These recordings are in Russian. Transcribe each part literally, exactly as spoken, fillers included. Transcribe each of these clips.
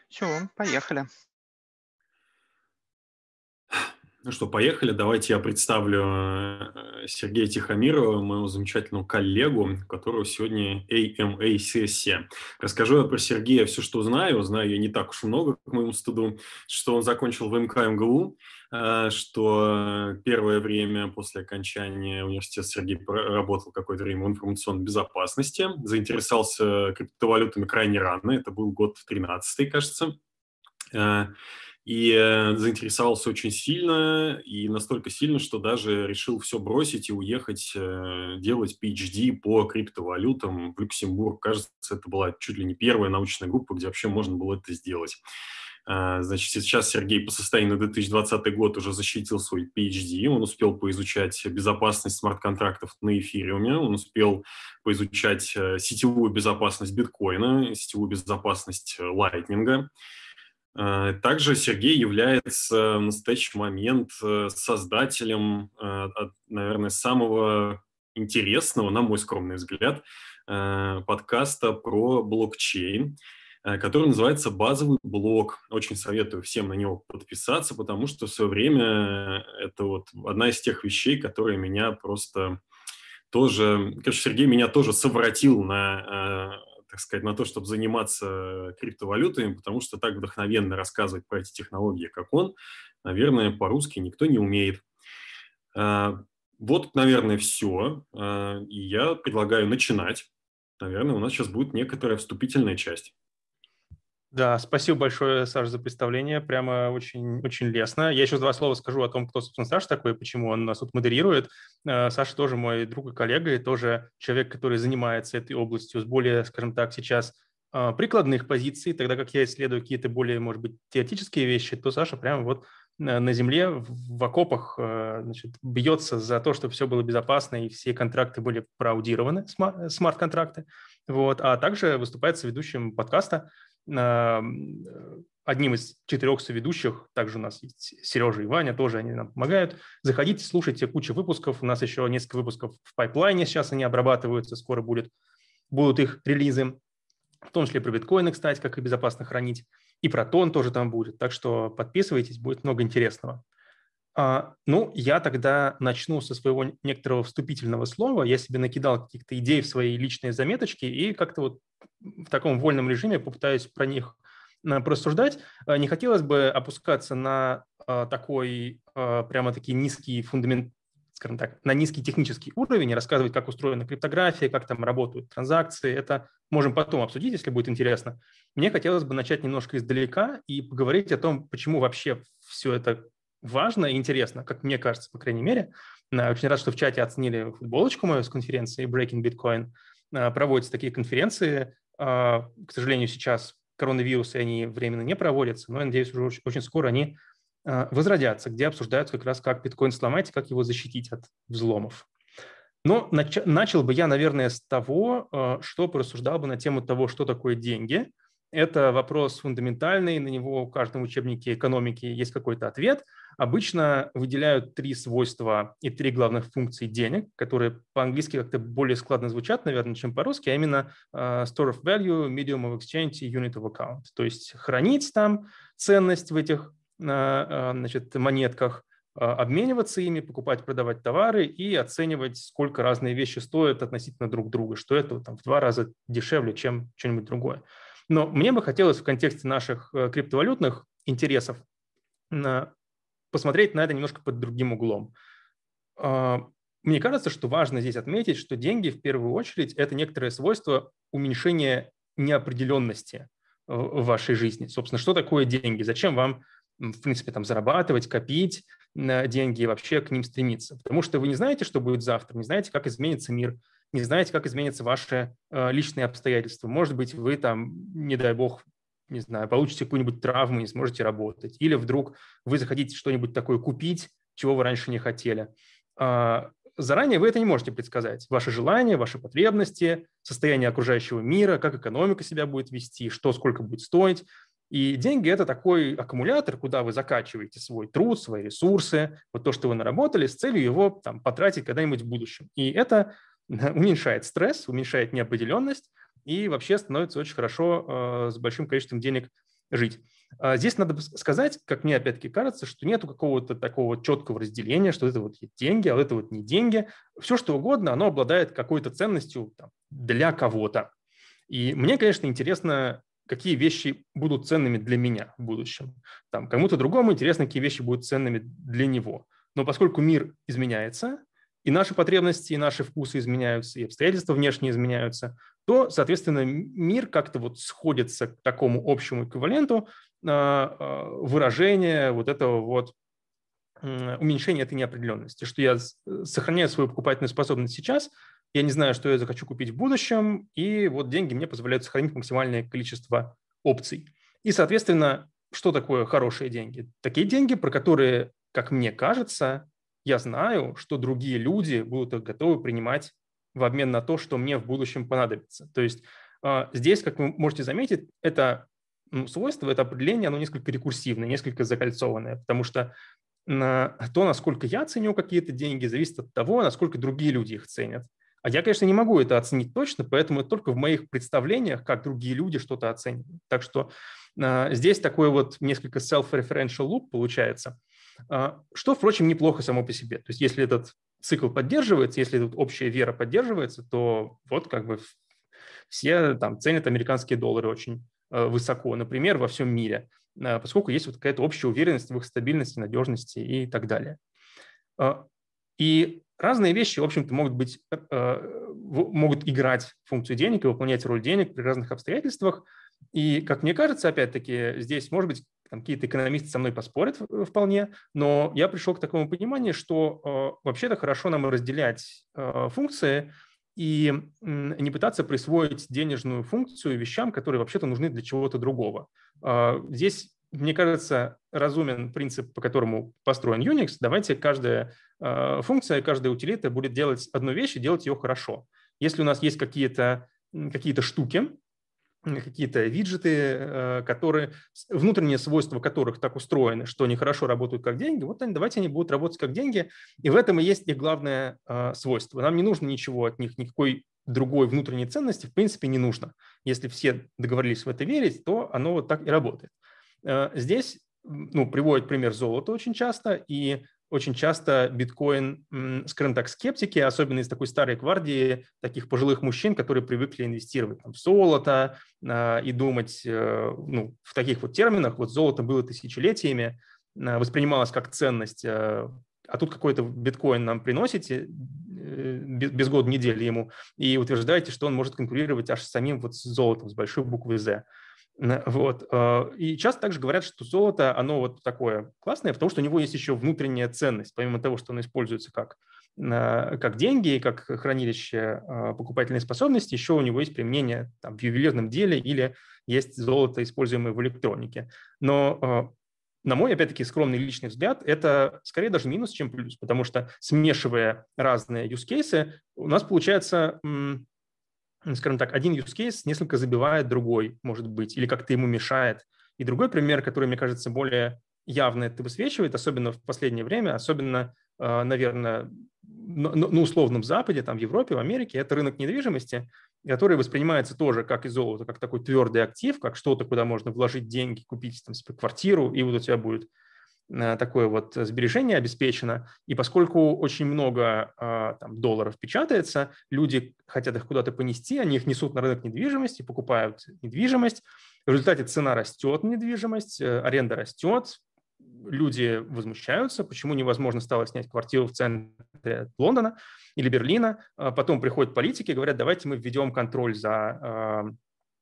Все, поехали. Ну что, поехали. Давайте я представлю э, Сергея Тихомирова, моего замечательного коллегу, у которого сегодня эй эм эй-сессия. Расскажу я про Сергея все, что знаю. Знаю я не так уж много, к моему стыду, что он закончил в эм ка эм гэ у, э, что первое время после окончания университета Сергей работал какое-то время в информационной безопасности, заинтересовался криптовалютами крайне рано, это был год тринадцатый, кажется. Э, И э, заинтересовался очень сильно, и настолько сильно, что даже решил все бросить и уехать э, делать пи эйч ди по криптовалютам в Люксембург. Кажется, это была чуть ли не первая научная группа, где вообще можно было это сделать. А, Значит, сейчас Сергей по состоянию на две тысячи двадцатый год уже защитил свой пи эйч ди, он успел поизучать безопасность смарт-контрактов на эфириуме, он успел поизучать э, сетевую безопасность биткоина, сетевую безопасность э, лайтнинга. Э, Также Сергей является в настоящий момент э, создателем, э, от, наверное, самого интересного, на мой скромный взгляд, э, подкаста про блокчейн, э, который называется «Базовый блок». Очень советую всем на него подписаться, потому что в свое время это вот одна из тех вещей, которые меня просто тоже... Короче, Сергей меня тоже совратил на, э, так сказать, на то, чтобы заниматься криптовалютами, потому что так вдохновенно рассказывать про эти технологии, как он, наверное, по-русски никто не умеет. Э, Вот, наверное, все. И я предлагаю начинать. Наверное, у нас сейчас будет некоторая вступительная часть. Да, спасибо большое, Саш, за представление. Прямо очень, очень лестно. Я еще два слова скажу о том, кто, собственно, Саша такой, почему он нас тут модерирует. Э, Саша тоже мой друг и коллега, и тоже человек, который занимается этой областью с более, скажем так, сейчас э, прикладных позиций, тогда как я исследую какие-то более, может быть, теоретические вещи, то Саша прямо вот э, на земле, в в окопах, э, значит, бьется за то, чтобы все было безопасно и все контракты были проаудированы, сма- смарт-контракты. Вот. А также выступает соведущим подкаста, одним из четырех соведущих. Также у нас есть Сережа и Ваня, тоже они нам помогают. Заходите, слушайте кучу выпусков. У нас еще несколько выпусков в пайплайне, сейчас они обрабатываются, скоро будет, будут их релизы, в том числе про биткоины, кстати, как их безопасно хранить. И про тон тоже там будет. Так что подписывайтесь, будет много интересного. А, ну, я тогда начну со своего некоторого вступительного слова. Я себе накидал каких-то идей в свои личные заметочки и как-то вот в таком вольном режиме попытаюсь про них а, порассуждать. А, Не хотелось бы опускаться на а, такой а, прямо-таки низкий фундамент, скажем так, на низкий технический уровень и рассказывать, как устроена криптография, как там работают транзакции. Это можем потом обсудить, если будет интересно. Мне хотелось бы начать немножко издалека и поговорить о том, почему вообще все это важно и интересно, как мне кажется, по крайней мере. Э, Очень рад, что в чате оценили футболочку мою с конференции Breaking Bitcoin. Э, Проводятся такие конференции. Э, К сожалению, сейчас коронавирус, и они временно не проводятся, но я надеюсь, уже очень, очень скоро они э, возродятся, где обсуждаются как раз, как биткоин сломать и как его защитить от взломов. Но нач- начал бы я, наверное, с того, э, что порассуждал бы на тему того, что такое деньги. Это вопрос фундаментальный, на него в каждом учебнике экономики есть какой-то ответ. Обычно выделяют три свойства и три главных функции денег, которые по-английски как-то более складно звучат, наверное, чем по-русски, а именно uh, store of value, medium of exchange и unit of account. То есть хранить там ценность в этих uh, значит, монетках, обмениваться ими, покупать, продавать товары и оценивать, сколько разные вещи стоят относительно друг друга, что это там, в два раза дешевле, чем что-нибудь другое. Но мне бы хотелось в контексте наших криптовалютных интересов посмотреть на это немножко под другим углом. Мне кажется, что важно здесь отметить, что деньги в первую очередь это некоторое свойство уменьшения неопределенности в вашей жизни. Собственно, что такое деньги? Зачем вам, в принципе, там зарабатывать, копить деньги и вообще к ним стремиться? Потому что вы не знаете, что будет завтра, не знаете, как изменится мир, не знаете, как изменятся ваши личные обстоятельства. Может быть, вы там, не дай бог, не знаю, получите какую-нибудь травму и не сможете работать. Или вдруг вы захотите что-нибудь такое купить, чего вы раньше не хотели. Заранее вы это не можете предсказать. Ваши желания, ваши потребности, состояние окружающего мира, как экономика себя будет вести, что сколько будет стоить. И деньги – это такой аккумулятор, куда вы закачиваете свой труд, свои ресурсы, вот то, что вы наработали, с целью его там, потратить когда-нибудь в будущем. И это уменьшает стресс, уменьшает неопределенность и вообще становится очень хорошо э, с большим количеством денег жить. Здесь надо сказать, как мне опять-таки кажется, что нету какого-то такого четкого разделения, что это вот деньги, а это вот не деньги. Все, что угодно, оно обладает какой-то ценностью там, для кого-то. И мне, конечно, интересно, какие вещи будут ценными для меня в будущем. Там, кому-то другому интересно, какие вещи будут ценными для него. Но поскольку мир изменяется, и наши потребности, и наши вкусы изменяются, и обстоятельства внешние изменяются, то, соответственно, мир как-то вот сходится к такому общему эквиваленту выражения вот этого вот уменьшения этой неопределенности, что я сохраняю свою покупательную способность сейчас, я не знаю, что я захочу купить в будущем, и вот деньги мне позволяют сохранить максимальное количество опций. И, соответственно, что такое хорошие деньги? Такие деньги, про которые, как мне кажется, я знаю, что другие люди будут их готовы принимать в обмен на то, что мне в будущем понадобится. То есть здесь, как вы можете заметить, это свойство, это определение, оно несколько рекурсивное, несколько закольцованное, потому что то, насколько я ценю какие-то деньги, зависит от того, насколько другие люди их ценят. А я, конечно, не могу это оценить точно, поэтому это только в моих представлениях, как другие люди что-то оценивают. Так что э, здесь такой вот несколько self-referential loop получается, э, что, впрочем, неплохо само по себе. То есть если этот цикл поддерживается, если тут общая вера поддерживается, то вот как бы все там ценят американские доллары очень э, высоко, например, во всем мире, э, поскольку есть вот какая-то общая уверенность в их стабильности, надежности и так далее. Э, и разные вещи, в общем-то, могут быть, э, могут играть функцию денег и выполнять роль денег при разных обстоятельствах. И, как мне кажется, опять-таки, здесь, может быть, там, какие-то экономисты со мной поспорят вполне, но я пришел к такому пониманию, что э, вообще-то хорошо нам разделять э, функции и э, не пытаться присвоить денежную функцию вещам, которые вообще-то нужны для чего-то другого. Э, здесь, мне кажется, разумен принцип, по которому построен Unix. Давайте каждая э, функция, каждая утилита будет делать одну вещь и делать ее хорошо. Если у нас есть какие-то какие-то штуки, какие-то виджеты, которые, внутренние свойства которых так устроены, что они хорошо работают как деньги, вот они, давайте они будут работать как деньги, и в этом и есть их главное э, свойство. Нам не нужно ничего от них, никакой другой внутренней ценности в принципе не нужно. Если все договорились в это верить, то оно вот так и работает. Э, здесь ну, приводят пример золота очень часто, и очень часто биткоин, скажем так, скептики, особенно из такой старой гвардии, таких пожилых мужчин, которые привыкли инвестировать там, в золото э, и думать э, ну, в таких вот терминах. Вот золото было тысячелетиями, э, воспринималось как ценность, э, а тут какой-то биткоин нам приносите э, без, без года недели ему и утверждаете, что он может конкурировать аж с самим вот с золотом, с большой буквы «З». Вот. И часто также говорят, что золото, оно вот такое классное, потому что у него есть еще внутренняя ценность, помимо того, что оно используется как, как деньги, как хранилище покупательной способности, еще у него есть применение там, в ювелирном деле или есть золото, используемое в электронике. Но, на мой, опять-таки, скромный личный взгляд, это скорее даже минус, чем плюс, потому что, смешивая разные use cases, у нас получается... скажем так, один use case несколько забивает другой, может быть, или как-то ему мешает. И другой пример, который, мне кажется, более явно это высвечивает, особенно в последнее время, особенно, наверное, на условном Западе, там в Европе, в Америке, это рынок недвижимости, который воспринимается тоже как и золото, как такой твердый актив, как что-то, куда можно вложить деньги, купить там себе квартиру, и вот у тебя будет такое вот сбережение обеспечено, и поскольку очень много там, долларов печатается, люди хотят их куда-то понести, они их несут на рынок недвижимости, покупают недвижимость, в результате цена растет на недвижимость, аренда растет, люди возмущаются, почему невозможно стало снять квартиру в центре Лондона или Берлина, потом приходят политики и говорят, давайте мы введем контроль за,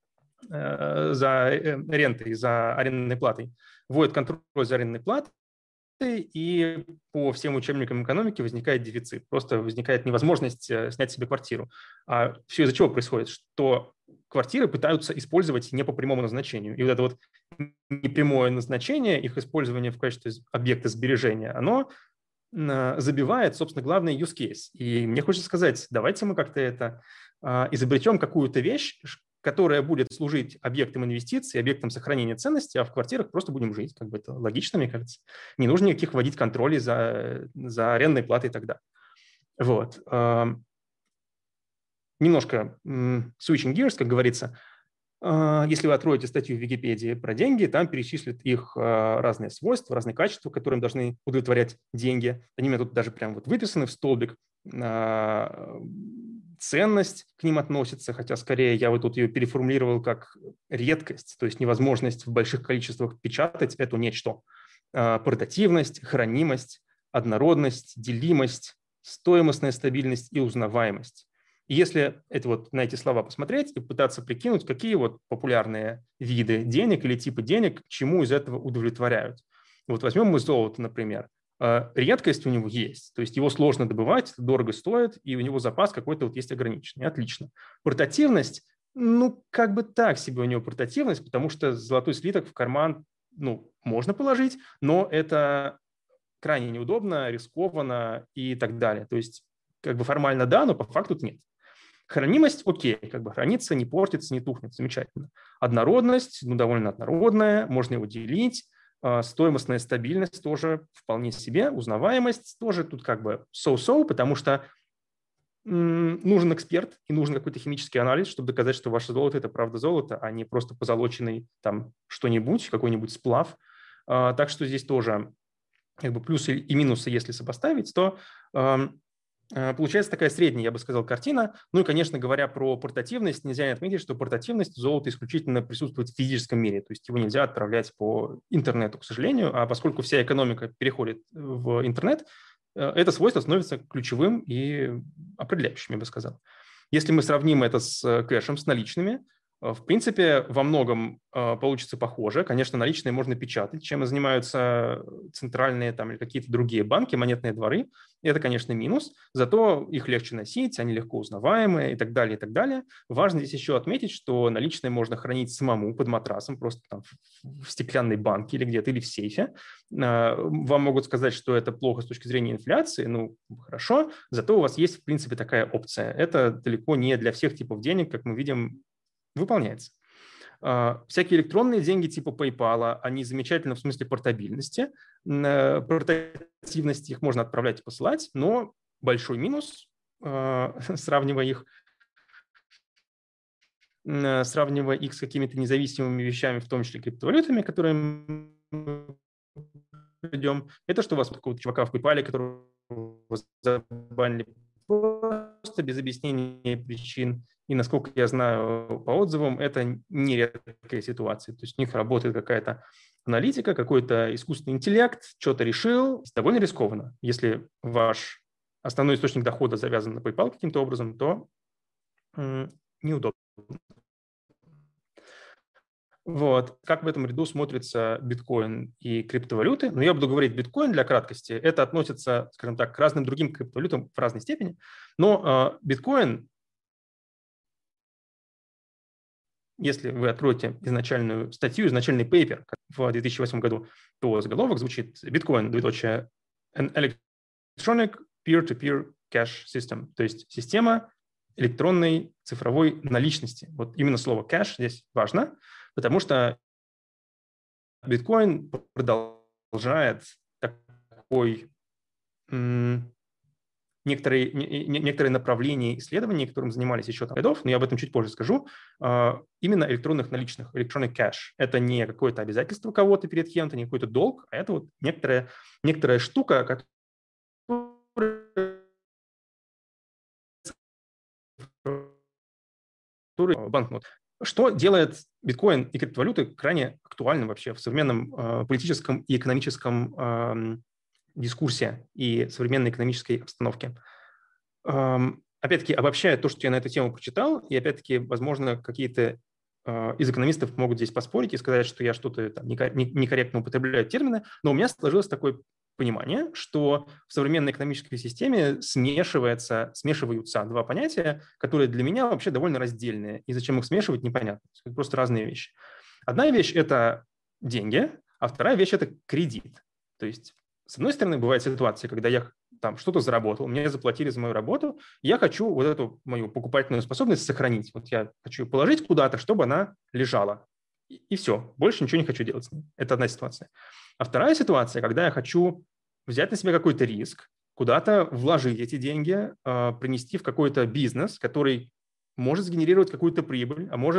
за рентой, за арендной платой, вводят контроль за арендной платой, и по всем учебникам экономики возникает дефицит. Просто возникает невозможность снять себе квартиру. А все из-за чего происходит? Что квартиры пытаются использовать не по прямому назначению. И вот это вот непрямое назначение, их использование в качестве объекта сбережения, оно забивает, собственно, главный use case. И мне хочется сказать, давайте мы как-то это изобретем какую-то вещь, которая будет служить объектом инвестиций, объектом сохранения ценности, а в квартирах просто будем жить. Как бы это логично, мне кажется. Не нужно никаких вводить контролей за, за арендной платой и так далее. Вот. Немножко switching gears, как говорится. Если вы откроете статью в Википедии про деньги, там перечислят их разные свойства, разные качества, которым должны удовлетворять деньги. Они у меня тут даже прям вот выписаны в столбик. Ценность к ним относится, хотя скорее я вот тут ее переформулировал как редкость, то есть невозможность в больших количествах печатать эту нечто. Портативность, хранимость, однородность, делимость, стоимостная стабильность и узнаваемость. И если это вот на эти слова посмотреть и пытаться прикинуть, какие вот популярные виды денег или типы денег чему из этого удовлетворяют. Вот возьмем мы золото, например. Редкость у него есть, то есть его сложно добывать, дорого стоит, и у него запас какой-то вот есть ограниченный. Отлично. Портативность, ну, как бы так себе у него портативность, потому что золотой слиток в карман, ну, можно положить, но это крайне неудобно, рискованно и так далее. То есть как бы формально да, но по факту нет. Хранимость, окей, как бы хранится, не портится, не тухнет, замечательно. Однородность, ну, довольно однородная, можно его делить. Стоимостная стабильность тоже вполне себе. Узнаваемость тоже тут как бы so-so, потому что м, нужен эксперт и нужен какой-то химический анализ, чтобы доказать, что ваше золото – это правда золото, а не просто позолоченный там что-нибудь, какой-нибудь сплав. А, так что здесь тоже как бы плюсы и минусы, если сопоставить, то получается такая средняя, я бы сказал, картина. Ну и, конечно, говоря про портативность, нельзя не отметить, что портативность золота исключительно присутствует в физическом мире, то есть его нельзя отправлять по интернету, к сожалению, а поскольку вся экономика переходит в интернет, это свойство становится ключевым и определяющим, я бы сказал. Если мы сравним это с кэшем, с наличными, в принципе, во многом получится похоже. Конечно, наличные можно печатать, чем и занимаются центральные там, или какие-то другие банки, монетные дворы. И это, конечно, минус. Зато их легче носить, они легко узнаваемые и так далее, и так далее. Важно здесь еще отметить, что наличные можно хранить самому под матрасом, просто там в стеклянной банке или где-то, или в сейфе. Вам могут сказать, что это плохо с точки зрения инфляции. Ну, хорошо. Зато у вас есть, в принципе, такая опция. Это далеко не для всех типов денег, как мы видим, выполняется. Всякие электронные деньги типа PayPal, они замечательны в смысле портабильности, портативности, их можно отправлять и посылать, но большой минус, сравнивая их, сравнивая их с какими-то независимыми вещами, в том числе криптовалютами, которые мы придем, это что у вас какого-то чувака в PayPal, которого забанили просто без объяснения причин. И, насколько я знаю по отзывам, это не редкая ситуация. То есть у них работает какая-то аналитика, какой-то искусственный интеллект, что-то решил. Довольно рискованно. Если ваш основной источник дохода завязан на PayPal каким-то образом, то м- неудобно. Вот. Как в этом ряду смотрится биткоин и криптовалюты? Ну, я буду говорить биткоин для краткости. Это относится, скажем так, к разным другим криптовалютам в разной степени. Но э, биткоин, если вы откроете изначальную статью, изначальный пейпер в две тысячи восьмом году, то заголовок звучит «Биткоин, двоеточие, an electronic peer-to-peer cash system», то есть система электронной цифровой наличности. Вот именно слово «cash» здесь важно, потому что биткоин продолжает такой м- некоторые, не, некоторые направления исследований, которым занимались еще там годов, но я об этом чуть позже скажу, а, именно электронных наличных, electronic cash. Это не какое-то обязательство кого-то перед кем-то, не какой-то долг, а это вот некоторая, некоторая штука, которая банкнот. Что делает биткоин и криптовалюты крайне актуальным вообще в современном э, политическом и экономическом э, дискурсе и современной экономической обстановке? Эм, опять-таки, обобщая то, что я на эту тему прочитал, и опять-таки, возможно, какие-то э, из экономистов могут здесь поспорить и сказать, что я что-то там некорректно употребляю термины, но у меня сложилось такое понимание, что в современной экономической системе смешивается, смешиваются два понятия, которые для меня вообще довольно раздельные, и зачем их смешивать, непонятно. Это просто разные вещи. Одна вещь – это деньги, а вторая вещь – это кредит. То есть, с одной стороны, бывает ситуация, когда я там что-то заработал, мне заплатили за мою работу, я хочу вот эту мою покупательную способность сохранить. Вот я хочу ее положить куда-то, чтобы она лежала. И, и все, больше ничего не хочу делать с ней. Это одна ситуация. А вторая ситуация, когда я хочу взять на себя какой-то риск, куда-то вложить эти деньги, принести в какой-то бизнес, который может сгенерировать какую-то прибыль, а может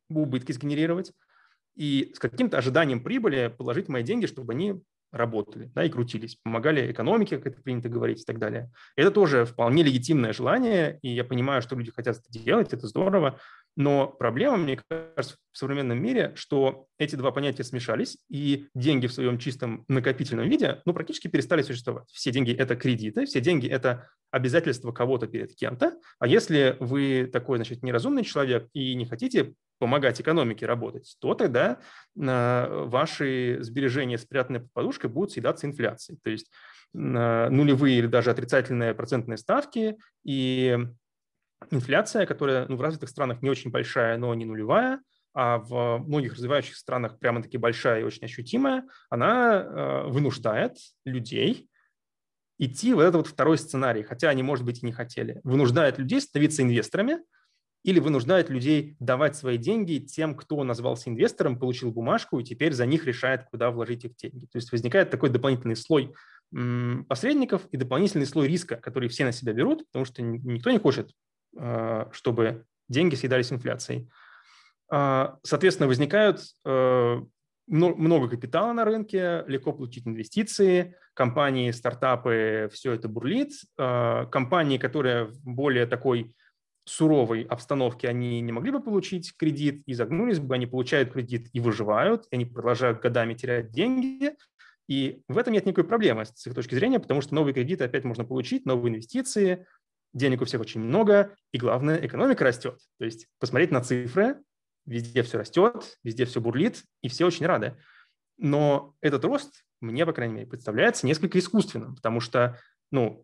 убытки сгенерировать и с каким-то ожиданием прибыли положить мои деньги, чтобы они работали, да, и крутились, помогали экономике, как это принято говорить, и так далее. Это тоже вполне легитимное желание, и я понимаю, что люди хотят это делать, это здорово, но проблема, мне кажется, в современном мире, что эти два понятия смешались, и деньги в своем чистом накопительном виде, ну, практически перестали существовать. Все деньги – это кредиты, все деньги – это обязательства кого-то перед кем-то, а если вы такой, значит, неразумный человек и не хотите помогать экономике работать, то тогда э, ваши сбережения, спрятанные под подушкой, будут съедаться инфляцией. То есть э, нулевые или даже отрицательные процентные ставки и инфляция, которая ну, в развитых странах не очень большая, но не нулевая, а в многих развивающих странах прямо-таки большая и очень ощутимая, она э, вынуждает людей идти в этот вот второй сценарий, хотя они, может быть, и не хотели. Вынуждает людей становиться инвесторами, или вынуждает людей давать свои деньги тем, кто назвался инвестором, получил бумажку и теперь за них решает, куда вложить их деньги. То есть возникает такой дополнительный слой посредников и дополнительный слой риска, который все на себя берут, потому что никто не хочет, чтобы деньги съедались инфляцией. Соответственно, возникают много капитала на рынке, легко получить инвестиции, компании, стартапы, все это бурлит. Компании, которые в более такой суровой обстановке они не могли бы получить кредит и загнулись бы, они получают кредит и выживают, и они продолжают годами терять деньги, и в этом нет никакой проблемы с их точки зрения, потому что новые кредиты опять можно получить, новые инвестиции, денег у всех очень много, и главное, экономика растет. То есть посмотреть на цифры, везде все растет, везде все бурлит, и все очень рады. Но этот рост мне, по крайней мере, представляется несколько искусственным, потому что, ну,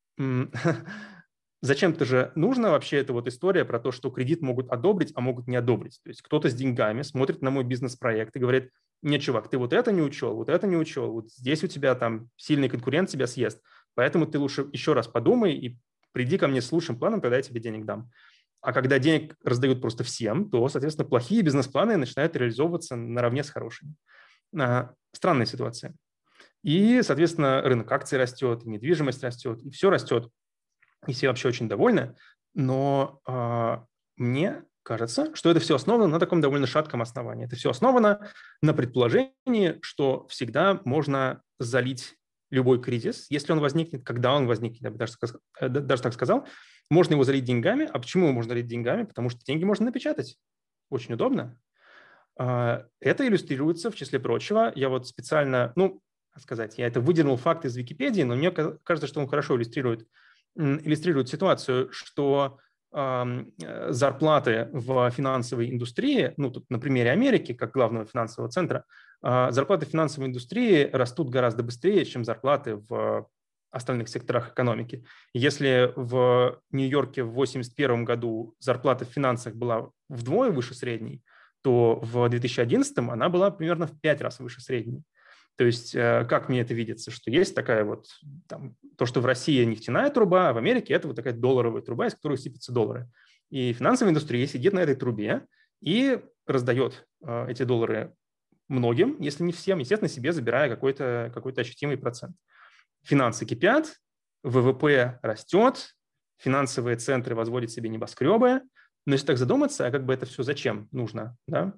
зачем-то же нужна вообще эта вот история про то, что кредит могут одобрить, а могут не одобрить. То есть кто-то с деньгами смотрит на мой бизнес-проект и говорит: нет, чувак, ты вот это не учел, вот это не учел, вот здесь у тебя там сильный конкурент тебя съест, поэтому ты лучше еще раз подумай и приди ко мне с лучшим планом, тогда я тебе денег дам. А когда денег раздают просто всем, то, соответственно, плохие бизнес-планы начинают реализовываться наравне с хорошими. Странная ситуация. И, соответственно, рынок акций растет, недвижимость растет, и все растет. И все вообще очень довольны, но э, мне кажется, что это все основано на таком довольно шатком основании. Это все основано на предположении, что всегда можно залить любой кризис, если он возникнет, когда он возникнет, я бы даже, даже так сказал, можно его залить деньгами. А почему его можно залить деньгами? Потому что деньги можно напечатать. Очень удобно. Э, это иллюстрируется, в числе прочего, я вот специально, ну, сказать, я это выдернул факт из Википедии, но мне кажется, что он хорошо иллюстрирует иллюстрирует ситуацию, что э, зарплаты в финансовой индустрии, ну, тут на примере Америки, как главного финансового центра, э, зарплаты в финансовой индустрии растут гораздо быстрее, чем зарплаты в остальных секторах экономики. Если в Нью-Йорке в восемьдесят первом году зарплата в финансах была вдвое выше средней, то в две тысячи одиннадцатом она была примерно в пять раз выше средней. То есть как мне это видится, что есть такая вот, там, то, что в России нефтяная труба, а в Америке это вот такая долларовая труба, из которой сыпятся доллары. И финансовая индустрия сидит на этой трубе и раздает э, эти доллары многим, если не всем, естественно, себе забирая какой-то, какой-то ощутимый процент. Финансы кипят, ВВП растет, финансовые центры возводят себе небоскребы. Но если так задуматься, а как бы это все зачем нужно, да?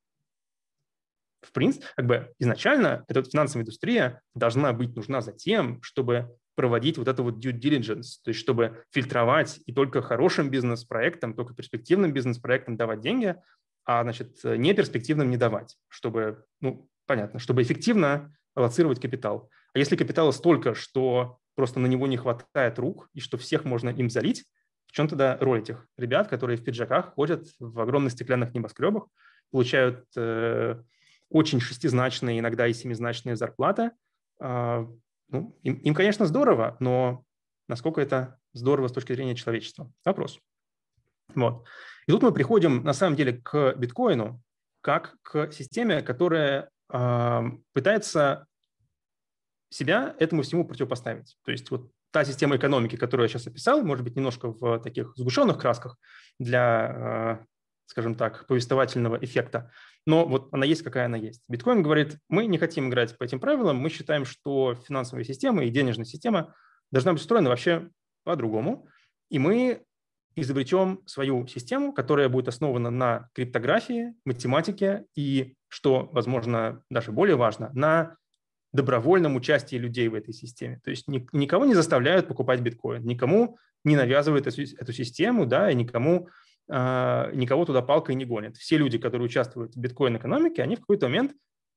В принципе, как бы изначально эта финансовая индустрия должна быть нужна за тем, чтобы проводить вот это вот due diligence, то есть чтобы фильтровать и только хорошим бизнес-проектам, только перспективным бизнес-проектам давать деньги, а, значит, неперспективным не давать, чтобы, ну, понятно, чтобы эффективно аллоцировать капитал. А если капитала столько, что просто на него не хватает рук, и что всех можно им залить, в чем тогда роль этих ребят, которые в пиджаках ходят в огромных стеклянных небоскребах, получают э, очень шестизначные, иногда и семизначные зарплаты. Э, ну, им, им, конечно, здорово, но насколько это здорово с точки зрения человечества? Вопрос. Вот. И тут мы приходим, на самом деле, к биткоину как к системе, которая э, пытается себя этому всему противопоставить. То есть вот та система экономики, которую я сейчас описал, может быть, немножко в таких сгущенных красках для, скажем так, повествовательного эффекта, но вот она есть, какая она есть. Биткоин говорит: мы не хотим играть по этим правилам, мы считаем, что финансовая система и денежная система должна быть устроена вообще по-другому, и мы изобретем свою систему, которая будет основана на криптографии, математике и, что, возможно, даже более важно, на добровольном участии людей в этой системе. То есть никого не заставляют покупать биткоин, никому не навязывают эту, эту систему, да, и никому, э, никого туда палкой не гонят. Все люди, которые участвуют в биткоин-экономике, они в какой-то момент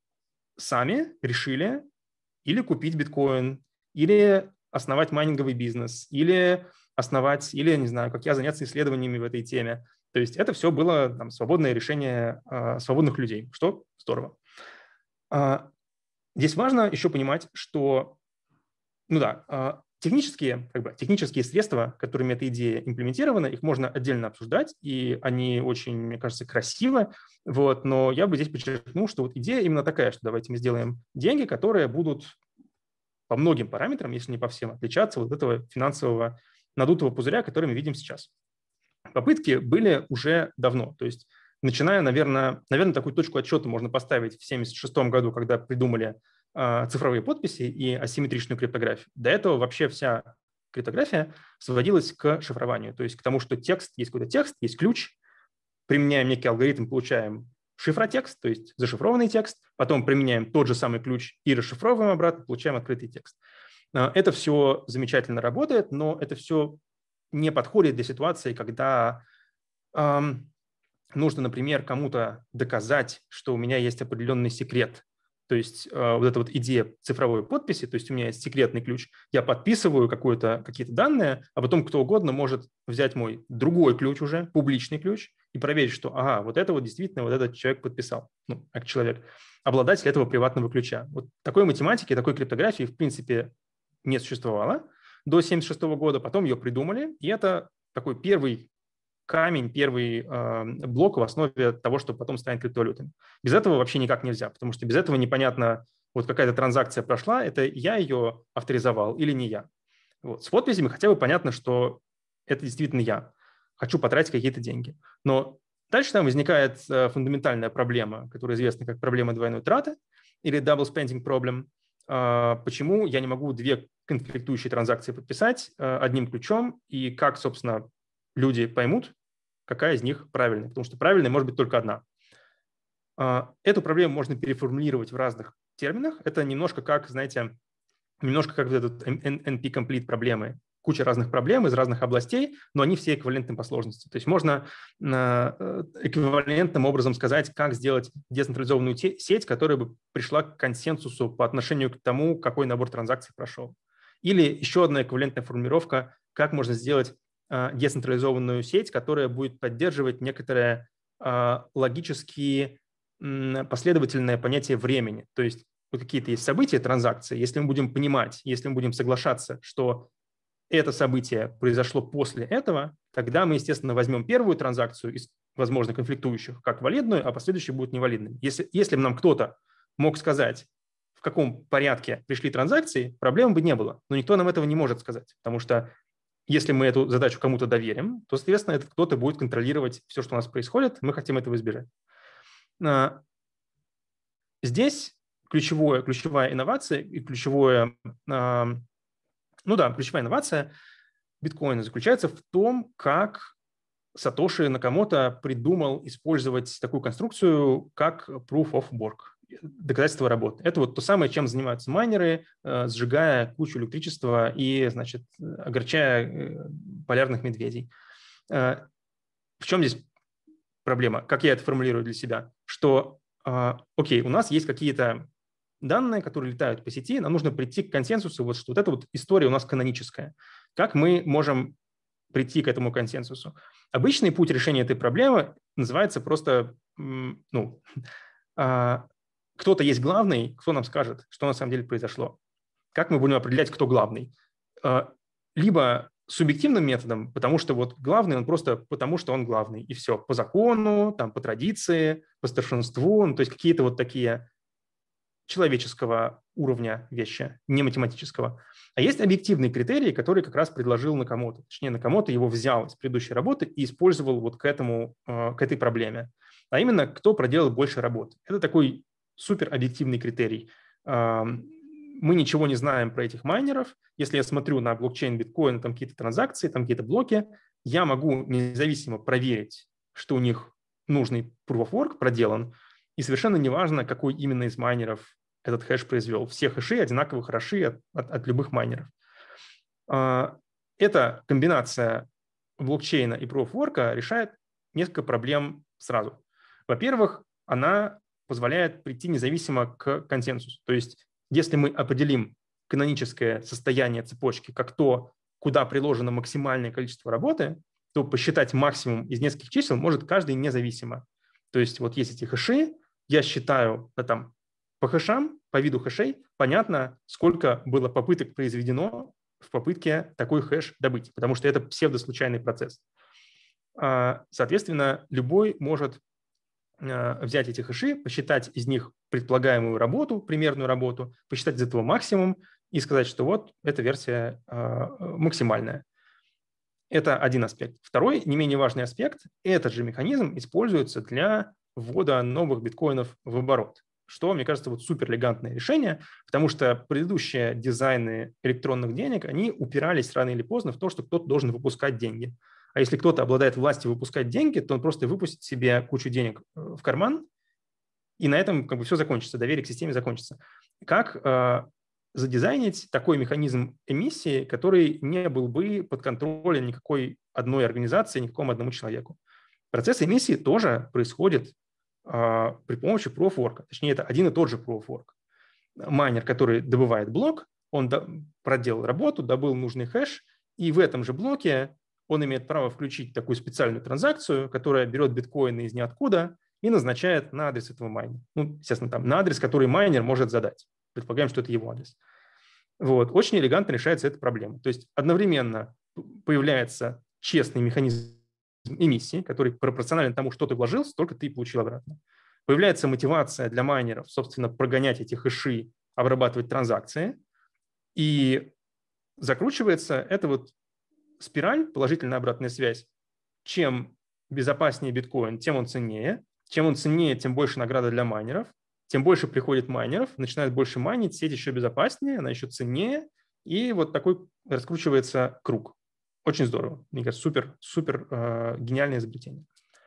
сами решили или купить биткоин, или основать майнинговый бизнес, или основать, или, не знаю, как я, заняться исследованиями в этой теме. То есть это все было там, свободное решение э, свободных людей, что здорово. А, здесь важно еще понимать, что, ну да, э, технические, как бы, технические средства, которыми эта идея имплементирована, их можно отдельно обсуждать, и они очень, мне кажется, красивы, вот, но я бы здесь подчеркнул, что вот идея именно такая, что давайте мы сделаем деньги, которые будут по многим параметрам, если не по всем, отличаться от этого финансового надутого пузыря, который мы видим сейчас. Попытки были уже давно, то есть начиная, наверное, наверное, такую точку отсчета можно поставить в семьдесят шестом году, когда придумали э, цифровые подписи и асимметричную криптографию. До этого вообще вся криптография сводилась к шифрованию, то есть к тому, что текст, есть какой-то текст, есть ключ, применяем некий алгоритм, получаем шифротекст, то есть зашифрованный текст, потом применяем тот же самый ключ и расшифровываем обратно, получаем открытый текст. Это все замечательно работает, но это все не подходит для ситуации, когда эм, нужно, например, кому-то доказать, что у меня есть определенный секрет. То есть э, вот эта вот идея цифровой подписи, то есть у меня есть секретный ключ, я подписываю какое-то, какие-то данные, а потом кто угодно может взять мой другой ключ уже, публичный ключ, и проверить, что, ага, вот это вот действительно вот этот человек подписал, ну, как человек, обладатель этого приватного ключа. Вот такой математики, такой криптографии, в принципе, не существовало до семьдесят шестого года, потом ее придумали, и это такой первый камень, первый э, блок в основе того, что потом станет криптовалютой. Без этого вообще никак нельзя, потому что без этого непонятно, вот какая-то транзакция прошла, это я ее авторизовал или не я. Вот. С подписями хотя бы понятно, что это действительно я. Хочу потратить какие-то деньги. Но дальше там возникает э, фундаментальная проблема, которая известна как проблема двойной траты или double spending problem. Э, почему я не могу две конфликтующие транзакции подписать э, одним ключом, и как, собственно, люди поймут, какая из них правильная, потому что правильной может быть только одна. Эту проблему можно переформулировать в разных терминах. Это немножко как, знаете, немножко как вот этот эн пи-complete проблемы. Куча разных проблем из разных областей, но они все эквивалентны по сложности. То есть можно эквивалентным образом сказать, как сделать децентрализованную сеть, которая бы пришла к консенсусу по отношению к тому, какой набор транзакций прошел. Или еще одна эквивалентная формулировка, как можно сделать децентрализованную сеть, которая будет поддерживать некоторое э, логически м, последовательное понятие времени. То есть вот какие-то есть события, транзакции. Если мы будем понимать, если мы будем соглашаться, что это событие произошло после этого, тогда мы, естественно, возьмем первую транзакцию из, возможно, конфликтующих как валидную, а последующие будут невалидными. Если, если бы нам кто-то мог сказать, в каком порядке пришли транзакции, проблем бы не было. Но никто нам этого не может сказать, потому что если мы эту задачу кому-то доверим, то, соответственно, этот кто-то будет контролировать все, что у нас происходит. Мы хотим этого избежать. Здесь ключевое, ключевая инновация и ключевое, ну да, ключевая инновация биткоина заключается в том, как Сатоши Накамото придумал использовать такую конструкцию, как proof of work, доказательство работы. Это вот то самое, чем занимаются майнеры, сжигая кучу электричества и, значит, огорчая полярных медведей. В чем здесь проблема? Как я это формулирую для себя? Что, окей, у нас есть какие-то данные, которые летают по сети, нам нужно прийти к консенсусу, вот что вот эта вот история у нас каноническая. Как мы можем прийти к этому консенсусу? Обычный путь решения этой проблемы называется просто, ну, кто-то есть главный, кто нам скажет, что на самом деле произошло. Как мы будем определять, кто главный? Либо субъективным методом, потому что вот главный, он просто потому, что он главный, и все. По закону, там, по традиции, по старшинству, ну, то есть какие-то вот такие человеческого уровня вещи, не математического. А есть объективные критерии, которые как раз предложил Накамото. Точнее, Накамото его взял из предыдущей работы и использовал вот к этому, к этой проблеме. А именно, кто проделал больше работы. Это такой супер объективный критерий. Мы ничего не знаем про этих майнеров. Если я смотрю на блокчейн биткоина, там какие-то транзакции, там какие-то блоки, я могу независимо проверить, что у них нужный proof of work проделан, и совершенно неважно, какой именно из майнеров этот хэш произвел. Все хэши одинаково хороши от, от, от любых майнеров. Эта комбинация блокчейна и proof of work решает несколько проблем сразу. Во-первых, она позволяет прийти независимо к консенсусу. То есть если мы определим каноническое состояние цепочки как то, куда приложено максимальное количество работы, то посчитать максимум из нескольких чисел может каждый независимо. То есть вот есть эти хэши, я считаю да, там, по хэшам, по виду хэшей, понятно, сколько было попыток произведено в попытке такой хэш добыть, потому что это псевдослучайный процесс. Соответственно, любой может взять эти хэши, посчитать из них предполагаемую работу, примерную работу, посчитать из этого максимум и сказать, что вот эта версия максимальная. Это один аспект. Второй, не менее важный аспект, этот же механизм используется для ввода новых биткоинов в оборот, что, мне кажется, вот супер элегантное решение, потому что предыдущие дизайны электронных денег, они упирались рано или поздно в то, что кто-то должен выпускать деньги. А если кто-то обладает властью выпускать деньги, то он просто выпустит себе кучу денег в карман, и на этом как бы все закончится, доверие к системе закончится. Как э, задизайнить такой механизм эмиссии, который не был бы под контролем никакой одной организации, никакому одному человеку? Процесс эмиссии тоже происходит э, при помощи proof of work. Точнее, это один и тот же proof of work. Майнер, который добывает блок, он до, проделал работу, добыл нужный хэш, и в этом же блоке он имеет право включить такую специальную транзакцию, которая берет биткоины из ниоткуда и назначает на адрес этого майнера. Ну, естественно, там, на адрес, который майнер может задать. Предполагаем, что это его адрес. Вот. Очень элегантно решается эта проблема. То есть одновременно появляется честный механизм эмиссии, который пропорционален тому, что ты вложил, столько ты и получил обратно. Появляется мотивация для майнеров, собственно, прогонять эти хэши, обрабатывать транзакции. И закручивается это вот спираль, положительная обратная связь. Чем безопаснее биткоин, тем он ценнее. Чем он ценнее, тем больше награда для майнеров. Тем больше приходит майнеров, начинают больше майнить, сеть еще безопаснее, она еще ценнее. И вот такой раскручивается круг. Очень здорово. Мне кажется, супер, супер э, гениальное изобретение.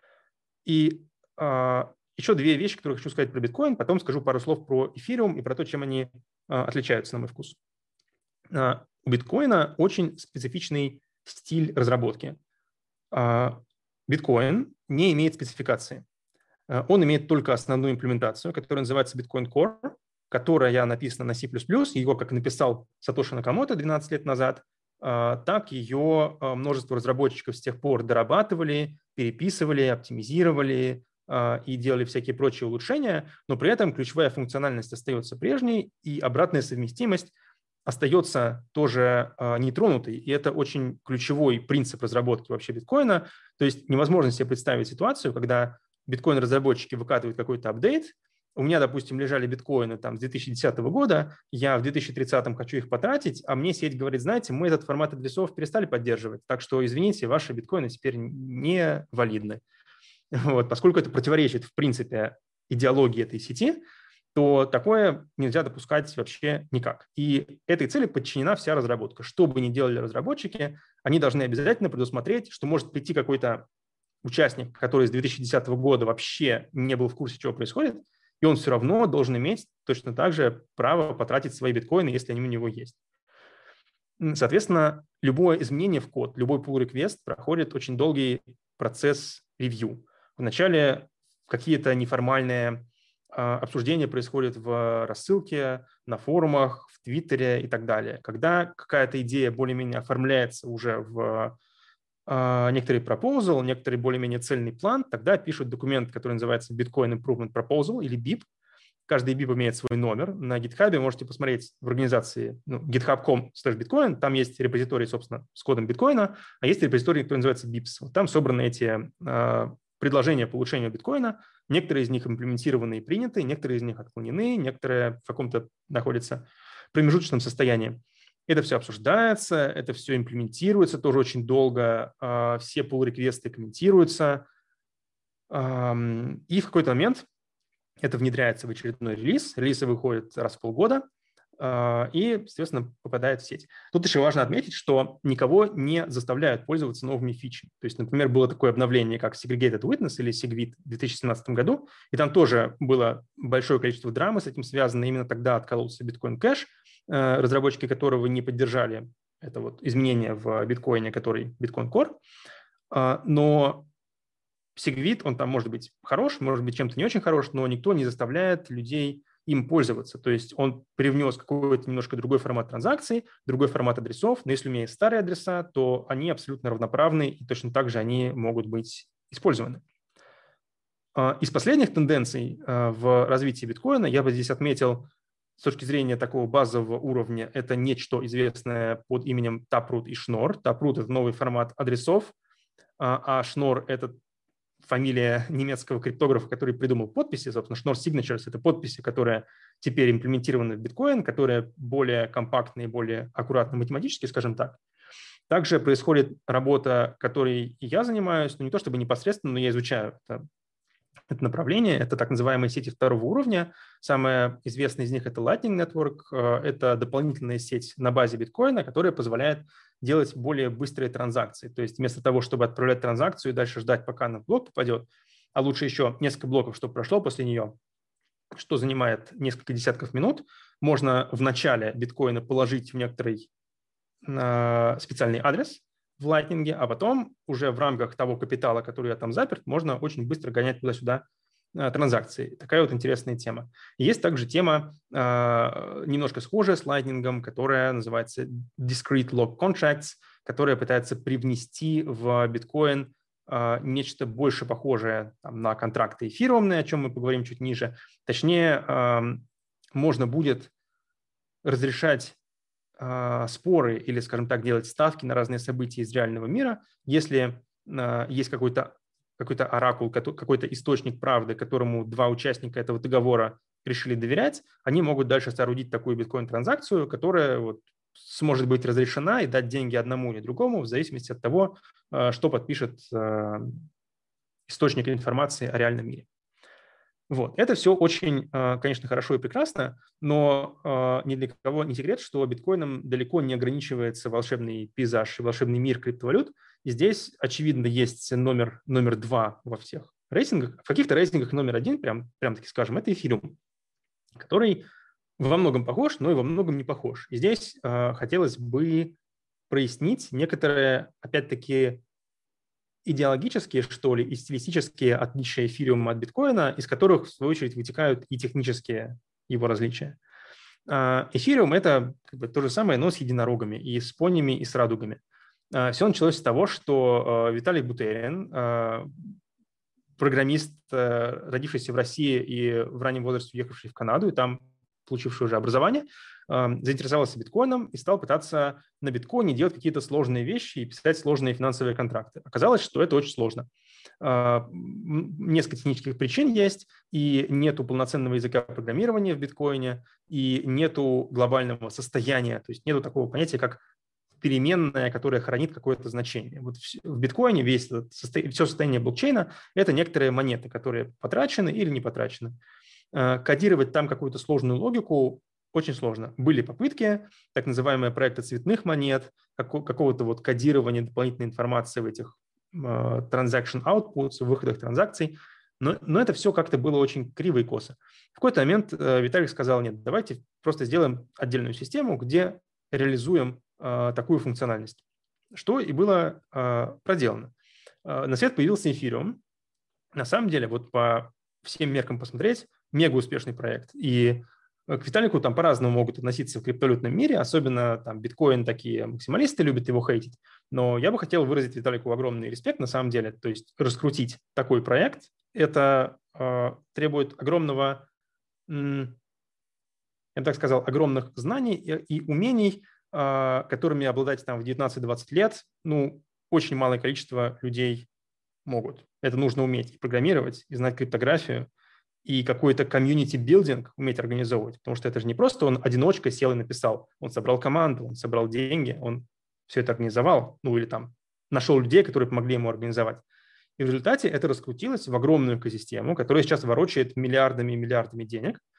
И э, еще две вещи, которые хочу сказать про биткоин. Потом скажу пару слов про эфириум и про то, чем они э, отличаются, на мой вкус. Э, у биткоина очень специфичный стиль разработки. Биткоин не имеет спецификации. Он имеет только основную имплементацию, которая называется Bitcoin Core, которая написана на C++. Его, как написал Сатоши Накамото двенадцать лет назад, так ее множество разработчиков с тех пор дорабатывали, переписывали, оптимизировали и делали всякие прочие улучшения, но при этом ключевая функциональность остается прежней, и обратная совместимость остается тоже э, нетронутой, и это очень ключевой принцип разработки вообще биткоина. То есть невозможно себе представить ситуацию, когда биткоин-разработчики выкатывают какой-то апдейт, у меня, допустим, лежали биткоины там, с две тысячи десятого года, я в две тысячи тридцатом хочу их потратить, а мне сеть говорит, знаете, мы этот формат адресов перестали поддерживать, так что, извините, ваши биткоины теперь не валидны. Вот, поскольку это противоречит, в принципе, идеологии этой сети, то такое нельзя допускать вообще никак. И этой цели подчинена вся разработка. Что бы ни делали разработчики, они должны обязательно предусмотреть, что может прийти какой-то участник, который с две тысячи десятого года вообще не был в курсе, чего происходит, и он все равно должен иметь точно так же право потратить свои биткоины, если они у него есть. Соответственно, любое изменение в код, любой pull request проходит очень долгий процесс ревью. Вначале какие-то неформальные обсуждения происходят в рассылке, на форумах, в Твиттере и так далее. Когда какая-то идея более-менее оформляется уже в некоторый proposal, некоторый более-менее цельный план, тогда пишут документ, который называется Bitcoin Improvement Proposal или бип. Каждый бип имеет свой номер. На GitHub можете посмотреть в организации ну, github точка com слэш биткоин. Там есть репозиторий, собственно, с кодом биткоина, а есть репозиторий, который называется бипс. Вот там собраны эти э, предложения по улучшению биткоина. Некоторые из них имплементированы и приняты, некоторые из них отклонены, некоторые в каком-то находятся промежуточном состоянии. Это все обсуждается, это все имплементируется тоже очень долго, э, все pull-реквесты комментируются. Э, и в какой-то момент это внедряется в очередной релиз. Релизы выходят раз в полгода. и, соответственно, попадает в сеть. Тут еще важно отметить, что никого не заставляют пользоваться новыми фичами. То есть, например, было такое обновление, как Segregated Witness или Segwit в две тысячи семнадцатом году, и там тоже было большое количество драмы с этим связано. Именно тогда откололся Bitcoin Cash, разработчики которого не поддержали это вот изменение в биткоине, который Bitcoin Core. Но Segwit, он там может быть хорош, может быть чем-то не очень хорош, но никто не заставляет людей им пользоваться. То есть он привнес какой-то немножко другой формат транзакций, другой формат адресов, но если у меня есть старые адреса, то они абсолютно равноправны, и точно так же они могут быть использованы. Из последних тенденций в развитии биткоина я бы здесь отметил с точки зрения такого базового уровня, это нечто известное под именем Taproot и Schnorr. Taproot – это новый формат адресов, а Schnorr – это фамилия немецкого криптографа, который придумал подписи. Собственно, Schnorr Signatures – это подписи, которые теперь имплементированы в биткоин, которые более компактные, более аккуратно математически, скажем так. Также происходит работа, которой и я занимаюсь, но не то чтобы непосредственно, но я изучаю это, это направление. Это так называемые сети второго уровня. Самая известная из них – это Lightning Network. Это дополнительная сеть на базе биткоина, которая позволяет делать более быстрые транзакции. То есть вместо того, чтобы отправлять транзакцию и дальше ждать, пока она в блок попадет, а лучше еще несколько блоков, чтобы прошло после нее, что занимает несколько десятков минут, можно в начале биткоина положить в некоторый э, специальный адрес в Lightning, а потом уже в рамках того капитала, который я там заперт, можно очень быстро гонять туда-сюда транзакции. Такая вот интересная тема. Есть также тема, э, немножко схожая с Lightning, которая называется Discrete Log Contracts, которая пытается привнести в биткоин э, нечто больше похожее там, на контракты эфириумные, о чем мы поговорим чуть ниже. Точнее, э, можно будет разрешать э, споры или, скажем так, делать ставки на разные события из реального мира, если э, есть какой-то какой-то оракул, какой-то источник правды, которому два участника этого договора решили доверять, они могут дальше соорудить такую биткоин-транзакцию, которая вот сможет быть разрешена и дать деньги одному или другому в зависимости от того, что подпишет источник информации о реальном мире. Вот. Это все очень, конечно, хорошо и прекрасно, но ни для кого не секрет, что биткоином далеко не ограничивается волшебный пейзаж и волшебный мир криптовалют. И здесь, очевидно, есть номер, номер два во всех рейтингах. В каких-то рейтингах номер один, прям, прям таки скажем, это эфириум, который во многом похож, но и во многом не похож. И здесь э, хотелось бы прояснить некоторые, опять-таки, идеологические, что ли, и стилистические отличия эфириума от биткоина, из которых, в свою очередь, вытекают и технические его различия. Эфириум – это как бы то же самое, но с единорогами, и с понями, и с радугами. Все началось с того, что Виталий Бутерин, программист, родившийся в России и в раннем возрасте уехавший в Канаду, и там получивший уже образование, заинтересовался биткоином и стал пытаться на биткоине делать какие-то сложные вещи и писать сложные финансовые контракты. Оказалось, что это очень сложно. Несколько технических причин есть, и нету полноценного языка программирования в биткоине, и нету глобального состояния, то есть нету такого понятия, как переменная, которая хранит какое-то значение. Вот в биткоине весь этот, все состояние блокчейна – это некоторые монеты, которые потрачены или не потрачены. Кодировать там какую-то сложную логику очень сложно. Были попытки, так называемые проекты цветных монет, какого-то вот кодирования дополнительной информации в этих transaction outputs, в выходах транзакций, но, но это все как-то было очень криво и косо. В какой-то момент Виталик сказал: нет, давайте просто сделаем отдельную систему, где реализуем такую функциональность, что и было э, проделано. Э, на свет появился эфириум. На самом деле, вот по всем меркам посмотреть, мега успешный проект. И к Виталику там по-разному могут относиться в криптовалютном мире, особенно там биткоин такие максималисты любят его хейтить. Но я бы хотел выразить Виталику огромный респект на самом деле. То есть раскрутить такой проект, это э, требует огромного, м, я бы так сказал, огромных знаний и, и умений, которыми обладать там в девятнадцать-двадцать лет, ну, очень малое количество людей могут. Это нужно уметь и программировать, и знать криптографию, и какой-то комьюнити-билдинг уметь организовывать, потому что это же не просто он одиночка сел и написал, он собрал команду, он собрал деньги, он все это организовал, ну, или там нашел людей, которые помогли ему организовать. И в результате это раскрутилось в огромную экосистему, которая сейчас ворочает миллиардами и миллиардами денег,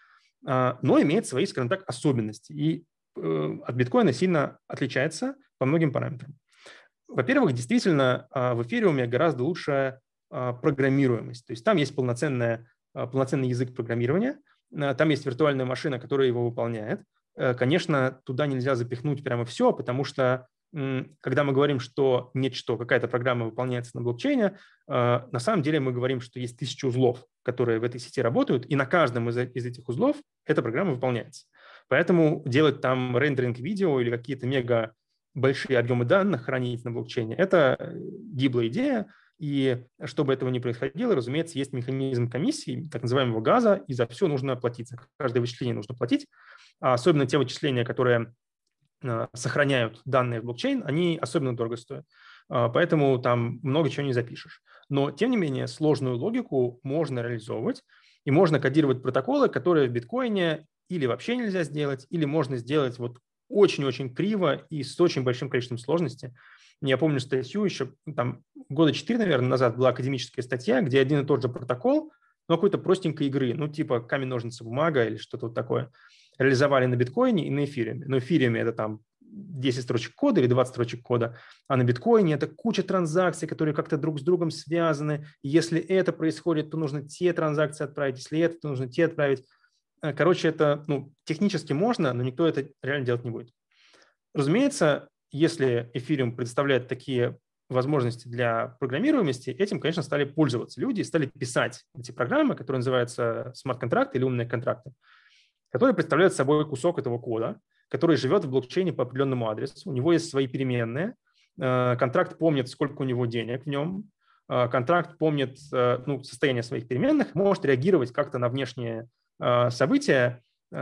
но имеет свои, скажем так, особенности и от биткоина сильно отличается по многим параметрам. Во-первых, действительно, в эфириуме гораздо лучшая программируемость. То есть там есть полноценная, полноценный язык программирования, там есть виртуальная машина, которая его выполняет. Конечно, туда нельзя запихнуть прямо все, потому что когда мы говорим, что нечто, какая-то программа выполняется на блокчейне, на самом деле мы говорим, что есть тысячи узлов, которые в этой сети работают, и на каждом из этих узлов эта программа выполняется. Поэтому делать там рендеринг видео или какие-то мега большие объемы данных хранить на блокчейне – это гиблая идея, и чтобы этого не происходило, разумеется, есть механизм комиссии, так называемого газа, и за все нужно платить, за каждое вычисление нужно платить, а особенно те вычисления, которые сохраняют данные в блокчейн, они особенно дорого стоят. Поэтому там много чего не запишешь. Но, тем не менее, сложную логику можно реализовывать, и можно кодировать протоколы, которые в биткоине или вообще нельзя сделать, или можно сделать вот очень-очень криво и с очень большим количеством сложности. Я помню статью еще там года четыре, наверное, назад была академическая статья, где один и тот же протокол, но какой-то простенькой игры, ну типа камень, ножницы, бумага или что-то вот такое, реализовали на биткоине и на эфириуме. На эфириуме это там десять строчек кода или двадцать строчек кода, а на биткоине это куча транзакций, которые как-то друг с другом связаны. И если это происходит, то нужно те транзакции отправить, если это, то нужно те отправить. Короче, это ну, технически можно, но никто это реально делать не будет. Разумеется, если эфириум предоставляет такие возможности для программируемости, этим, конечно, стали пользоваться люди и стали писать эти программы, которые называются смарт-контракты или умные контракты, которые представляют собой кусок этого кода, который живет в блокчейне по определенному адресу. У него есть свои переменные. Контракт помнит, сколько у него денег в нем. Контракт помнит ну, состояние своих переменных, может реагировать как-то на внешние события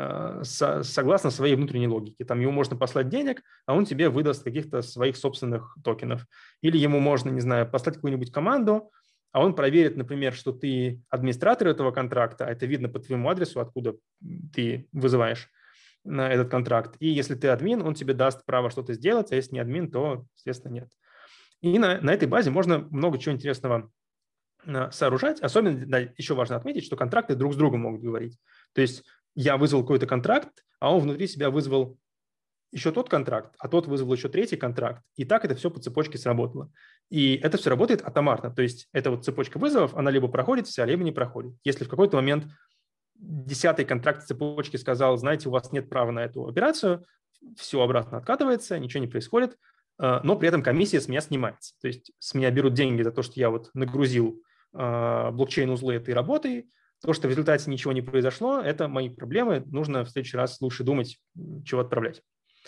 согласно своей внутренней логике. Там ему можно послать денег, а он тебе выдаст каких-то своих собственных токенов. Или ему можно, не знаю, послать какую-нибудь команду, а он проверит, например, что ты администратор этого контракта, а это видно по твоему адресу, откуда ты вызываешь на этот контракт. И если ты админ, он тебе даст право что-то сделать, а если не админ, то, естественно, нет. И на, на этой базе можно много чего интересного сооружать. Особенно, да, еще важно отметить, что контракты друг с другом могут говорить. То есть я вызвал какой-то контракт, а он внутри себя вызвал еще тот контракт, а тот вызвал еще третий контракт. И так это все по цепочке сработало. И это все работает атомарно. То есть эта вот цепочка вызовов, она либо проходит вся, либо не проходит. Если в какой-то момент десятый контракт цепочки сказал, знаете, у вас нет права на эту операцию, все обратно откатывается, ничего не происходит, но при этом комиссия с меня снимается. То есть с меня берут деньги за то, что я вот нагрузил блокчейн-узлы этой работой. То, что в результате ничего не произошло, это мои проблемы. Нужно в следующий раз лучше думать, чего отправлять.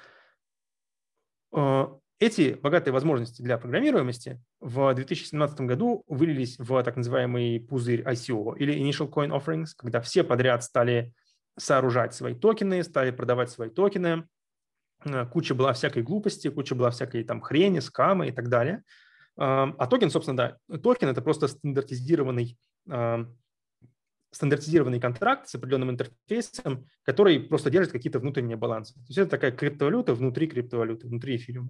Эти богатые возможности для программируемости в две тысячи семнадцатом году вылились в так называемый пузырь ай си о или Initial Coin Offerings, когда все подряд стали сооружать свои токены, стали продавать свои токены. Куча была всякой глупости, куча была всякой там хрени, скамы и так далее. А токен, собственно, да, токен – это просто стандартизированный стандартизированный контракт с определенным интерфейсом, который просто держит какие-то внутренние балансы. То есть это такая криптовалюта внутри криптовалюты, внутри эфириума.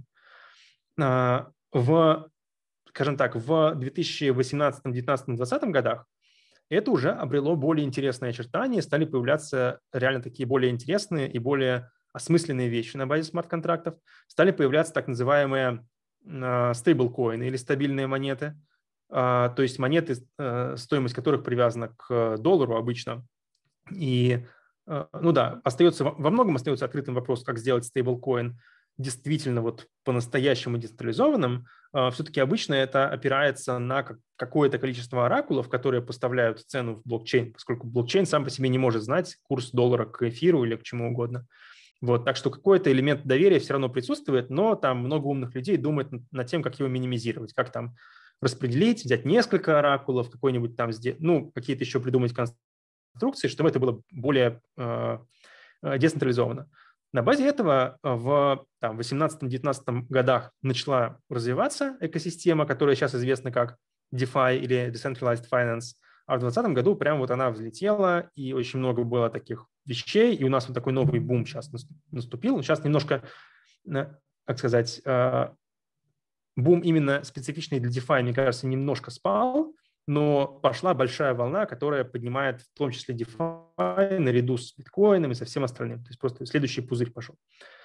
В, скажем так, в две тысячи восемнадцатом, девятнадцатом, двадцатом годах это уже обрело более интересные очертания, стали появляться реально такие более интересные и более осмысленные вещи на базе смарт-контрактов. Стали появляться так называемые стейблкоины или стабильные монеты, то есть монеты, стоимость которых привязана к доллару обычно. И, ну да, остается, во многом остается открытым вопрос, как сделать стейблкоин действительно вот по-настоящему децентрализованным. Все-таки обычно это опирается на какое-то количество оракулов, которые поставляют цену в блокчейн, поскольку блокчейн сам по себе не может знать курс доллара к эфиру или к чему угодно. Вот, так что какой-то элемент доверия все равно присутствует, но там много умных людей думают над тем, как его минимизировать, как там распределить, взять несколько оракулов, какой-нибудь там, ну, какие-то еще придумать конструкции, чтобы это было более э, децентрализовано. На базе этого в восемнадцатом-девятнадцатом годах начала развиваться экосистема, которая сейчас известна как DeFi или Decentralized Finance, а в двадцатом году прям вот она взлетела, и очень много было таких вещей, и у нас вот такой новый бум сейчас наступил. Сейчас немножко, как сказать, бум именно специфичный для DeFi, мне кажется, немножко спал, но пошла большая волна, которая поднимает в том числе DeFi наряду с биткоином и со всем остальным. То есть просто следующий пузырь пошел.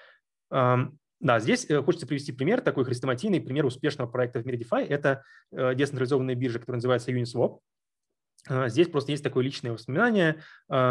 Да, здесь хочется привести пример, такой хрестоматийный пример успешного проекта в мире DeFi. Это децентрализованная биржа, которая называется Uniswap. Здесь просто есть такое личное воспоминание.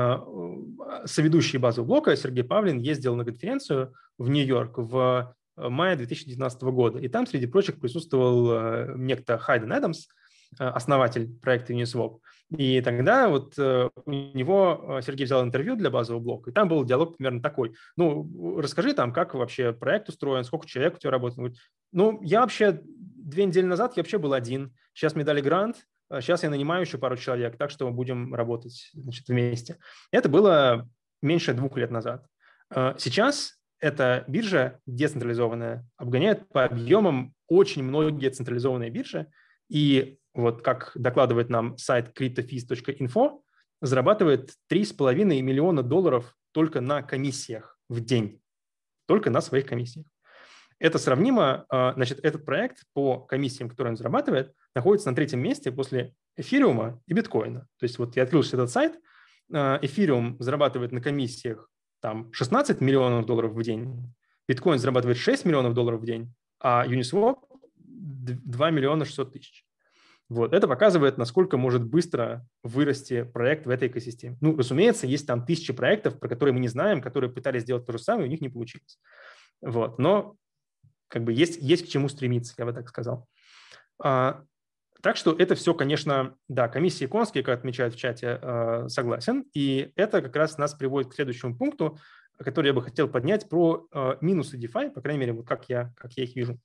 Соведущий базового блока Сергей Павлин ездил на конференцию в Нью-Йорк в мае две тысячи девятнадцатого года. И там, среди прочих, присутствовал некто Хайден Адамс, основатель проекта Uniswap. И тогда вот у него Сергей взял интервью для базового блока, и там был диалог примерно такой. Ну, расскажи там, как вообще проект устроен, сколько человек у тебя работает. Он говорит, ну, я вообще две недели назад я вообще был один, сейчас мне дали грант, сейчас я нанимаю еще пару человек, так что мы будем работать, значит, вместе. Это было меньше двух лет назад. Сейчас эта биржа децентрализованная обгоняет по объемам очень многие централизованные биржи, и вот как докладывает нам сайт cryptofees точка инфо, зарабатывает три с половиной миллиона долларов только на комиссиях в день, только на своих комиссиях. Это сравнимо, значит, этот проект по комиссиям, которые он зарабатывает, находится на третьем месте после эфириума и биткоина. То есть вот я открыл этот сайт, эфириум зарабатывает на комиссиях там шестнадцать миллионов долларов в день, биткоин зарабатывает шесть миллионов долларов в день, а Uniswap два миллиона шестьсот тысяч. Вот. Это показывает, насколько может быстро вырасти проект в этой экосистеме. Ну, разумеется, есть там тысячи проектов, про которые мы не знаем, которые пытались сделать то же самое, у них не получилось. Вот. Но как бы есть, есть к чему стремиться, я бы так сказал. А, так что это все, конечно, да, комиссии конские, как отмечают в чате, э, согласен. И это как раз нас приводит к следующему пункту, который я бы хотел поднять, про э, минусы DeFi, по крайней мере, вот как я, как я их вижу.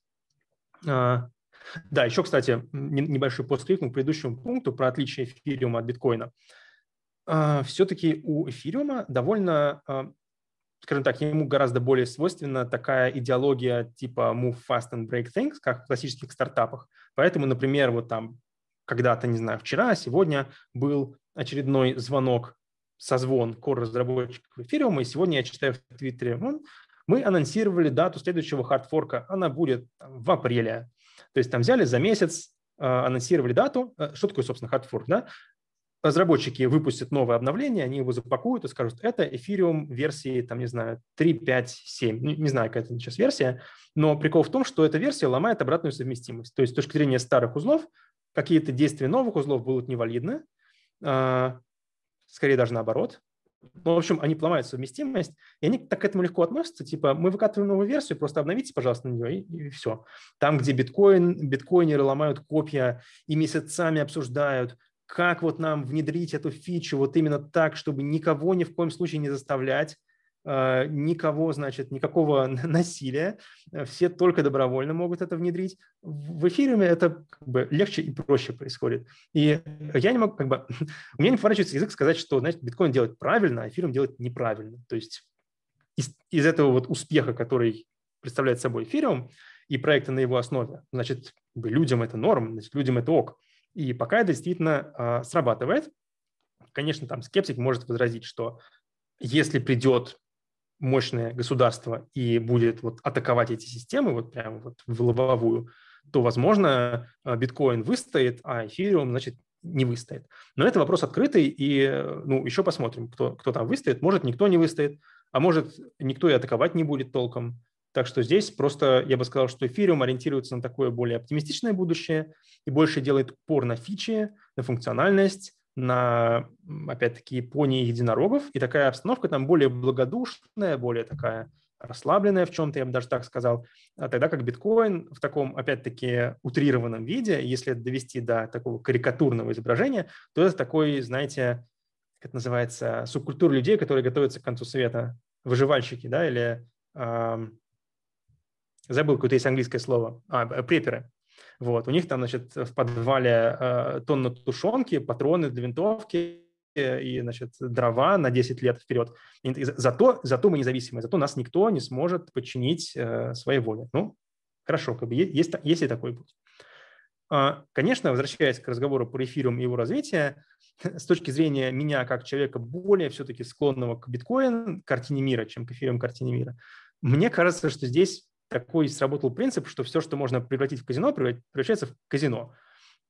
А, Да, еще, кстати, небольшой постскриптум к предыдущему пункту про отличие эфириума от биткоина. Все-таки у эфириума довольно, скажем так, ему гораздо более свойственна такая идеология типа move fast and break things, как в классических стартапах. Поэтому, например, вот там когда-то, не знаю, вчера, сегодня был очередной звонок, созвон core-разработчиков эфириума, и сегодня я читаю в Твиттере, мы анонсировали дату следующего хардфорка, она будет в апреле. То есть там взяли за месяц, анонсировали дату. Что такое, собственно, хардфорк? Да? Разработчики выпустят новое обновление, они его запакуют и скажут, это Ethereum версии, там, не знаю, три, пять, семь. Не, не знаю, какая это сейчас версия, но прикол в том, что эта версия ломает обратную совместимость. То есть с точки зрения старых узлов какие-то действия новых узлов будут невалидны, скорее даже наоборот. Ну, в общем, они ломают совместимость, и они так к этому легко относятся, типа, мы выкатываем новую версию, просто обновите, пожалуйста, на нее, и, и все. Там, где биткоин, биткоинеры ломают копья и месяцами обсуждают, как вот нам внедрить эту фичу вот именно так, чтобы никого ни в коем случае не заставлять, э, никого, значит, никакого насилия, все только добровольно могут это внедрить. В эфириуме это как бы легче и проще происходит. И я не могу, как бы, у меня не поворачивается язык сказать, что, значит, биткоин делает правильно, а эфириум делает неправильно. То есть из, из этого вот успеха, который представляет собой эфириум и проекты на его основе, значит, людям это норм, значит, людям это ок. И пока это действительно э, срабатывает, конечно, там скептик может возразить, что если придет мощное государство и будет вот атаковать эти системы вот прямо вот в лобовую, то, возможно, биткоин выстоит, а эфириум, значит, не выстоит. Но это вопрос открытый, и ну, еще посмотрим, кто, кто там выстоит. Может, никто не выстоит, а может, никто и атаковать не будет толком. Так что здесь просто я бы сказал, что эфириум ориентируется на такое более оптимистичное будущее и больше делает упор на фичи, на функциональность, на, опять-таки, пони единорогов. И такая обстановка там более благодушная, более такая расслабленная в чем-то, я бы даже так сказал. А тогда как биткоин в таком, опять-таки, утрированном виде, если это довести до такого карикатурного изображения, то это такой, знаете, как это называется, субкультура людей, которые готовятся к концу света, выживальщики, да, или... Эм, забыл, какое-то есть английское слово, а, преперы. Вот. У них там, значит, в подвале э, тонна тушенки, патроны для винтовки и, значит, дрова на десять лет вперед. И зато, зато мы независимы, зато нас никто не сможет подчинить э, своей воле. Ну, хорошо, как бы есть, есть и такой путь. А, конечно, возвращаясь к разговору про эфириум и его развитие, с точки зрения меня, как человека более все-таки склонного к биткоину, картине мира, чем к эфириум картине мира, мне кажется, что здесь такой сработал принцип, что все, что можно превратить в казино, превращается в казино.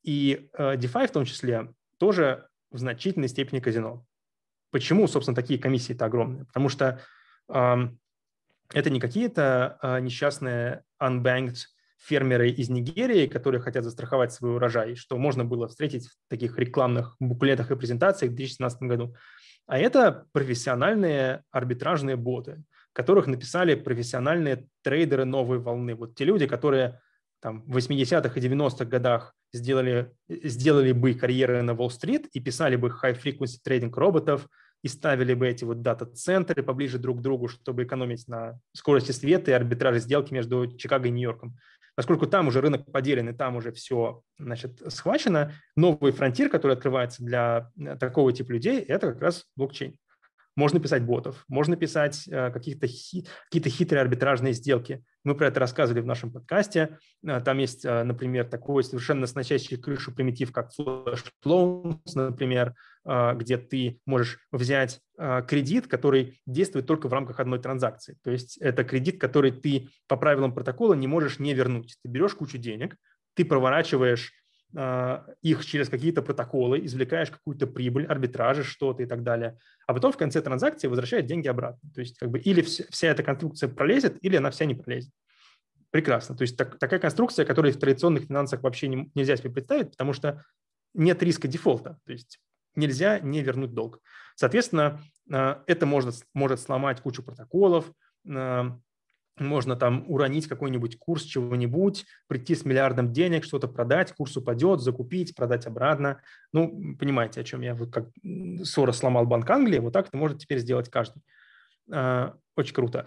И э, DeFi в том числе тоже в значительной степени казино. Почему, собственно, такие комиссии-то огромные? Потому что э, это не какие-то э, несчастные unbanked фермеры из Нигерии, которые хотят застраховать свой урожай, что можно было встретить в таких рекламных буклетах и презентациях в две тысячи семнадцатом году. А это профессиональные арбитражные боты, которых написали профессиональные трейдеры новой волны. Вот те люди, которые там, в восьмидесятых и девяностых годах сделали, сделали бы карьеры на Уолл-стрит и писали бы high-frequency трейдинг роботов, и ставили бы эти вот дата-центры поближе друг к другу, чтобы экономить на скорости света и арбитраже сделки между Чикаго и Нью-Йорком. Поскольку там уже рынок поделен, и там уже все, значит, схвачено, новый фронтир, который открывается для такого типа людей, это как раз блокчейн. Можно писать ботов, можно писать э, какие-то, хи, какие-то хитрые арбитражные сделки. Мы про это рассказывали в нашем подкасте. Э, там есть, э, например, такой совершенно сносящий крышу примитив, как Flash Loans, например, э, где ты можешь взять э, кредит, который действует только в рамках одной транзакции. То есть это кредит, который ты по правилам протокола не можешь не вернуть. Ты берешь кучу денег, ты проворачиваешь их через какие-то протоколы, извлекаешь какую-то прибыль, арбитражи, что-то и так далее, а потом в конце транзакции возвращает деньги обратно. То есть как бы или вся, вся эта конструкция пролезет, или она вся не пролезет. Прекрасно. То есть так, такая конструкция, которую в традиционных финансах вообще не, нельзя себе представить, потому что нет риска дефолта. То есть нельзя не вернуть долг. Соответственно, это может, может сломать кучу протоколов, можно там уронить какой-нибудь курс чего-нибудь, прийти с миллиардом денег, что-то продать, курс упадет, закупить, продать обратно. Ну, понимаете, о чем я. Вот как Сорос сломал Банк Англии, вот так это может теперь сделать каждый. Очень круто.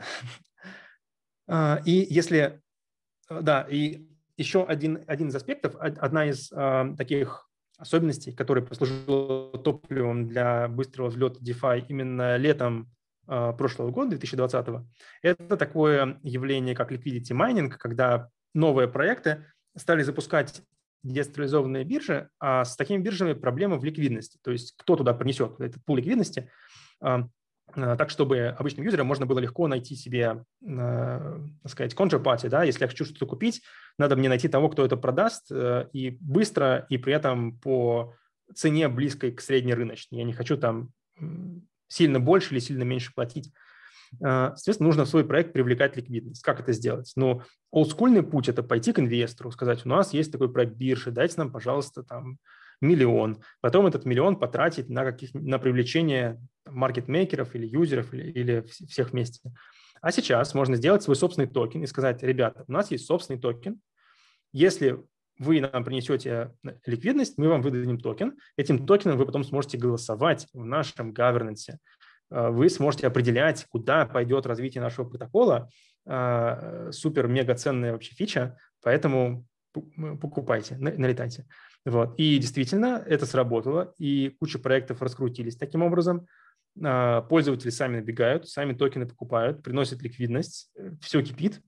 И если... Да, и еще один, один из аспектов, одна из таких особенностей, которая послужила топливом для быстрого взлета DeFi именно летом прошлого года, две тысячи двадцатого, это такое явление, как liquidity mining, когда новые проекты стали запускать децентрализованные биржи, а с такими биржами проблема в ликвидности. То есть кто туда принесет этот пул ликвидности, так, чтобы обычным юзерам можно было легко найти себе, так сказать, counterparty, да, если я хочу что-то купить, надо мне найти того, кто это продаст, и быстро, и при этом по цене близкой к среднерыночной. Я не хочу там сильно больше или сильно меньше платить. Соответственно, нужно в свой проект привлекать ликвидность. Как это сделать? Ну, олдскульный путь – это пойти к инвестору, сказать, у нас есть такой проект биржи, дайте нам, пожалуйста, там миллион. Потом этот миллион потратить на, каких, на привлечение маркетмейкеров или юзеров, или, или всех вместе. А сейчас можно сделать свой собственный токен и сказать, ребята, у нас есть собственный токен. Если вы нам принесете ликвидность, мы вам выдадим токен. Этим токеном вы потом сможете голосовать в нашем governance. Вы сможете определять, куда пойдет развитие нашего протокола. Супер-мега ценная вообще фича, поэтому покупайте, налетайте. Вот. И действительно это сработало, и куча проектов раскрутились таким образом. Пользователи сами набегают, сами токены покупают, приносят ликвидность, все кипит.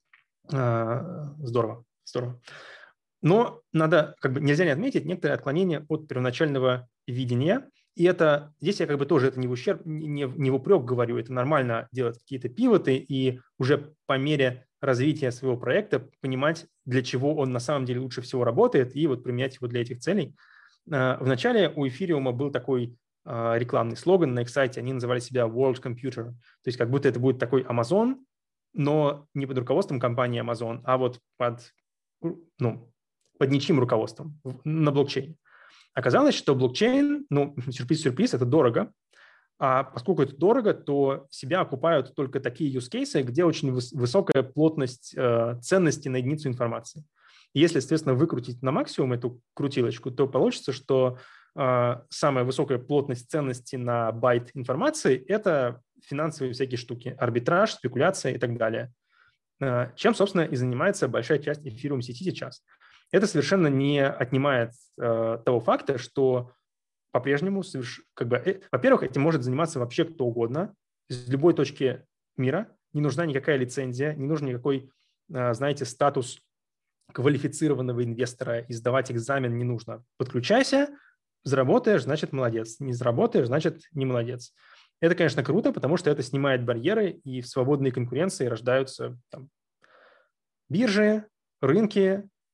Здорово, здорово. Но надо, как бы, нельзя не отметить некоторые отклонения от первоначального видения. И это, здесь я как бы тоже это не в ущерб, не, не в упрек говорю, это нормально делать какие-то пивоты и уже по мере развития своего проекта понимать, для чего он на самом деле лучше всего работает, и вот применять его для этих целей. Вначале у Эфириума был такой рекламный слоган на их сайте, они называли себя World Computer, то есть как будто это будет такой Amazon, но не под руководством компании Amazon, а вот под, ну, под ничьим руководством на блокчейне. Оказалось, что блокчейн, ну, сюрприз-сюрприз, это дорого, а поскольку это дорого, то себя окупают только такие use cases, где очень выс- высокая плотность э, ценности на единицу информации. И если, естественно, выкрутить на максимум эту крутилочку, то получится, что э, самая высокая плотность ценности на байт информации – это финансовые всякие штуки, арбитраж, спекуляция и так далее. Э, чем, собственно, и занимается большая часть эфириум сети сейчас. Это совершенно не отнимает э, того факта, что по-прежнему, соверш... как бы, э, во-первых, этим может заниматься вообще кто угодно, из любой точки мира, не нужна никакая лицензия, не нужен никакой, э, знаете, статус квалифицированного инвестора, и сдавать экзамен не нужно. Подключайся, заработаешь, значит, молодец, не заработаешь, значит, не молодец. Это, конечно, круто, потому что это снимает барьеры, и в свободной конкуренции рождаются там, биржи, рынки,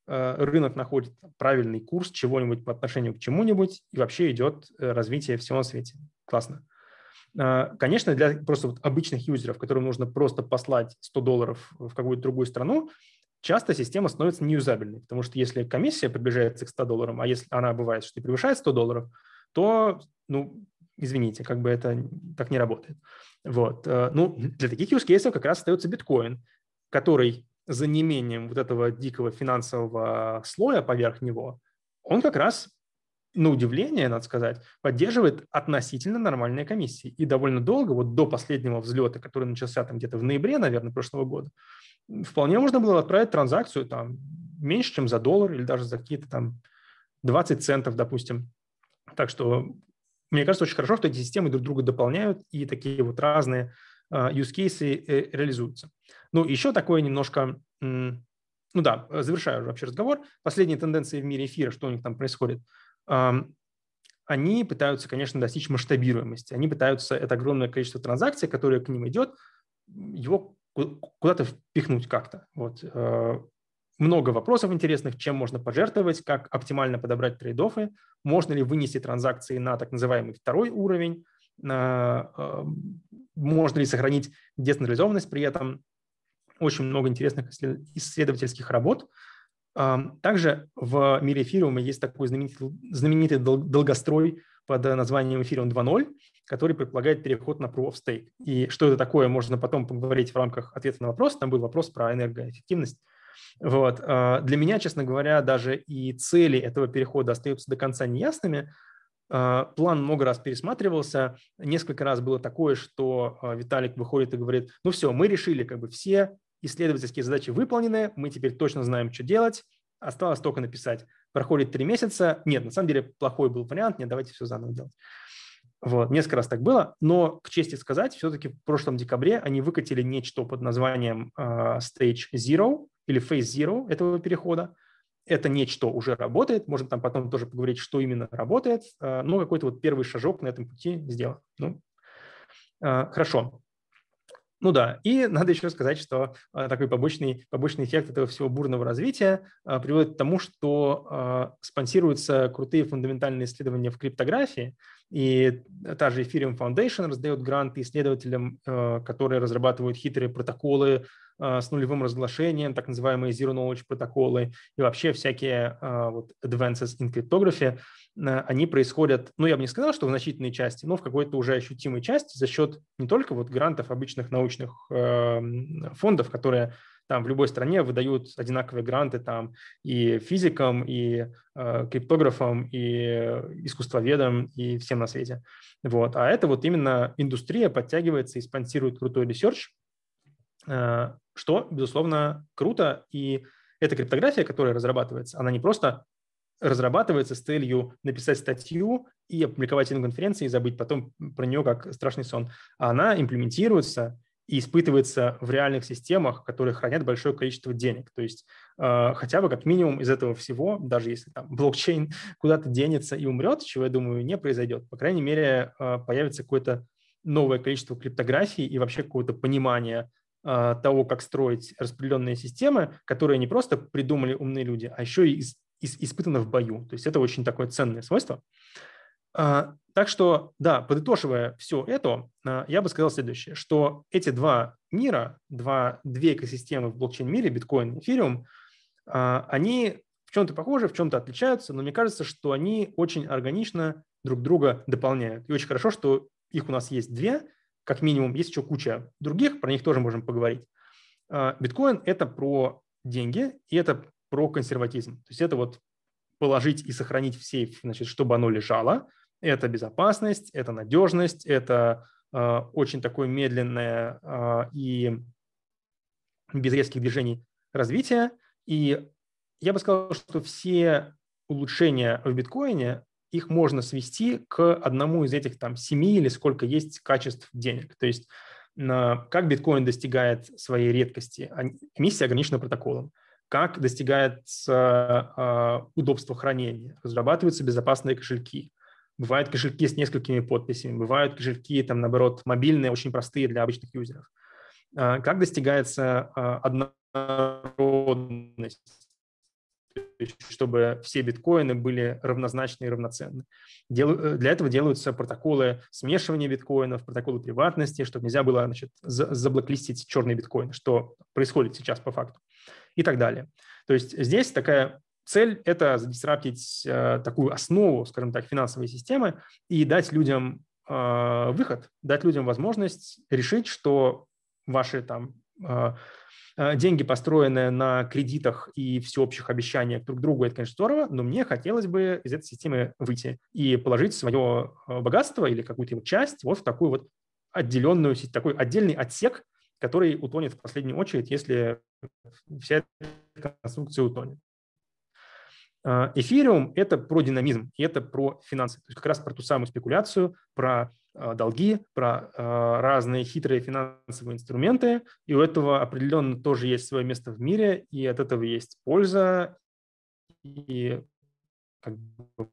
рынок находит правильный курс чего-нибудь по отношению к чему-нибудь, и вообще идет развитие всего на свете. Классно. Конечно, для просто вот обычных юзеров, которым нужно просто послать сто долларов в какую-то другую страну, часто система становится неюзабельной, потому что если комиссия приближается к ста долларам, а если она бывает, что и превышает сто долларов, то, ну, извините, как бы это так не работает. Вот. Ну, для таких use-кейсов как раз остается биткоин, который за неимением вот этого дикого финансового слоя поверх него, он как раз, на удивление, надо сказать, поддерживает относительно нормальные комиссии. И довольно долго, вот до последнего взлета, который начался там где-то в ноябре, наверное, прошлого года, вполне можно было отправить транзакцию там меньше, чем за доллар или даже за какие-то там двадцать центов, допустим. Так что мне кажется, очень хорошо, что эти системы друг друга дополняют и такие вот разные uh, use cases э, реализуются. Ну, еще такое немножко, м, ну да, завершаю уже вообще разговор. Последние тенденции в мире эфира, что у них там происходит. Um, они пытаются, конечно, достичь масштабируемости. Они пытаются это огромное количество транзакций, которое к ним идет, его куда-то впихнуть как-то. Вот. Много вопросов интересных, чем можно пожертвовать, как оптимально подобрать трейд-оффы, можно ли вынести транзакции на так называемый второй уровень, можно ли сохранить децентрализованность при этом. Очень много интересных исследовательских работ. Также в мире эфириума есть такой знаменитый, знаменитый долгострой под названием эфириум два ноль, который предполагает переход на Proof of Stake. И что это такое, можно потом поговорить в рамках ответа на вопрос. Там был вопрос про энергоэффективность. Вот. Для меня, честно говоря, даже и цели этого перехода остаются до конца неясными. План много раз пересматривался. Несколько раз было такое, что Виталик выходит и говорит, ну все, мы решили как бы все исследовательские задачи выполнены, мы теперь точно знаем, что делать, осталось только написать. Проходит три месяца. Нет, на самом деле плохой был вариант, нет, давайте все заново делать. Вот. Несколько раз так было, но, к чести сказать, все-таки в прошлом декабре они выкатили нечто под названием uh, Stage Zero или Phase Zero этого перехода. Это нечто уже работает, можно там потом тоже поговорить, что именно работает, uh, но какой-то вот первый шажок на этом пути сделан. Ну, uh, хорошо. Ну да, и надо еще сказать, что а, такой побочный, побочный эффект этого всего бурного развития а, приводит к тому, что а, спонсируются крутые фундаментальные исследования в криптографии, и та же Ethereum Foundation раздает гранты исследователям, а, которые разрабатывают хитрые протоколы а, с нулевым разглашением, так называемые Zero Knowledge протоколы, и вообще всякие а, вот advances in cryptography, они происходят, ну, я бы не сказал, что в значительной части, но в какой-то уже ощутимой части за счет не только вот грантов обычных научных э, фондов, которые там в любой стране выдают одинаковые гранты там и физикам, и э, криптографам, и искусствоведам, и всем на свете. Вот. А это вот именно индустрия подтягивается и спонсирует крутой ресерч, э, что, безусловно, круто. И эта криптография, которая разрабатывается, она не просто разрабатывается с целью написать статью и опубликовать ее на конференции и забыть потом про нее как страшный сон. А она имплементируется и испытывается в реальных системах, которые хранят большое количество денег. То есть э, хотя бы как минимум из этого всего, даже если там блокчейн куда-то денется и умрет, чего, я думаю, не произойдет, по крайней мере, э, появится какое-то новое количество криптографий и вообще какого-то понимания э, того, как строить распределенные системы, которые не просто придумали умные люди, а еще и испытано в бою. То есть это очень такое ценное свойство. Так что, да, подытоживая все это, я бы сказал следующее, что эти два мира, два, две экосистемы в блокчейн-мире, биткоин и эфириум, они в чем-то похожи, в чем-то отличаются, но мне кажется, что они очень органично друг друга дополняют. И очень хорошо, что их у нас есть две, как минимум, есть еще куча других, про них тоже можем поговорить. Биткоин – это про деньги, и это про консерватизм. То есть это вот положить и сохранить в сейф, значит, чтобы оно лежало. Это безопасность, это надежность, это э, очень такое медленное э, и без резких движений развитие. И я бы сказал, что все улучшения в биткоине, их можно свести к одному из этих там семи или сколько есть качеств денег. То есть э, как биткоин достигает своей редкости? Эмиссия ограничена протоколом. Как достигается э, удобство хранения? Разрабатываются безопасные кошельки. Бывают кошельки с несколькими подписями, бывают кошельки, там, наоборот, мобильные, очень простые для обычных юзеров. Э, как достигается э, однородность? чтобы все биткоины были равнозначны и равноценны. Дел, для этого делаются протоколы смешивания биткоинов, протоколы приватности, чтобы нельзя было, значит, за, заблоклистить черные биткоины, что происходит сейчас по факту, и так далее. То есть здесь такая цель – это задисраптить э, такую основу, скажем так, финансовой системы и дать людям э, выход, дать людям возможность решить, что ваши там э, деньги, построенные на кредитах и всеобщих обещаниях друг другу, это, конечно, здорово, но мне хотелось бы из этой системы выйти и положить свое богатство или какую-то его часть вот в такую вот отделенную, такой отдельный отсек, который утонет в последнюю очередь, если вся эта конструкция утонет. Эфириум – это про динамизм, и это про финансы. То есть как раз про ту самую спекуляцию, про долги, про разные хитрые финансовые инструменты. И у этого определенно тоже есть свое место в мире, и от этого есть польза. И как бы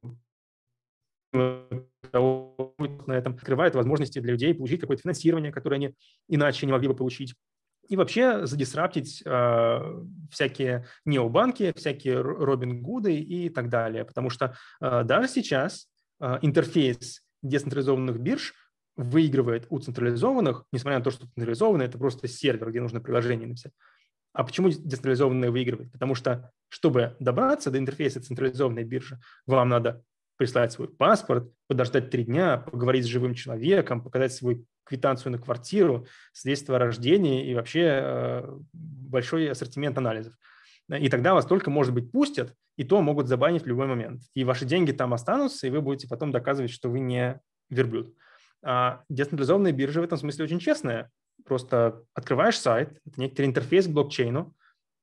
на этом открывает возможности для людей получить какое-то финансирование, которое они иначе не могли бы получить. И вообще задисраптить э, всякие необанки, всякие Робин Гуды и так далее. Потому что э, даже сейчас э, интерфейс децентрализованных бирж выигрывает у централизованных, несмотря на то, что централизованные – это просто сервер, где нужно приложение написать. А почему децентрализованные выигрывают? Потому что, чтобы добраться до интерфейса централизованной биржи, вам надо прислать свой паспорт, подождать три дня, поговорить с живым человеком, показать свою квитанцию на квартиру, свидетельство о рождении и вообще э, большой ассортимент анализов. И тогда вас только, может быть, пустят, и то могут забанить в любой момент. И ваши деньги там останутся, и вы будете потом доказывать, что вы не верблюд. А децентрализованная биржа в этом смысле очень честная. Просто открываешь сайт, это некоторый интерфейс к блокчейну,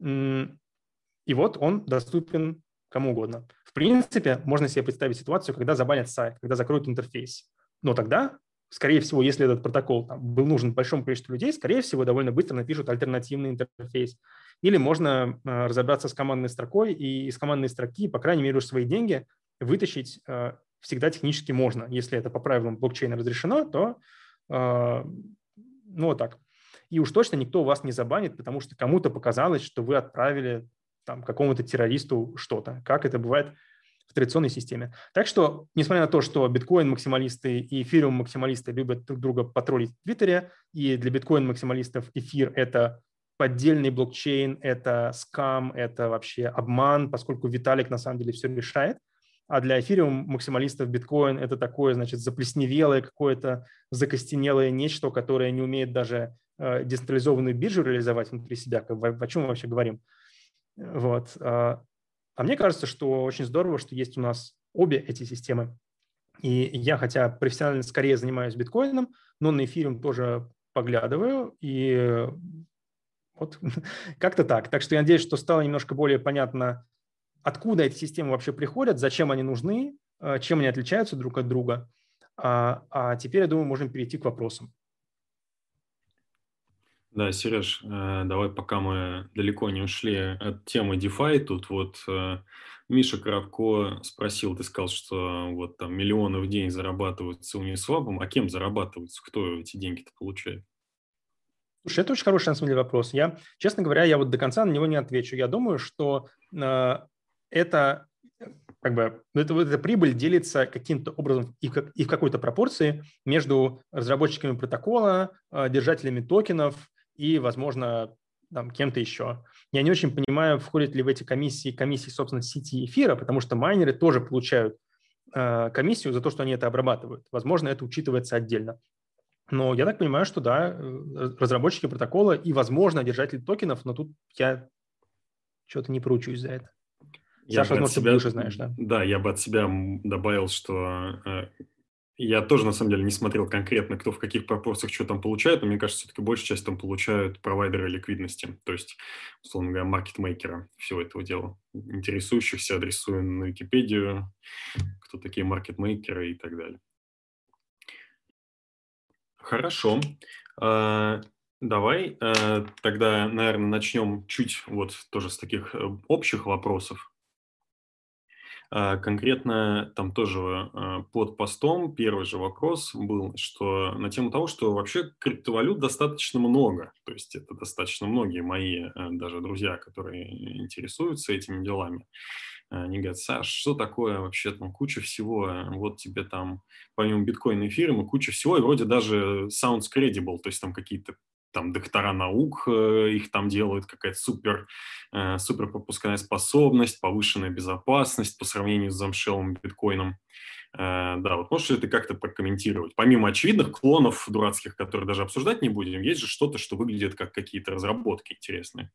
и вот он доступен кому угодно. В принципе, можно себе представить ситуацию, когда забанят сайт, когда закроют интерфейс. Но тогда, скорее всего, если этот протокол там, был нужен большому количеству людей, скорее всего, довольно быстро напишут альтернативный интерфейс. Или можно э, разобраться с командной строкой, и из командной строки, по крайней мере, уж свои деньги вытащить э, всегда технически можно. Если это по правилам блокчейна разрешено, то э, ну вот так. И уж точно никто вас не забанит, потому что кому-то показалось, что вы отправили там, какому-то террористу что-то, как это бывает в традиционной системе. Так что, несмотря на то, что биткоин-максималисты и эфириум-максималисты любят друг друга потроллить в Твиттере, и для биткоин-максималистов эфир – это поддельный блокчейн, это скам, это вообще обман, поскольку Виталик на самом деле все решает, а для эфириум-максималистов биткоин – это такое, значит, заплесневелое какое-то закостенелое нечто, которое не умеет даже э, децентрализованную биржу реализовать внутри себя. О, о чем мы вообще говорим? Вот. А мне кажется, что очень здорово, что есть у нас обе эти системы. И я, хотя профессионально скорее занимаюсь биткоином, но на эфириум тоже поглядываю. И вот как-то так. Так что я надеюсь, что стало немножко более понятно, откуда эти системы вообще приходят, зачем они нужны, чем они отличаются друг от друга. А, а теперь, я думаю, можем перейти к вопросам. Да, Сереж, давай, пока мы далеко не ушли от темы DeFi, тут вот Миша Кравко спросил, ты сказал, что вот там миллионы в день зарабатываются Uniswap, а кем зарабатываются, кто эти деньги-то получает? Слушай, это очень хороший, на самом деле, вопрос. Я, честно говоря, я вот до конца на него не отвечу. Я думаю, что э, это, как бы, это, эта прибыль делится каким-то образом и, как, и в какой-то пропорции между разработчиками протокола, э, держателями токенов и, возможно, там, кем-то еще. Я не очень понимаю, входят ли в эти комиссии комиссии, собственно, сети эфира, потому что майнеры тоже получают э, комиссию за то, что они это обрабатывают. Возможно, это учитывается отдельно. Но я так понимаю, что да, разработчики протокола и, возможно, держатели токенов, но тут я что-то не проучусь за это. Я Саша, возможно, себя, ты больше знаешь, да? Да, я бы от себя добавил, что э, я тоже, на самом деле, не смотрел конкретно, кто в каких пропорциях что там получает, но мне кажется, все-таки большая часть там получают провайдеры ликвидности, то есть, условно говоря, маркетмейкера всего этого дела, интересующихся, адресуем на Википедию, кто такие маркетмейкеры и так далее. Хорошо. Давай тогда, наверное, начнем чуть вот тоже с таких общих вопросов. А, конкретно там тоже а, под постом первый же вопрос был, что на тему того, что вообще криптовалют достаточно много. То есть это достаточно многие мои э, даже друзья, которые интересуются этими делами. А, Они говорят: Саш, что такое вообще там куча всего, э, вот тебе там помимо биткоина и эфириума куча всего, и вроде даже sounds credible, то есть там какие-то там доктора наук, э, их там делают, какая-то супер, э, супер пропускная способность, повышенная безопасность по сравнению с замшелым биткоином. Э, да, вот можешь ли ты как-то прокомментировать? Помимо очевидных клонов дурацких, которые даже обсуждать не будем, есть же что-то, что выглядит как какие-то разработки интересные.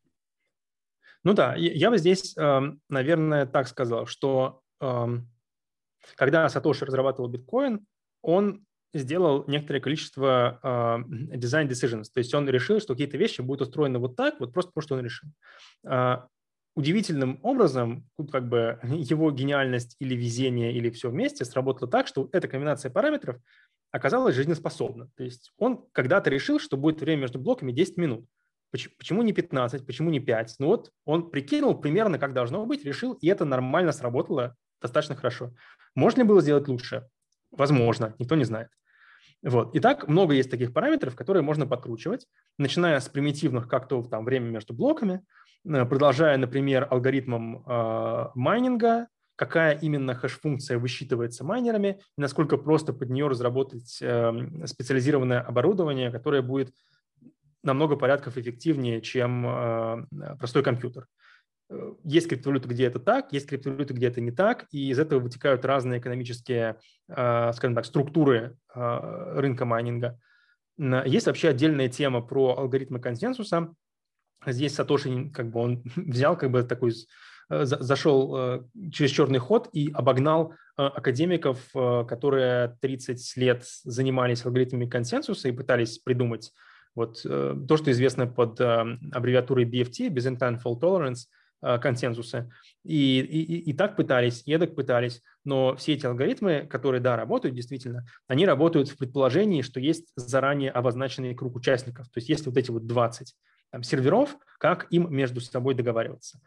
Ну да, я я бы здесь, эм, наверное, так сказал, что эм, когда Сатоши разрабатывал биткоин, он сделал некоторое количество а, design decisions. То есть он решил, что какие-то вещи будут устроены вот так, вот просто потому, что он решил. А, Удивительным образом, тут как бы его гениальность или везение, или все вместе сработало так, что эта комбинация параметров оказалась жизнеспособна. То есть он когда-то решил, что будет время между блоками десять минут. Поч- Почему не пятнадцать, почему не пять? Ну вот он прикинул примерно, как должно быть, решил, и это нормально сработало достаточно хорошо. Можно ли было сделать лучше? Возможно, никто не знает. Вот. Итак, много есть таких параметров, которые можно подкручивать, начиная с примитивных, как то там время между блоками, э, продолжая, например, алгоритмом э, майнинга, какая именно хэш-функция высчитывается майнерами, и насколько просто под нее разработать э, специализированное оборудование, которое будет на много порядков эффективнее, чем э, простой компьютер. Есть криптовалюты, где это так, есть криптовалюты, где это не так, и из этого вытекают разные экономические, э, скажем так, структуры э, рынка майнинга. Есть вообще отдельная тема про алгоритмы консенсуса. Здесь Сатоши, как бы он взял, как бы такой, э, зашел э, через черный ход и обогнал э, академиков, э, которые тридцать лет занимались алгоритмами консенсуса и пытались придумать вот э, то, что известно под э, аббревиатурой би эф ти, Byzantine Fault Tolerance, э, консенсуса. И, и, и так пытались, и эдак пытались, но все эти алгоритмы, которые, да, работают действительно, они работают в предположении, что есть заранее обозначенный круг участников. То есть есть вот эти вот двадцать там, серверов, как им между собой договариваться,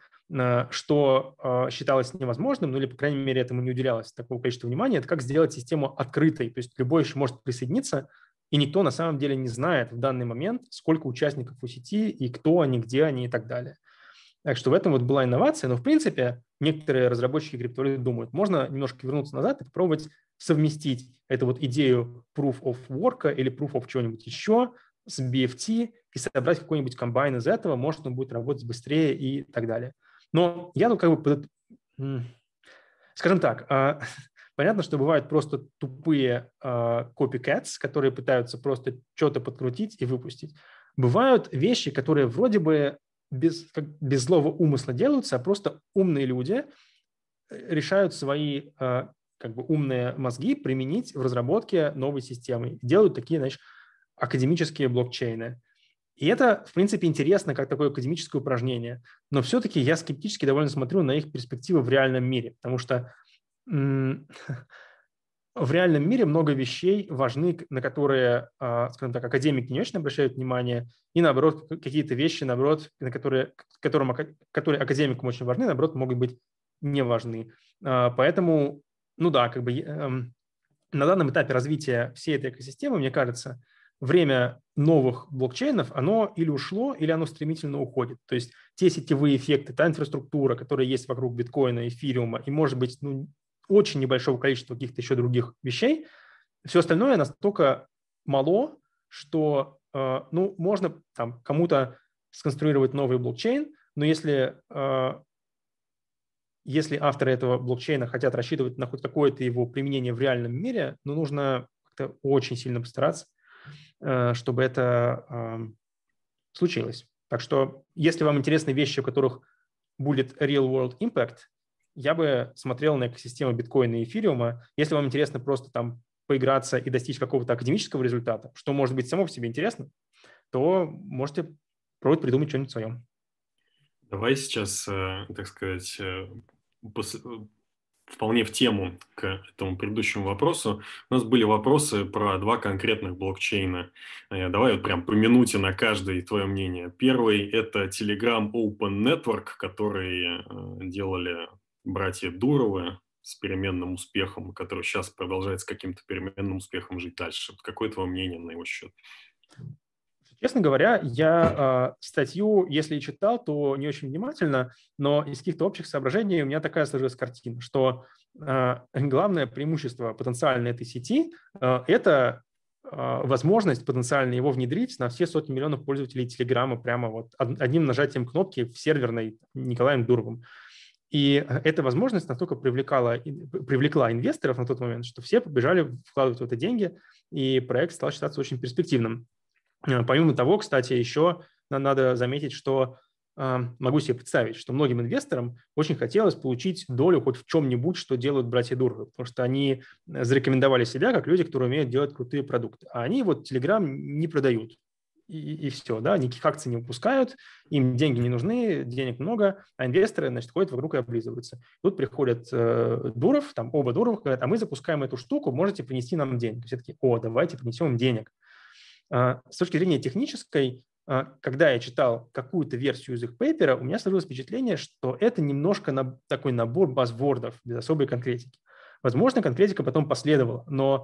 что э, считалось невозможным, ну или, по крайней мере, этому не уделялось такого количества внимания, это как сделать систему открытой, то есть любой еще может присоединиться, и никто на самом деле не знает в данный момент, сколько участников у сети, и кто они, где они и так далее. Так что в этом вот была инновация, но в принципе некоторые разработчики криптовалют думают, можно немножко вернуться назад и попробовать совместить эту вот идею proof of work или proof of чего-нибудь еще с би эф ти и собрать какой-нибудь комбайн из этого, может, он будет работать быстрее и так далее. Но я, ну, как бы, под... скажем так, понятно, что бывают просто тупые copycats, которые пытаются просто что-то подкрутить и выпустить. Бывают вещи, которые вроде бы без, как, без злого умысла делаются, а просто умные люди решают свои как бы умные мозги применить в разработке новой системы. Делают такие, значит, академические блокчейны. И это, в принципе, интересно, как такое академическое упражнение. Но все-таки я скептически довольно смотрю на их перспективы в реальном мире, потому что м- в реальном мире много вещей важны, на которые, скажем так, академики не очень обращают внимание, и, наоборот, какие-то вещи, наоборот, на которые, которым, которые академикам очень важны, наоборот, могут быть не важны. Поэтому, ну да, как бы на данном этапе развития всей этой экосистемы, мне кажется, время новых блокчейнов, оно или ушло, или оно стремительно уходит. То есть те сетевые эффекты, та инфраструктура, которая есть вокруг биткоина, эфириума и, может быть, ну, очень небольшого количества каких-то еще других вещей, все остальное настолько мало, что э, ну, можно там кому-то сконструировать новый блокчейн, но если, э, если авторы этого блокчейна хотят рассчитывать на хоть какое-то его применение в реальном мире, ну, нужно как-то очень сильно постараться, э, чтобы это э, случилось. Так что, если вам интересны вещи, у которых будет real-world impact, я бы смотрел на экосистему биткоина и эфириума. Если вам интересно просто там поиграться и достичь какого-то академического результата, что может быть само по себе интересно, то можете пробовать придумать что-нибудь свое. Давай сейчас, так сказать, вполне в тему к этому предыдущему вопросу. У нас были вопросы про два конкретных блокчейна. Давай вот прям по минуте на каждое твое мнение. Первый – это Telegram Open Network, который делали братья Дуровы. с переменным успехом, который сейчас продолжает с каким-то переменным успехом жить дальше? Какое твое мнение на его счет? Честно говоря, я э, статью, если и читал, то не очень внимательно, но из каких-то общих соображений у меня такая сложилась картина, что э, главное преимущество потенциальной этой сети э, – это э, возможность потенциально его внедрить на все сотни миллионов пользователей Телеграма прямо вот одним нажатием кнопки в серверной Николаем Дуровым. И эта возможность настолько привлекала, привлекла инвесторов на тот момент, что все побежали вкладывать в это деньги, и проект стал считаться очень перспективным. Помимо того, кстати, еще надо заметить, что э, могу себе представить, что многим инвесторам очень хотелось получить долю хоть в чем-нибудь, что делают братья Дуровы, потому что они зарекомендовали себя как люди, которые умеют делать крутые продукты. А они вот Telegram не продают. И, и все, да, никаких акций не выпускают, им деньги не нужны, денег много, а инвесторы, значит, ходят вокруг и облизываются. Тут приходят э, Дуров, там оба Дуров говорят, а мы запускаем эту штуку, можете принести нам денег. Все такие, о, давайте принесем им денег. С точки зрения технической, когда я читал какую-то версию из их пейпера, у меня сложилось впечатление, что это немножко на, такой набор базвордов без особой конкретики. Возможно, конкретика потом последовала, но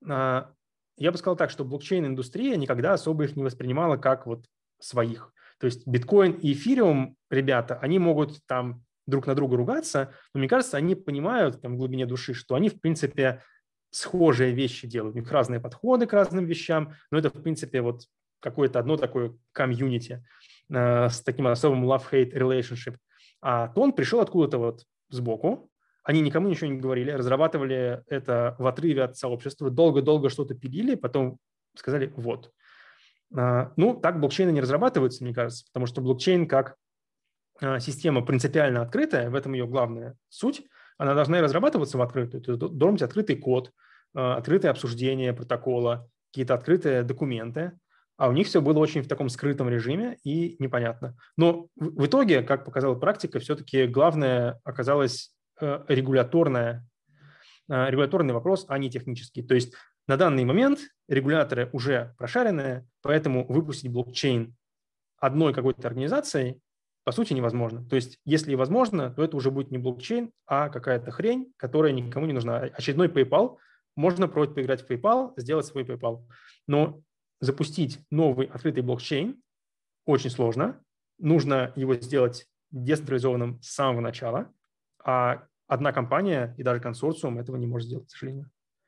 я бы сказал так, что блокчейн-индустрия никогда особо их не воспринимала как вот своих. То есть биткоин и эфириум, ребята, они могут там друг на друга ругаться, но мне кажется, они понимают там в глубине души, что они, в принципе, схожие вещи делают. У них разные подходы к разным вещам, но это, в принципе, вот какое-то одно такое комьюнити э, с таким особым love-hate relationship. А Тон пришел откуда-то вот сбоку, они никому ничего не говорили, разрабатывали это в отрыве от сообщества, долго-долго что-то пилили, потом сказали «вот». Э, ну, так блокчейны не разрабатываются, мне кажется, потому что блокчейн как э, система принципиально открытая, в этом ее главная суть, она должна и разрабатываться в открытую. То есть должен быть открытый код, открытое обсуждение протокола, какие-то открытые документы, а у них все было очень в таком скрытом режиме и непонятно. Но в итоге, как показала практика, все-таки главное оказалось регуляторное, регуляторный вопрос, а не технический. То есть на данный момент регуляторы уже прошаренные, поэтому выпустить блокчейн одной какой-то организацией по сути невозможно. То есть если и возможно, то это уже будет не блокчейн, а какая-то хрень, которая никому не нужна. Очередной PayPal. Можно пробовать поиграть в PayPal, сделать свой PayPal. Но запустить новый открытый блокчейн очень сложно. Нужно его сделать децентрализованным с самого начала, а одна компания и даже консорциум этого не может сделать, к сожалению.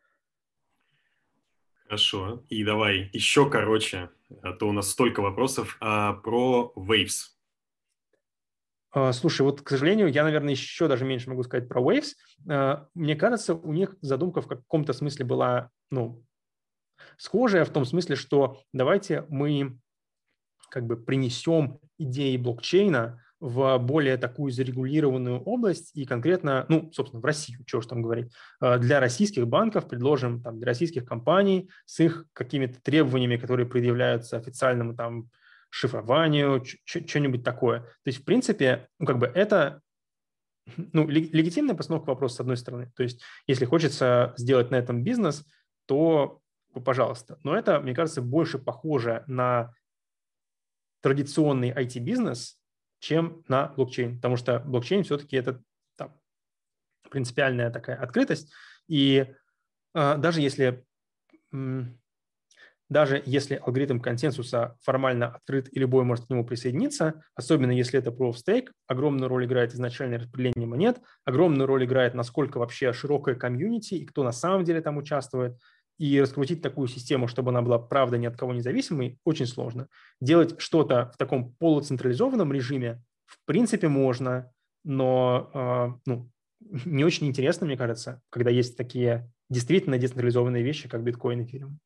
Хорошо. И давай еще короче, а то у нас столько вопросов а, про Waves. Слушай, вот, к сожалению, я, наверное, еще даже меньше могу сказать про Waves. Мне кажется, у них задумка в каком-то смысле была, ну, схожая в том смысле, что давайте мы как бы принесем идеи блокчейна в более такую зарегулированную область и конкретно, ну, собственно, в Россию, что уж там говорить, для российских банков предложим, там, для российских компаний с их какими-то требованиями, которые предъявляются официальному там шифрованию, что-нибудь такое. То есть, в принципе, ну, как бы это ну, легитимная постановка вопроса, с одной стороны. То есть, если хочется сделать на этом бизнес, то пожалуйста. Но это, мне кажется, больше похоже на традиционный ай ти-бизнес, чем на блокчейн, потому что блокчейн все-таки это там, принципиальная такая открытость. И э, даже если... М- Даже если алгоритм консенсуса формально открыт и любой может к нему присоединиться, особенно если это Proof of Stake, огромную роль играет изначальное распределение монет, огромную роль играет, насколько вообще широкая комьюнити и кто на самом деле там участвует. И раскрутить такую систему, чтобы она была, правда, ни от кого независимой, очень сложно. Делать что-то в таком полуцентрализованном режиме в принципе можно, но э, ну, не очень интересно, мне кажется, когда есть такие действительно децентрализованные вещи, как биткоин и эфириум.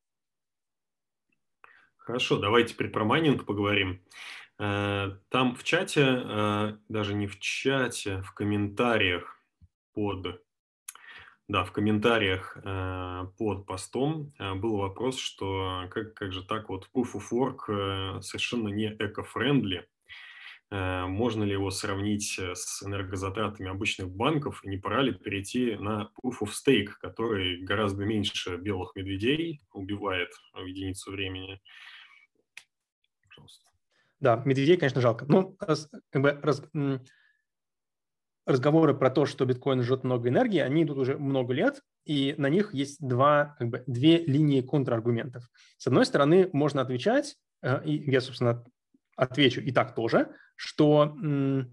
Хорошо, давай теперь про майнинг поговорим. Там в чате, даже не в чате, в комментариях под, да, в комментариях под постом был вопрос, что как, как же так вот Proof of Work совершенно не эко-френдли. Можно ли его сравнить с энергозатратами обычных банков, и не пора ли перейти на Proof of Stake, который гораздо меньше белых медведей убивает в единицу времени? Пожалуйста. Да, медведей, конечно, жалко. Ну, как бы раз, разговоры про то, что биткоин жжет много энергии, они идут уже много лет, и на них есть два, как бы, две линии контраргументов. С одной стороны, можно отвечать, и я, собственно, отвечу и так тоже, что м,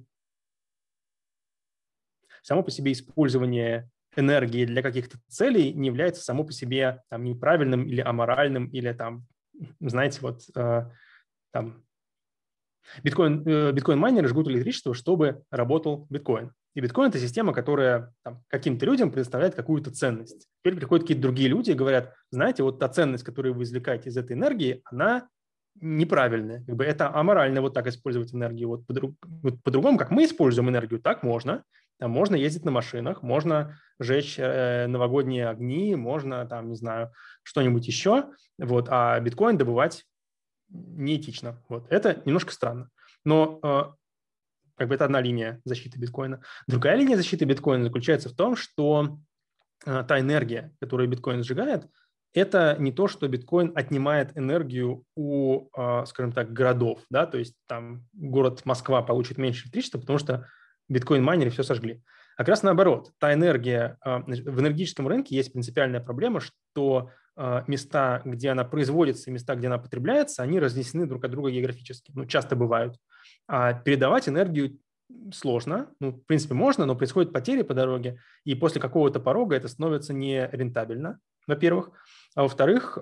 само по себе использование энергии для каких-то целей не является само по себе там, неправильным или аморальным, или там, знаете, вот э, там биткоин, э, биткоин-майнеры жгут электричество, чтобы работал биткоин. И биткоин – это система, которая там, каким-то людям предоставляет какую-то ценность. Теперь приходят какие-то другие люди и говорят, знаете, вот та ценность, которую вы извлекаете из этой энергии, она неправильная. Как бы это аморально вот так использовать энергию. Вот, по- вот по-другому, как мы используем энергию, так можно. Там можно ездить на машинах, можно жечь э, новогодние огни, можно, там, не знаю, что-нибудь еще. Вот, а биткоин добывать неэтично. Вот. Это немножко странно. Но э, как бы это одна линия защиты биткоина. Другая линия защиты биткоина заключается в том, что э, та энергия, которую биткоин сжигает, это не то, что биткоин отнимает энергию у, э, скажем так, городов. Да? То есть там город Москва получит меньше электричества, потому что биткоин-майнеры все сожгли. А как раз наоборот. Та энергия, э, в энергетическом рынке есть принципиальная проблема, что места, где она производится, и места, где она потребляется, они разнесены друг от друга географически. Ну, часто бывают. А передавать энергию сложно. Ну, в принципе, можно, но происходят потери по дороге, и после какого-то порога это становится нерентабельно, во-первых. А во-вторых,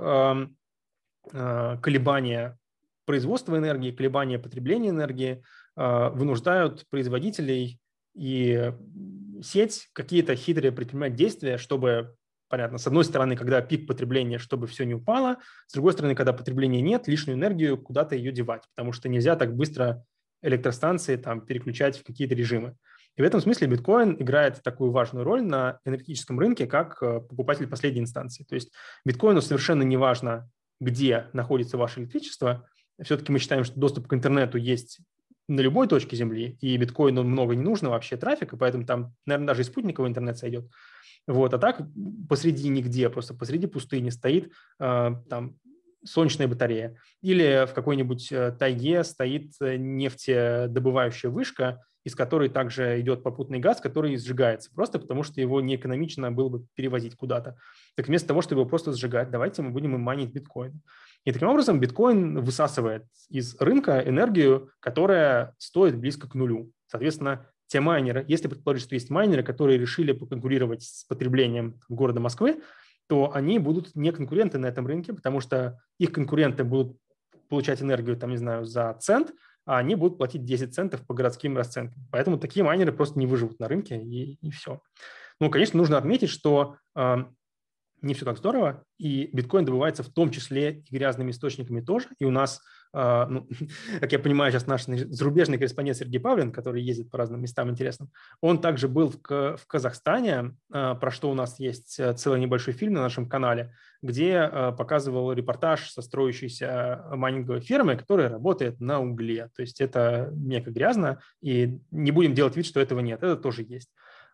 колебания производства энергии, колебания потребления энергии вынуждают производителей и сеть какие-то хитрые предпринимать действия, чтобы... Понятно. С одной стороны, когда пик потребления, чтобы все не упало. С другой стороны, когда потребления нет, лишнюю энергию куда-то ее девать, потому что нельзя так быстро электростанции там, переключать в какие-то режимы. И в этом смысле биткоин играет такую важную роль на энергетическом рынке, как покупатель последней инстанции. То есть биткоину совершенно не важно, где находится ваше электричество. Все-таки мы считаем, что доступ к интернету есть на любой точке Земли, и биткоину много не нужно вообще трафика, поэтому там, наверное, даже и спутниковый интернет сойдет. Вот, а так посреди нигде, просто посреди пустыни стоит э, там солнечная батарея. Или в какой-нибудь тайге стоит нефтедобывающая вышка, из которой также идет попутный газ, который сжигается, просто потому что его неэкономично было бы перевозить куда-то. Так вместо того, чтобы его просто сжигать, давайте мы будем им майнить биткоин. И таким образом биткоин высасывает из рынка энергию, которая стоит близко к нулю. Соответственно, те майнеры, если предположить, что есть майнеры, которые решили поконкурировать с потреблением города Москвы, то они будут не конкуренты на этом рынке, потому что их конкуренты будут получать энергию, там, не знаю, за цент, а они будут платить десять центов по городским расценкам. Поэтому такие майнеры просто не выживут на рынке, и, и все. Ну, конечно, нужно отметить, что э, не все так здорово, и биткоин добывается в том числе и грязными источниками тоже. И у нас, э, ну, как я понимаю, сейчас наш зарубежный корреспондент Сергей Павлин, который ездит по разным местам интересным, он также был в, в Казахстане, э, про что у нас есть целый небольшой фильм на нашем канале, где э, показывал репортаж со строящейся майнинговой фермой, которая работает на угле. То есть это мега грязно, и не будем делать вид, что этого нет. Это тоже есть.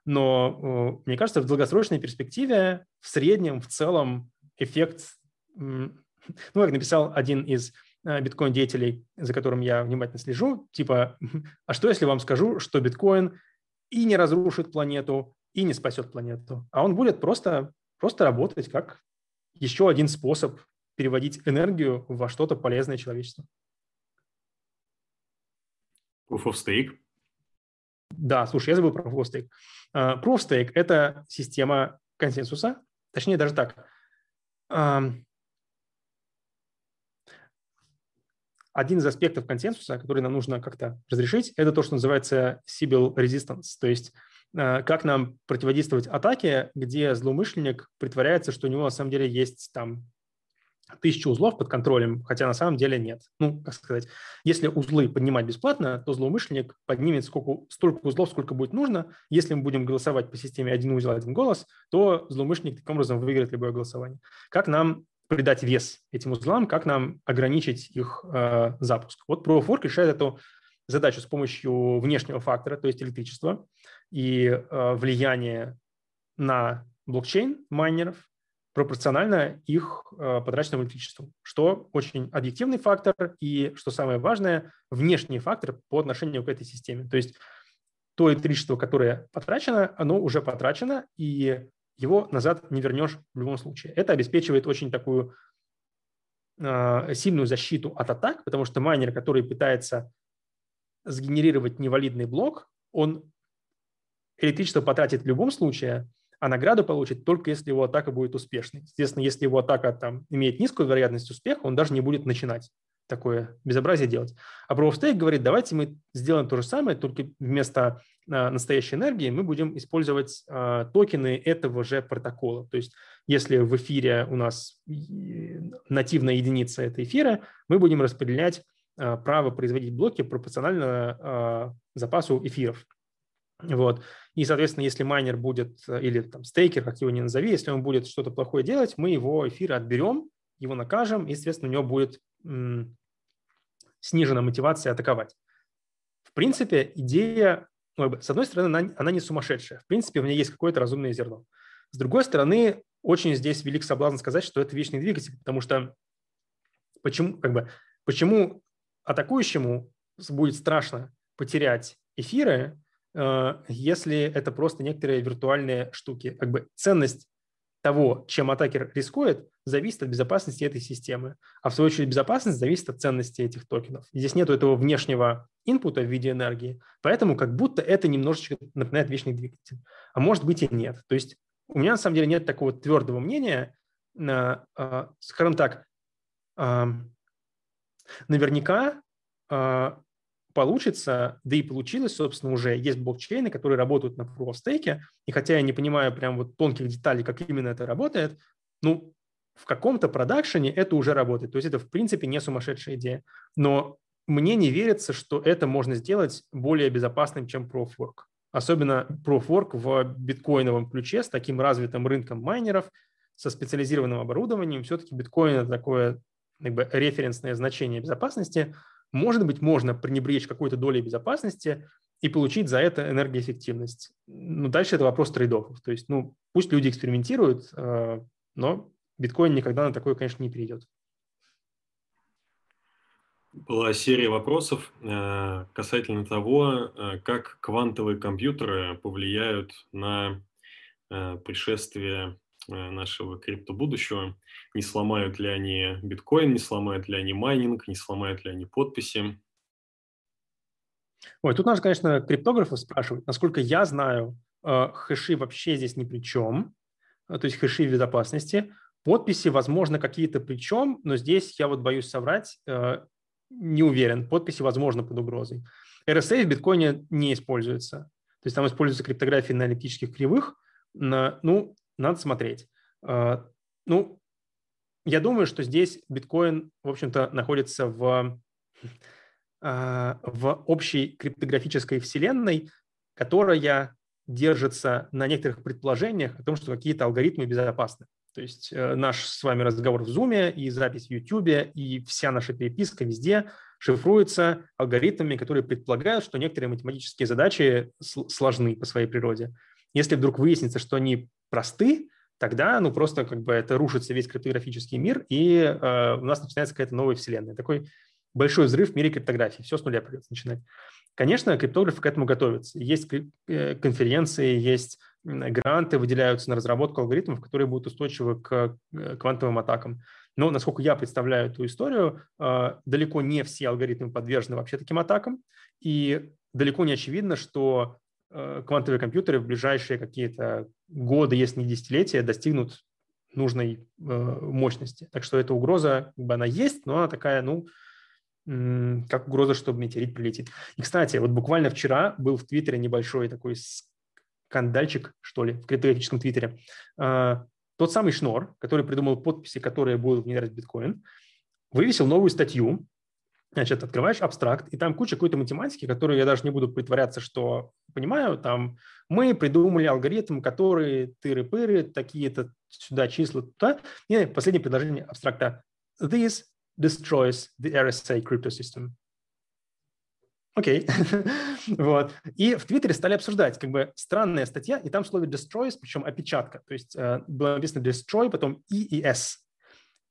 Но, мне кажется, в долгосрочной перспективе в среднем, в целом эффект, ну, как написал один из биткоин-деятелей, за которым я внимательно слежу, типа, а что, если вам скажу, что биткоин и не разрушит планету, и не спасет планету, а он будет просто, просто работать как еще один способ переводить энергию во что-то полезное человечеству. Proof of Stake. Да, слушай, я забыл про Proof of Stake. Uh, Proof of Stake – это система консенсуса, точнее даже так. Uh, один из аспектов консенсуса, который нам нужно как-то разрешить, это то, что называется Sybil Resistance, то есть uh, как нам противодействовать атаке, где злоумышленник притворяется, что у него на самом деле есть там тысячу узлов под контролем, хотя на самом деле нет. Ну, как сказать, если узлы поднимать бесплатно, то злоумышленник поднимет сколько, столько узлов, сколько будет нужно. Если мы будем голосовать по системе один узел, один голос, то злоумышленник таким образом выиграет любое голосование. Как нам придать вес этим узлам, как нам ограничить их э, запуск? Вот Proof of Work решает эту задачу с помощью внешнего фактора, то есть электричества, и э, влияние на блокчейн майнеров, пропорционально их э, потраченному электричеству, что очень объективный фактор и, что самое важное, внешний фактор по отношению к этой системе. То есть то электричество, которое потрачено, оно уже потрачено, и его назад не вернешь в любом случае. Это обеспечивает очень такую э, сильную защиту от атак, потому что майнер, который пытается сгенерировать невалидный блок, он электричество потратит в любом случае, а награду получит только если его атака будет успешной. Естественно, если его атака там имеет низкую вероятность успеха, он даже не будет начинать такое безобразие делать. А Proof of Stake говорит, давайте мы сделаем то же самое, только вместо а, настоящей энергии мы будем использовать а, токены этого же протокола. То есть если в эфире у нас нативная единица – это эфира, мы будем распределять а, право производить блоки пропорционально а, запасу эфиров. Вот. И, соответственно, если майнер будет, или там стейкер, как его ни назови, если он будет что-то плохое делать, мы его эфиры отберем, его накажем, и, соответственно, у него будет м, снижена мотивация атаковать. В принципе, идея, ну, с одной стороны, она, она не сумасшедшая. В принципе, в ней есть какое-то разумное зерно. С другой стороны, очень здесь велик соблазн сказать, что это вечный двигатель, потому что почему, как бы, почему атакующему будет страшно потерять эфиры, если это просто некоторые виртуальные штуки. Как бы ценность того, чем атакер рискует, зависит от безопасности этой системы. А в свою очередь безопасность зависит от ценности этих токенов. И здесь нет этого внешнего инпута в виде энергии. Поэтому как будто это немножечко напоминает вечный двигатель. А может быть и нет. То есть у меня на самом деле нет такого твердого мнения. Скажем так, наверняка получится, да и получилось, собственно, уже есть блокчейны, которые работают на Proof of Stake, и хотя я не понимаю прям вот тонких деталей, как именно это работает, ну, в каком-то продакшене это уже работает. То есть это, в принципе, не сумасшедшая идея. Но мне не верится, что это можно сделать более безопасным, чем Proof of Work. Особенно Proof of Work в биткоиновом ключе с таким развитым рынком майнеров, со специализированным оборудованием. Все-таки биткоин – это такое как бы референсное значение безопасности. Может быть, можно пренебречь какой-то долей безопасности и получить за это энергоэффективность. Но дальше это вопрос трейд-оффов. То есть, ну, пусть люди экспериментируют, но биткоин никогда на такое, конечно, не перейдет. Была серия вопросов касательно того, как квантовые компьютеры повлияют на пришествие нашего криптобудущего. Не сломают ли они биткоин, не сломают ли они майнинг, не сломают ли они подписи? Ой, тут нужно, конечно, криптографов спрашивать. Насколько я знаю, хэши вообще здесь ни при чем, то есть хэши в безопасности. Подписи, возможно, какие-то при чем, но здесь я вот боюсь соврать, не уверен. Подписи, возможно, под угрозой. эр эс эй в биткоине не используется. То есть там используется криптография на эллиптических кривых. Ну, надо смотреть. Ну, я думаю, что здесь биткоин, в общем-то, находится в, в общей криптографической вселенной, которая держится на некоторых предположениях о том, что какие-то алгоритмы безопасны. То есть наш с вами разговор в Zoom и запись в YouTube и вся наша переписка везде шифруется алгоритмами, которые предполагают, что некоторые математические задачи сложны по своей природе. Если вдруг выяснится, что они просты, тогда ну, просто как бы это рушится весь криптографический мир, и э, у нас начинается какая-то новая вселенная. Такой большой взрыв в мире криптографии. Все с нуля придется начинать. Конечно, криптографы к этому готовятся. Есть конференции, есть гранты, выделяются на разработку алгоритмов, которые будут устойчивы к квантовым атакам. Но, насколько я представляю эту историю, э, далеко не все алгоритмы подвержены вообще таким атакам, и далеко не очевидно, что квантовые компьютеры в ближайшие какие-то годы, если не десятилетия, достигнут нужной э, мощности. Так что эта угроза, как бы она есть, но она такая, ну, м- как угроза, чтобы метеорит прилетит. И, кстати, вот буквально вчера был в Твиттере небольшой такой скандальчик, что ли, в криптографическом Твиттере. Э, тот самый Шнор, который придумал подписи, которые будут внедрять в биткоин, вывесил новую статью. Значит, открываешь абстракт, и там куча какой-то математики, которую я даже не буду притворяться, что понимаю. Там мы придумали алгоритм, который тыры-пыры, такие-то сюда числа, туда. И последнее предложение абстракта. This destroys the эр эс эй crypto system. Окей. Вот. И в Твиттере стали обсуждать, как бы странная статья, и там в слове destroys, причем опечатка. То есть было написано destroy, потом и и s.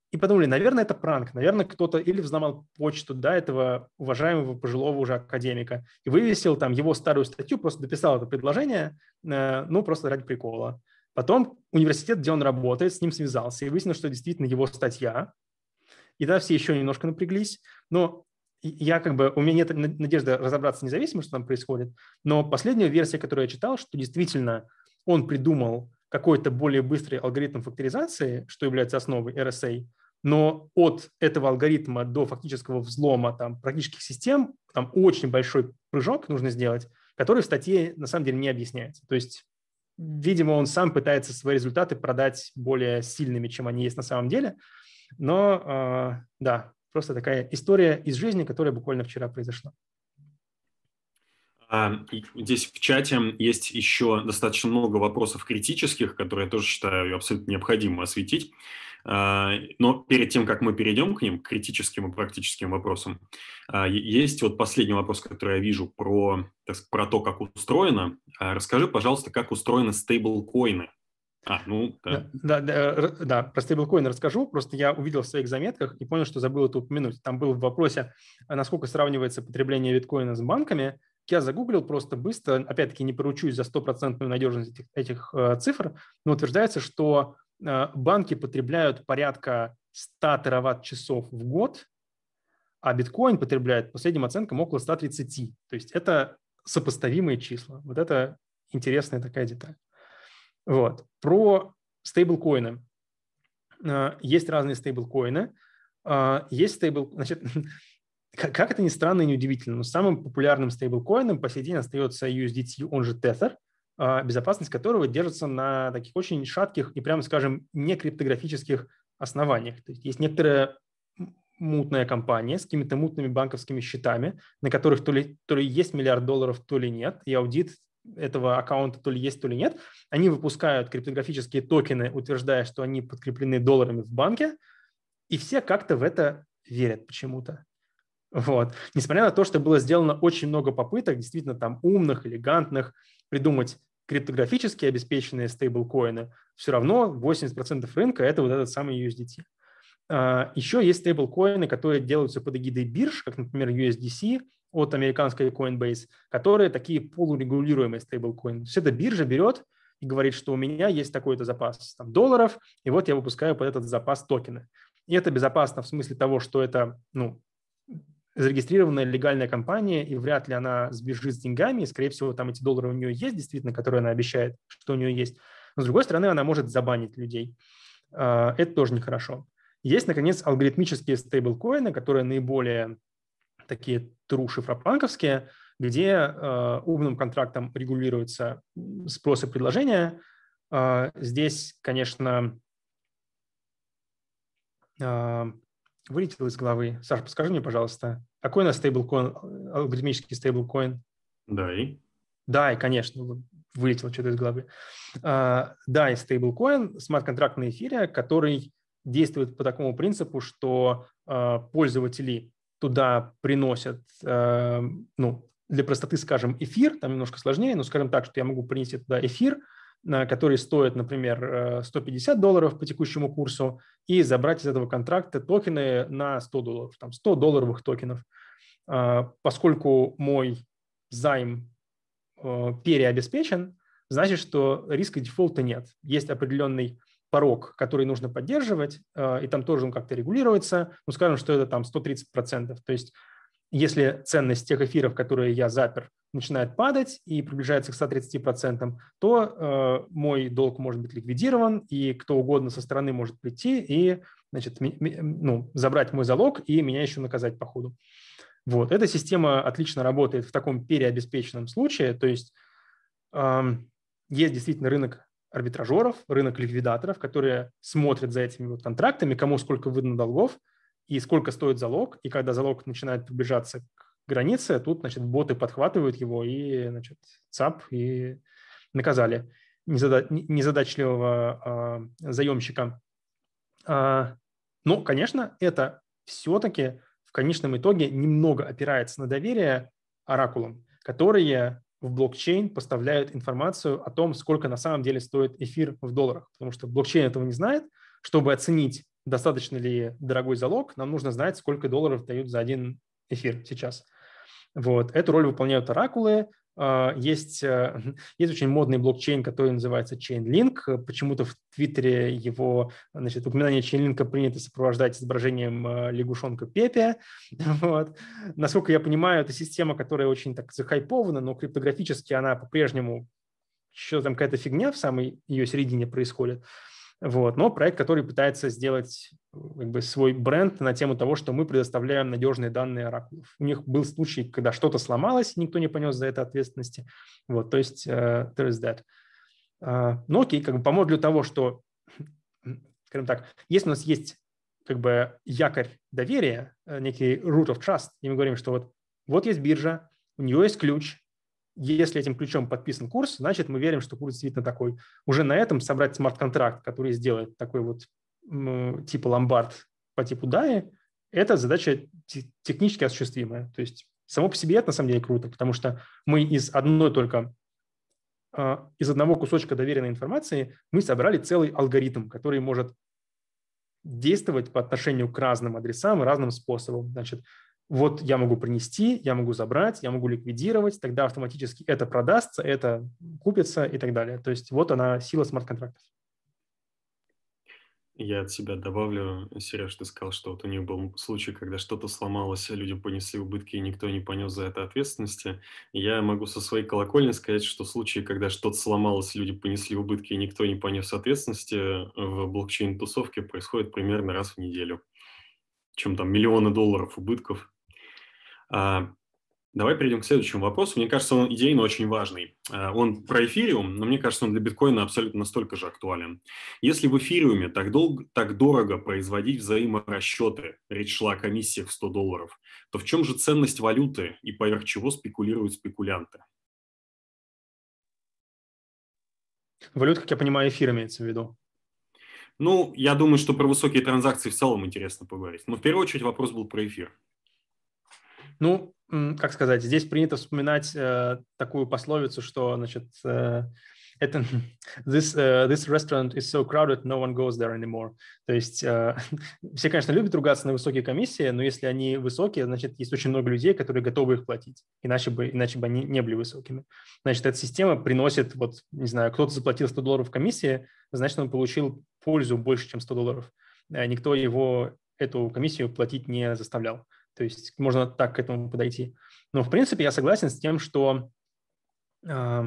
и подумали, наверное, это пранк, наверное, кто-то или взломал почту, да, этого уважаемого пожилого уже академика и вывесил там его старую статью, просто дописал это предложение, э, ну, просто ради прикола. Потом университет, где он работает, с ним связался, и выяснилось, что действительно его статья. И да, все еще немножко напряглись, но я как бы, у меня нет надежды разобраться независимо, что там происходит, но последняя версия, которую я читал, что действительно он придумал какой-то более быстрый алгоритм факторизации, что является основой эр эс эй, но от этого алгоритма до фактического взлома там, практических систем там очень большой прыжок нужно сделать, который в статье на самом деле не объясняется. То есть, видимо, он сам пытается свои результаты продать более сильными, чем они есть на самом деле. Но, э, да, просто такая история из жизни, которая буквально вчера произошла. Здесь в чате есть еще достаточно много вопросов критических, которые я тоже считаю абсолютно необходимо осветить. Но перед тем, как мы перейдем к ним, к критическим и практическим вопросам, есть вот последний вопрос, который я вижу про, так сказать, про то, как устроено. Расскажи, пожалуйста, как устроены стейблкоины. А, ну, да. Да, да, да, про стейблкоин расскажу. Просто я увидел в своих заметках и понял, что забыл это упомянуть. Там был в вопросе, насколько сравнивается потребление биткоина с банками. Я загуглил просто быстро, опять-таки не поручусь за стопроцентную надежность этих, этих э, цифр, но утверждается, что э, банки потребляют порядка ста тераватт-часов в год, а биткоин потребляет, по последним оценкам, около ста тридцати. То есть это сопоставимые числа. Вот это интересная такая деталь. Вот. Про стейблкоины. Э, есть разные стейблкоины. Э, есть стейбл... Значит, как это ни странно и не удивительно, но самым популярным стейблкоином по сей день остается ю эс ди ти, он же Tether, безопасность которого держится на таких очень шатких и, прямо скажем, не криптографических основаниях. То есть есть некоторая мутная компания с какими-то мутными банковскими счетами, на которых то ли, то ли есть миллиард долларов, то ли нет, и аудит этого аккаунта то ли есть, то ли нет. Они выпускают криптографические токены, утверждая, что они подкреплены долларами в банке, и все как-то в это верят почему-то. Вот. Несмотря на то, что было сделано очень много попыток, действительно там умных, элегантных, придумать криптографически обеспеченные стейблкоины, все равно восемьдесят процентов рынка – это вот этот самый ю эс ди ти. Еще есть стейблкоины, которые делаются под эгидой бирж, как, например, ю эс ди си от американской Coinbase, которые такие полурегулируемые стейблкоины. То есть эта биржа берет и говорит, что у меня есть такой-то запас там, долларов, и вот я выпускаю под этот запас токены. И это безопасно в смысле того, что это, ну, зарегистрированная легальная компания, и вряд ли она сбежит с деньгами, и, скорее всего, там эти доллары у нее есть, действительно, которые она обещает, что у нее есть. Но, с другой стороны, она может забанить людей. Это тоже нехорошо. Есть, наконец, алгоритмические стейблкоины, которые наиболее такие true-шифропанковские, где умным контрактом регулируется спрос и предложение. Здесь, конечно, вылетел из головы. Саша, подскажи мне, пожалуйста, какой у нас стейблкоин, алгоритмический стейблкоин? Дай. Да, и, конечно, вылетел что-то из головы. Uh, да, и стейблкоин, смарт-контракт на эфире, который действует по такому принципу, что uh, пользователи туда приносят, uh, ну, для простоты, скажем, эфир, там немножко сложнее, но скажем так, что я могу принести туда эфир, который стоит, например, сто пятьдесят долларов по текущему курсу, и забрать из этого контракта токены на сто долларов, там сто долларовых токенов. Поскольку мой займ переобеспечен, значит, что риска дефолта нет. Есть определенный порог, который нужно поддерживать, и там тоже он как-то регулируется. Ну, скажем, что это там сто тридцать процентов. То есть если ценность тех эфиров, которые я запер, начинает падать и приближается к ста тридцати процентам, то э, мой долг может быть ликвидирован, и кто угодно со стороны может прийти и, значит, ми, ми, ну, забрать мой залог и меня еще наказать по ходу. Вот. Эта система отлично работает в таком переобеспеченном случае, то есть э, есть действительно рынок арбитражеров, рынок ликвидаторов, которые смотрят за этими вот контрактами, кому сколько выдано долгов, и сколько стоит залог, и когда залог начинает приближаться к границе, тут, значит, боты подхватывают его и, значит, цап, и наказали незадачливого э, заемщика. А, но, конечно, это все-таки в конечном итоге немного опирается на доверие оракулам, которые в блокчейн поставляют информацию о том, сколько на самом деле стоит эфир в долларах, потому что блокчейн этого не знает. Чтобы оценить достаточно ли дорогой залог, нам нужно знать, сколько долларов дают за один эфир сейчас. Вот. Эту роль выполняют оракулы. Есть, есть очень модный блокчейн, который называется Chainlink. Почему-то в Твиттере его, значит, упоминание Chainlink принято сопровождать изображением лягушонка Пепе. Вот. Насколько я понимаю, это система, которая очень так захайпована, но криптографически она по-прежнему еще там какая-то фигня в самой ее середине происходит. Вот. Но проект, который пытается сделать как бы свой бренд на тему того, что мы предоставляем надежные данные оракулов. У них был случай, когда что-то сломалось, никто не понес за это ответственности. Вот. То есть uh, there is that. Uh, ну окей, как бы по модулю того, что, скажем так, если у нас есть как бы якорь доверия, некий root of trust, и мы говорим, что вот, вот есть биржа, у нее есть ключ. Если этим ключом подписан курс, значит, мы верим, что курс действительно такой. Уже на этом собрать смарт-контракт, который сделает такой вот типа ломбард по типу дай, это задача технически осуществимая. То есть само по себе это на самом деле круто, потому что мы из одной только, из одного кусочка доверенной информации мы собрали целый алгоритм, который может действовать по отношению к разным адресам и разным способам. Значит, вот я могу принести, я могу забрать, я могу ликвидировать, тогда автоматически это продастся, это купится и так далее. То есть вот она, сила смарт-контрактов. Я от себя добавлю, Сереж, ты сказал, что вот у них был случай, когда что-то сломалось, люди понесли убытки, и никто не понес за это ответственности. Я могу со своей колокольни сказать, что в случае, когда что-то сломалось, люди понесли убытки, и никто не понес ответственности, в блокчейн-тусовке происходит примерно раз в неделю. Чем там миллионы долларов убытков. А, давай перейдем к следующему вопросу. Мне кажется, он идейно очень важный. А, он про эфириум, но мне кажется, он для биткоина абсолютно настолько же актуален. Если в эфириуме так, долго, так дорого производить взаиморасчеты, речь шла о комиссиях в сто долларов, то в чем же ценность валюты и поверх чего спекулируют спекулянты? Валюта, как я понимаю, эфир имеется в виду. Ну, я думаю, что про высокие транзакции в целом интересно поговорить. Но в первую очередь вопрос был про эфир. Ну, как сказать, здесь принято вспоминать э, такую пословицу, что, значит, э, это this, uh, this restaurant is so crowded, no one goes there anymore. То есть э, все, конечно, любят ругаться на высокие комиссии, но если они высокие, значит, есть очень много людей, которые готовы их платить, иначе бы, иначе бы они не были высокими. Значит, эта система приносит, вот, не знаю, кто-то заплатил сто долларов комиссии, значит, он получил пользу больше, чем сто долларов. Никто его эту комиссию платить не заставлял. То есть можно так к этому подойти. Но, в принципе, я согласен с тем, что... Э,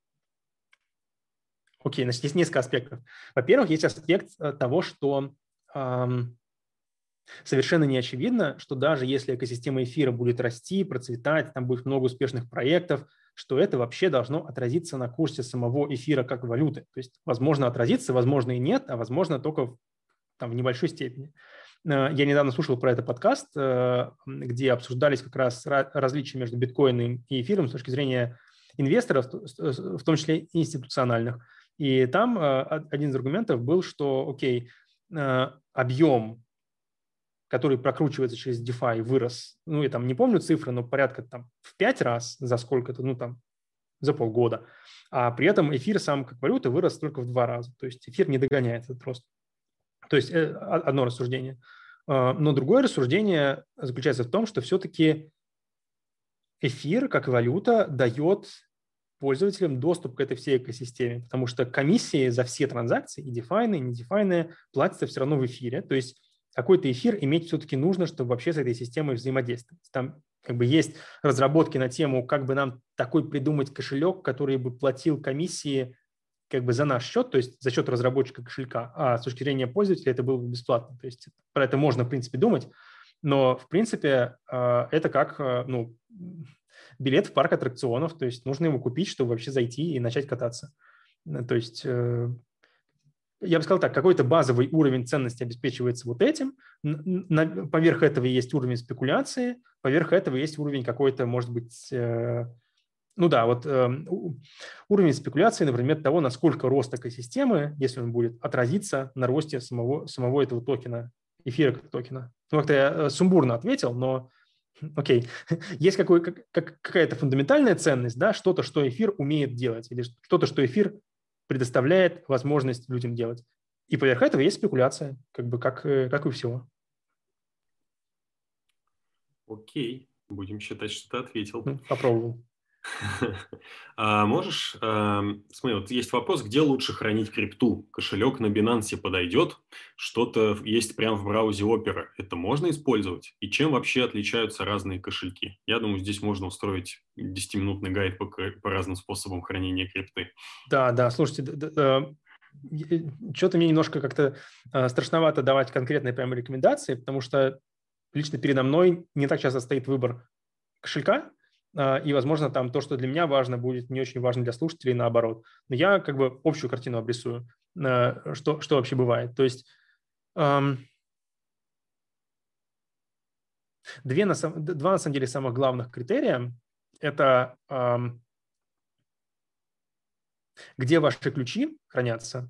окей, значит, есть несколько аспектов. Во-первых, есть аспект того, что э, совершенно не очевидно, что даже если экосистема эфира будет расти, процветать, там будет много успешных проектов, что это вообще должно отразиться на курсе самого эфира как валюты. То есть, возможно, отразиться, возможно, и нет, а возможно, только там, в небольшой степени. Я недавно слушал про этот подкаст, где обсуждались как раз различия между биткоином и эфиром с точки зрения инвесторов, в том числе институциональных. И там один из аргументов был, что, окей, объем, который прокручивается через DeFi, вырос, ну, я там не помню цифры, но порядка там в пять раз за сколько-то, ну, там, за полгода. А при этом эфир сам как валюта вырос только в два раза. То есть эфир не догоняет этот рост. То есть одно рассуждение. Но другое рассуждение заключается в том, что все-таки эфир, как валюта, дает пользователям доступ к этой всей экосистеме, потому что комиссии за все транзакции, и дефайные, и не дефайные, платятся все равно в эфире. То есть какой-то эфир иметь все-таки нужно, чтобы вообще с этой системой взаимодействовать. Там как бы есть разработки на тему, как бы нам такой придумать кошелек, который бы платил комиссии как бы за наш счет, то есть за счет разработчика кошелька, а с точки зрения пользователя это было бы бесплатно. То есть про это можно, в принципе, думать, но, в принципе, это как, ну, билет в парк аттракционов, то есть нужно его купить, чтобы вообще зайти и начать кататься. То есть я бы сказал так, какой-то базовый уровень ценности обеспечивается вот этим, поверх этого есть уровень спекуляции, поверх этого есть уровень какой-то, может быть, ну да, вот э, уровень спекуляции, например, того, насколько рост экосистемы, если он будет, отразиться на росте самого, самого этого токена, эфира как токена. Ну, как-то я сумбурно ответил, но окей. Есть какой, как, какая-то фундаментальная ценность, да, что-то, что эфир умеет делать, или что-то, что эфир предоставляет возможность людям делать. И поверх этого есть спекуляция, как бы как, как и у всего. Окей, будем считать, что ты ответил. Ну, попробовал. А можешь, а, смотри, вот есть вопрос, где лучше хранить крипту? Кошелек на Binance подойдет? Что-то есть прямо в браузере Opera. Это можно использовать? И чем вообще отличаются разные кошельки? Я думаю, здесь можно устроить десятиминутный гайд по, по разным способам хранения крипты. Да, да, слушайте, что-то мне немножко как-то страшновато давать конкретные прямо рекомендации, потому что лично передо мной не так часто стоит выбор кошелька, и, возможно, там то, что для меня важно, будет не очень важно для слушателей, наоборот. Но я как бы общую картину обрисую, что, что вообще бывает. То есть эм, две, на, два, на самом деле, самых главных критерия – это эм, где ваши ключи хранятся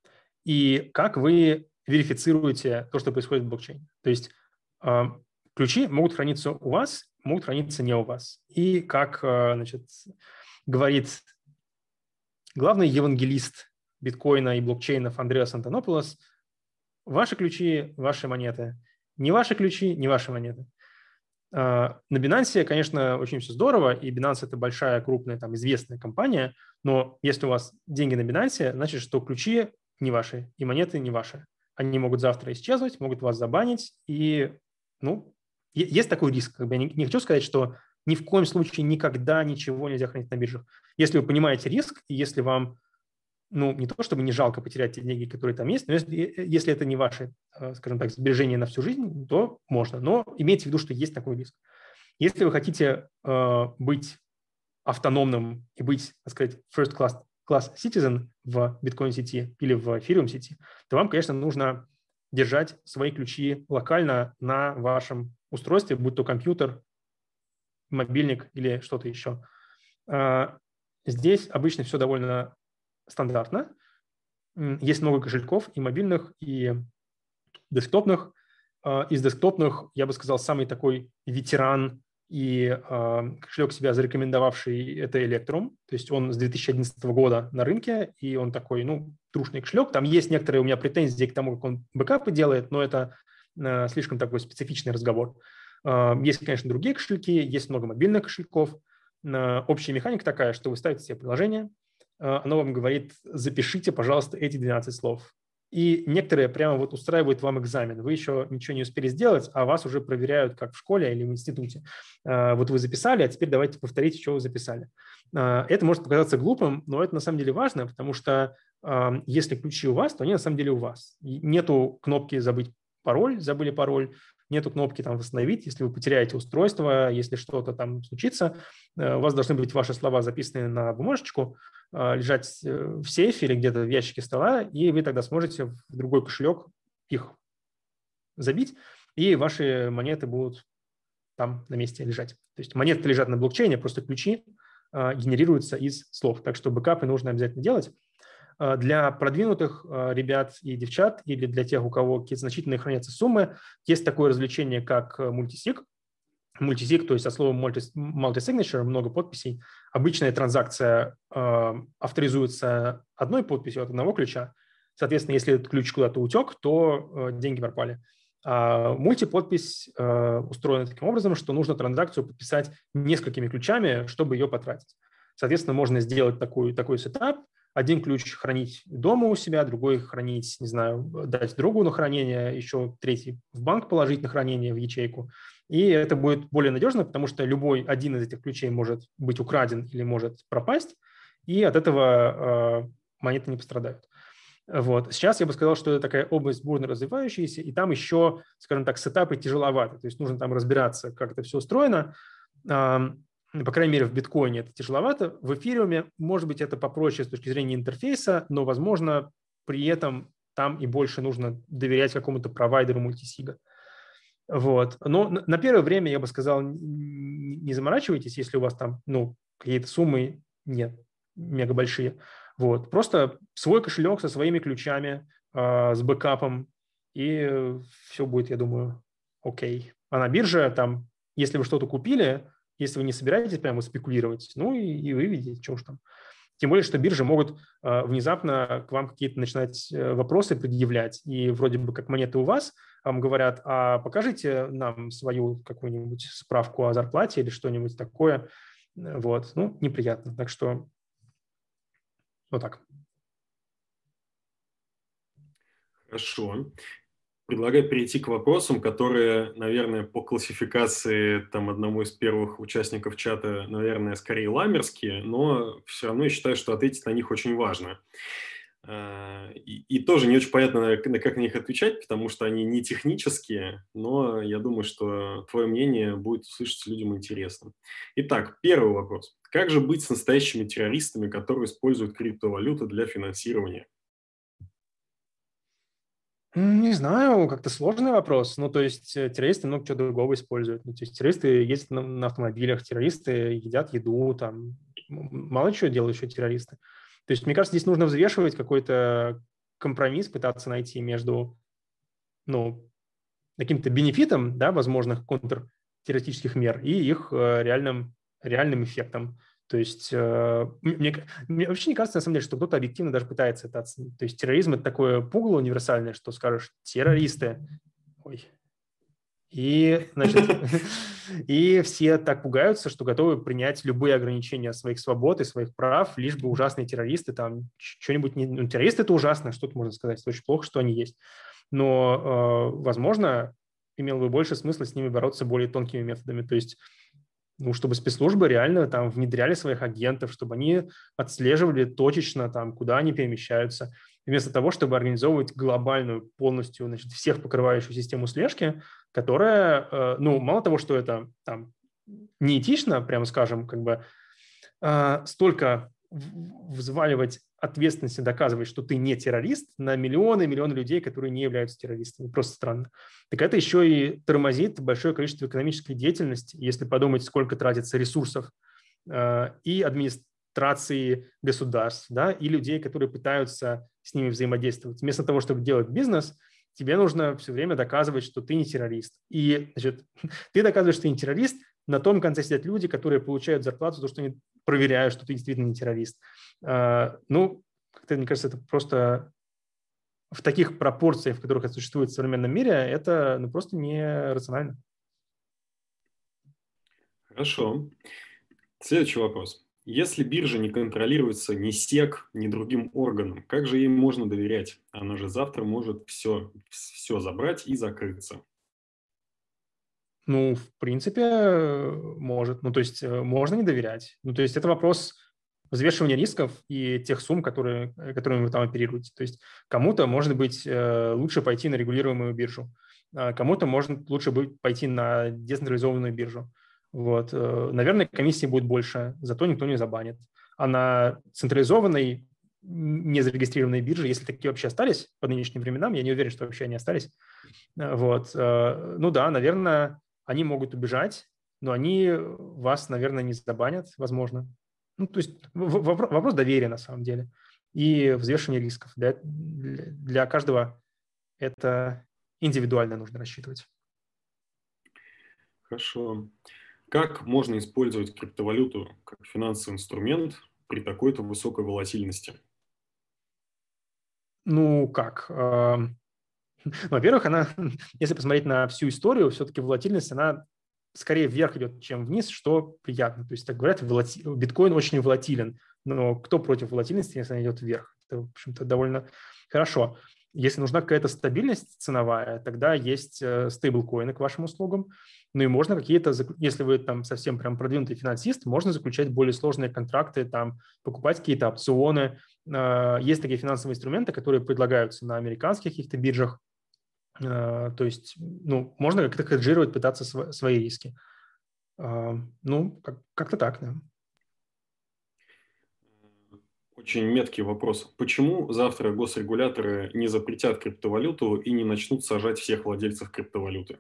и как вы верифицируете то, что происходит в блокчейне. То есть эм, ключи могут храниться у вас, могут храниться не у вас. И как, значит, говорит главный евангелист биткоина и блокчейнов Андреас Антонопулос, ваши ключи, ваши монеты. Не ваши ключи, не ваши монеты. На Binance, конечно, очень все здорово, и Binance – это большая, крупная, там, известная компания, но если у вас деньги на Binance, значит, что ключи не ваши и монеты не ваши. Они могут завтра исчезнуть, могут вас забанить, и, ну, есть такой риск. Как бы я не, не хочу сказать, что ни в коем случае никогда ничего нельзя хранить на биржах. Если вы понимаете риск, и если вам, ну, не то чтобы не жалко потерять те деньги, которые там есть, но если, если это не ваши, скажем так, сбережения на всю жизнь, то можно. Но имейте в виду, что есть такой риск. Если вы хотите э, быть автономным и быть, так сказать, first class, class citizen в биткоин-сети или в эфириум-сети, то вам, конечно, нужно держать свои ключи локально на вашем устройстве, будь то компьютер, мобильник или что-то еще. Здесь обычно все довольно стандартно. Есть много кошельков и мобильных, и десктопных. Из десктопных, я бы сказал, самый такой ветеран и кошелек себя зарекомендовавший – это Electrum. То есть он с две тысячи одиннадцатого года на рынке, и он такой, ну, трушный кошелек. Там есть некоторые у меня претензии к тому, как он бэкапы делает, но это слишком такой специфичный разговор. Есть, конечно, другие кошельки, есть много мобильных кошельков. Общая механика такая, что вы ставите себе приложение, оно вам говорит, запишите, пожалуйста, эти двенадцать слов. И некоторые прямо вот устраивают вам экзамен. Вы еще ничего не успели сделать, а вас уже проверяют, как в школе или в институте. Вот вы записали, а теперь давайте повторите, что вы записали. Это может показаться глупым, но это на самом деле важно, потому что если ключи у вас, то они на самом деле у вас. Нету кнопки «Забыть пароль», забыли пароль, нету кнопки там «Восстановить», если вы потеряете устройство, если что-то там случится. У вас должны быть ваши слова записаны на бумажечку, лежать в сейфе или где-то в ящике стола, и вы тогда сможете в другой кошелек их забить, и ваши монеты будут там на месте лежать. То есть монеты лежат на блокчейне, просто ключи генерируются из слов. Так что бэкапы нужно обязательно делать. Для продвинутых ребят и девчат или для тех, у кого какие-то значительные хранятся суммы, есть такое развлечение, как мультисиг. Мультисиг, то есть от слова multi-signature, много подписей. Обычная транзакция э, авторизуется одной подписью от одного ключа. Соответственно, если этот ключ куда-то утек, то э, деньги пропали. А мультиподпись э, устроена таким образом, что нужно транзакцию подписать несколькими ключами, чтобы ее потратить. Соответственно, можно сделать такой, такой сетап. Один ключ хранить дома у себя, другой хранить, не знаю, дать другу на хранение, еще третий в банк положить на хранение, в ячейку. И это будет более надежно, потому что любой один из этих ключей может быть украден или может пропасть, и от этого э, монеты не пострадают. Вот. Сейчас я бы сказал, что это такая область бурно развивающаяся, и там еще, скажем так, сетапы тяжеловаты. То есть нужно там разбираться, как это все устроено. По крайней мере, в биткоине это тяжеловато. В эфириуме, может быть, это попроще с точки зрения интерфейса, но, возможно, при этом там и больше нужно доверять какому-то провайдеру мультисига. Вот. Но на первое время, я бы сказал, не заморачивайтесь, если у вас там, ну, какие-то суммы нет мега большие. Вот. Просто свой кошелек со своими ключами, э, с бэкапом, и все будет, я думаю, окей. А на бирже там, если вы что-то купили, если вы не собираетесь прямо спекулировать, ну и, и вы видите, что уж там. Тем более, что биржи могут внезапно к вам какие-то начинать вопросы предъявлять. И вроде бы как монеты у вас, вам говорят, а покажите нам свою какую-нибудь справку о зарплате или что-нибудь такое. Вот. Ну, неприятно. Так что вот так. Хорошо. Предлагаю перейти к вопросам, которые, наверное, по классификации там, одному из первых участников чата, наверное, скорее ламерские, но все равно я считаю, что ответить на них очень важно. И, и тоже не очень понятно, как на них отвечать, потому что они не технические, но я думаю, что твое мнение будет услышаться людям интересно. Итак, первый вопрос. Как же быть с настоящими террористами, которые используют криптовалюту для финансирования? Не знаю, как-то сложный вопрос. Ну, то есть террористы много чего другого используют. Ну, то есть террористы ездят на, на автомобилях, террористы едят еду, там мало чего делают еще террористы. То есть, мне кажется, здесь нужно взвешивать какой-то компромисс, пытаться найти между, ну, каким-то бенефитом, да, возможных контртеррористических мер и их э, реальным, реальным эффектом. То есть э, мне, мне вообще не кажется, на самом деле, что кто-то объективно даже пытается это оценить. То есть терроризм – это такое пугало универсальное, что скажешь террористы. Ой. И, значит, и все так пугаются, что готовы принять любые ограничения своих свобод и своих прав, лишь бы ужасные террористы там что-нибудь... Не... Ну, террористы – это ужасно, что тут можно сказать. Это очень плохо, что они есть. Но, э, возможно, имело бы больше смысла с ними бороться более тонкими методами. То есть, ну, чтобы спецслужбы реально там внедряли своих агентов, чтобы они отслеживали точечно, там, куда они перемещаются. Вместо того, чтобы организовывать глобальную, полностью, значит, всех покрывающую систему слежки, которая, э, ну, мало того, что это там неэтично, прямо скажем, как бы э, столько взваливать ответственность и доказывать, что ты не террорист, на миллионы и миллионы людей, которые не являются террористами. Просто странно. Так это еще и тормозит большое количество экономической деятельности, если подумать, сколько тратится ресурсов э, и администрации государств, да, и людей, которые пытаются с ними взаимодействовать. Вместо того, чтобы делать бизнес, тебе нужно все время доказывать, что ты не террорист. И, значит, ты доказываешь, что ты не террорист, на том конце сидят люди, которые получают зарплату за то, что они проверяют, что ты действительно не террорист. Ну, как-то, мне кажется, это просто в таких пропорциях, в которых это существует в современном мире, это ну, просто нерационально. Хорошо. Следующий вопрос. Если биржа не контролируется ни сек, ни другим органом, как же ей можно доверять? Она же завтра может все, все забрать и закрыться. Ну, в принципе, может. Ну, то есть можно не доверять. Ну, то есть это вопрос взвешивания рисков и тех сумм, которые, которыми вы там оперируете. То есть кому-то, может быть, лучше пойти на регулируемую биржу, кому-то может лучше быть пойти на децентрализованную биржу. Вот. Наверное, комиссии будет больше, зато никто не забанит. А на централизованной, незарегистрированной бирже, если такие вообще остались по нынешним временам, я не уверен, что вообще они остались. Вот. Ну да, наверное, они могут убежать, но они вас, наверное, не забанят, возможно. Ну, то есть вопрос доверия на самом деле и взвешивания рисков. Для, для каждого это индивидуально нужно рассчитывать. Хорошо. Как можно использовать криптовалюту как финансовый инструмент при такой-то высокой волатильности? Ну, как? Во-первых, она, если посмотреть на всю историю, все-таки волатильность, она скорее вверх идет, чем вниз, что приятно. То есть, так говорят, волати... биткоин очень волатилен, но кто против волатильности, если она идет вверх? Это, в общем-то, довольно хорошо. Если нужна какая-то стабильность ценовая, тогда есть стейблкоины к вашим услугам. Ну и можно какие-то, если вы там совсем прям продвинутый финансист, можно заключать более сложные контракты, там, покупать какие-то опционы. Есть такие финансовые инструменты, которые предлагаются на американских каких-то биржах. То есть, ну, можно как-то хеджировать, пытаться св- свои риски. Ну, как- как-то так, да. Очень меткий вопрос. Почему завтра госрегуляторы не запретят криптовалюту и не начнут сажать всех владельцев криптовалюты?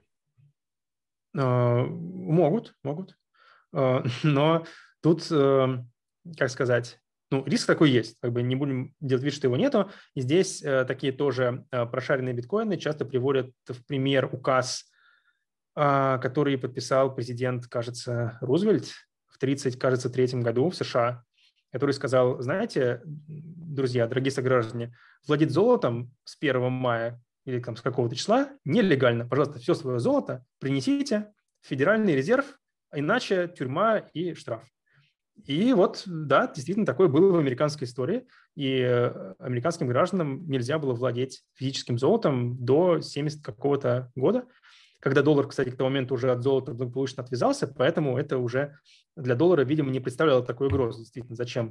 Могут, могут. Но тут, как сказать, ну, риск такой есть. Как бы не будем делать вид, что его нету. И здесь такие тоже прошаренные биткоины часто приводят в пример указ, который подписал президент, кажется, Рузвельт в тридцать, кажется, третьем году в США. который сказал, знаете, друзья, дорогие сограждане, владеть золотом с первого мая или там с какого-то числа нелегально. Пожалуйста, все свое золото принесите в Федеральный резерв, иначе тюрьма и штраф. И вот, да, действительно, такое было в американской истории, и американским гражданам нельзя было владеть физическим золотом до семидесятого какого-то года, когда доллар, кстати, к тому моменту уже от золота благополучно отвязался, поэтому это уже для доллара, видимо, не представляло такой угрозы. Действительно, зачем?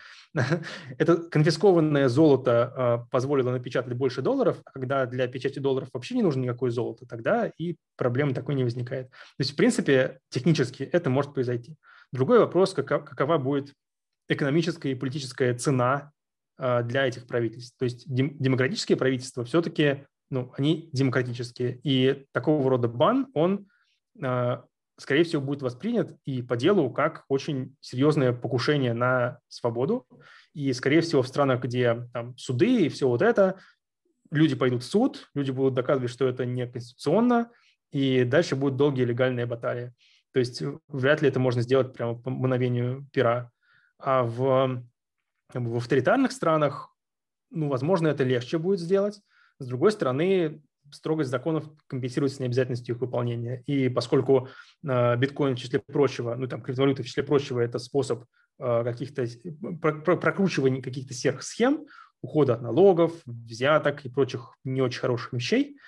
Это конфискованное золото позволило напечатать больше долларов, а когда для печати долларов вообще не нужно никакое золото, тогда и проблемы такой не возникает. То есть, в принципе, технически это может произойти. Другой вопрос, какова будет экономическая и политическая цена для этих правительств. То есть демократические правительства все-таки, ну, они демократические, и такого рода бан, он, скорее всего, будет воспринят и по делу как очень серьезное покушение на свободу, и, скорее всего, в странах, где там суды и все вот это, люди пойдут в суд, люди будут доказывать, что это неконституционно, и дальше будут долгие легальные баталии. То есть вряд ли это можно сделать прямо по мгновению пера. А в, в авторитарных странах, ну, возможно, это легче будет сделать. С другой стороны, строгость законов компенсируется необязательностью их выполнения. И поскольку э, биткоин, в числе прочего, ну, там, криптовалюта, в числе прочего, это способ э, каких-то про, про, прокручивания каких-то сверхсхем, ухода от налогов, взяток и прочих не очень хороших вещей,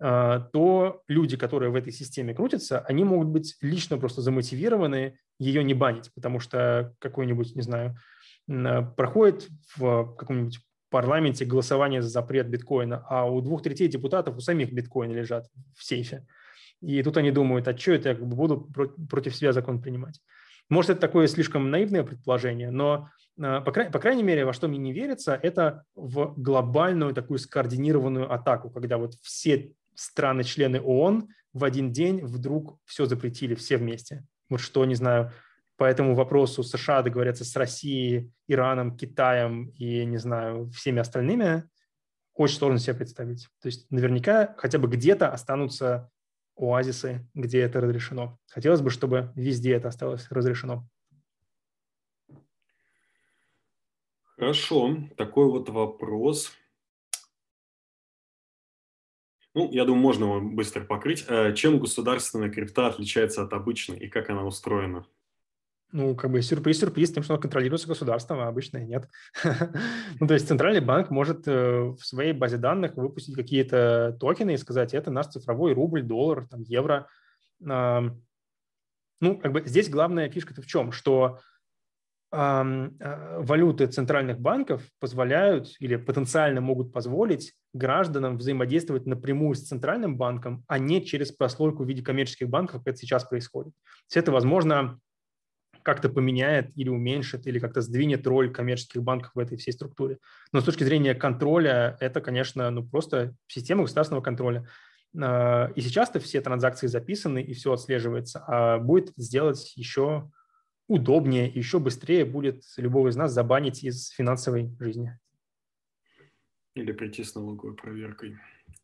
то люди, которые в этой системе крутятся, они могут быть лично просто замотивированы ее не банить, потому что какой-нибудь, не знаю, проходит в каком-нибудь парламенте голосование за запрет биткоина, а у двух третей депутатов у самих биткоины лежат в сейфе. И тут они думают, а что это я как бы буду против себя закон принимать? Может, это такое слишком наивное предположение, но, по, край, по крайней мере, во что мне не верится, это в глобальную такую скоординированную атаку, когда вот все страны-члены ООН в один день вдруг все запретили, все вместе. Вот что, не знаю, по этому вопросу США договорятся с Россией, Ираном, Китаем и, не знаю, всеми остальными, очень сложно себе представить. То есть наверняка хотя бы где-то останутся оазисы, где это разрешено. Хотелось бы, чтобы везде это осталось разрешено. Хорошо, такой вот вопрос. Ну, я думаю, можно его быстро покрыть. Чем государственная крипта отличается от обычной и как она устроена? Ну, как бы сюрприз-сюрприз, тем, что она контролируется государством, а обычная нет. Ну, то есть центральный банк может в своей базе данных выпустить какие-то токены и сказать, это наш цифровой рубль, доллар, там, евро. Ну, как бы здесь главная фишка-то в чем? Что валюты центральных банков позволяют или потенциально могут позволить гражданам взаимодействовать напрямую с центральным банком, а не через прослойку в виде коммерческих банков, как это сейчас происходит. То есть это, возможно, как-то поменяет или уменьшит, или как-то сдвинет роль коммерческих банков в этой всей структуре. Но с точки зрения контроля, это, конечно, ну, просто система государственного контроля. И сейчас-то все транзакции записаны, и все отслеживается, а будет сделать еще удобнее, еще быстрее будет любого из нас забанить из финансовой жизни. Или прийти с налоговой проверкой.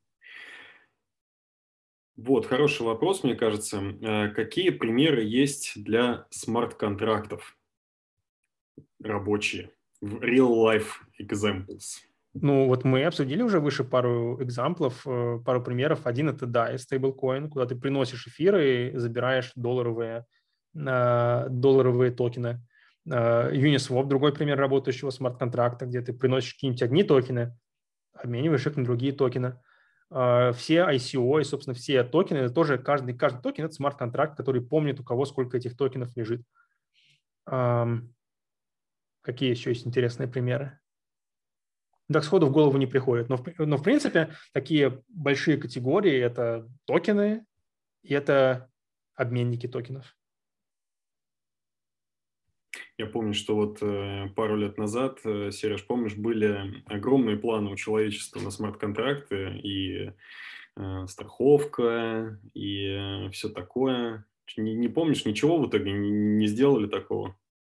Вот, хороший вопрос, мне кажется. Какие примеры есть для смарт-контрактов рабочие? Real-life examples. Ну, вот мы обсудили уже выше пару экзамплов, пару примеров. Один – это, да, стейблкоин, куда ты приносишь эфиры и забираешь долларовые, долларовые токены. Uniswap – другой пример работающего смарт-контракта, где ты приносишь какие-нибудь одни токены, обмениваешь их на другие токены. Все ай си о и, собственно, все токены – это тоже каждый, каждый токен – это смарт-контракт, который помнит, у кого сколько этих токенов лежит. Какие еще есть интересные примеры? Так сходу в голову не приходит. Но в, но, в принципе, такие большие категории – это токены и это обменники токенов. Я помню, что вот э, пару лет назад, э, Сереж, помнишь, были огромные планы у человечества на смарт-контракты и э, страховка, и э, все такое. Не, не помнишь, ничего в итоге не, не сделали такого?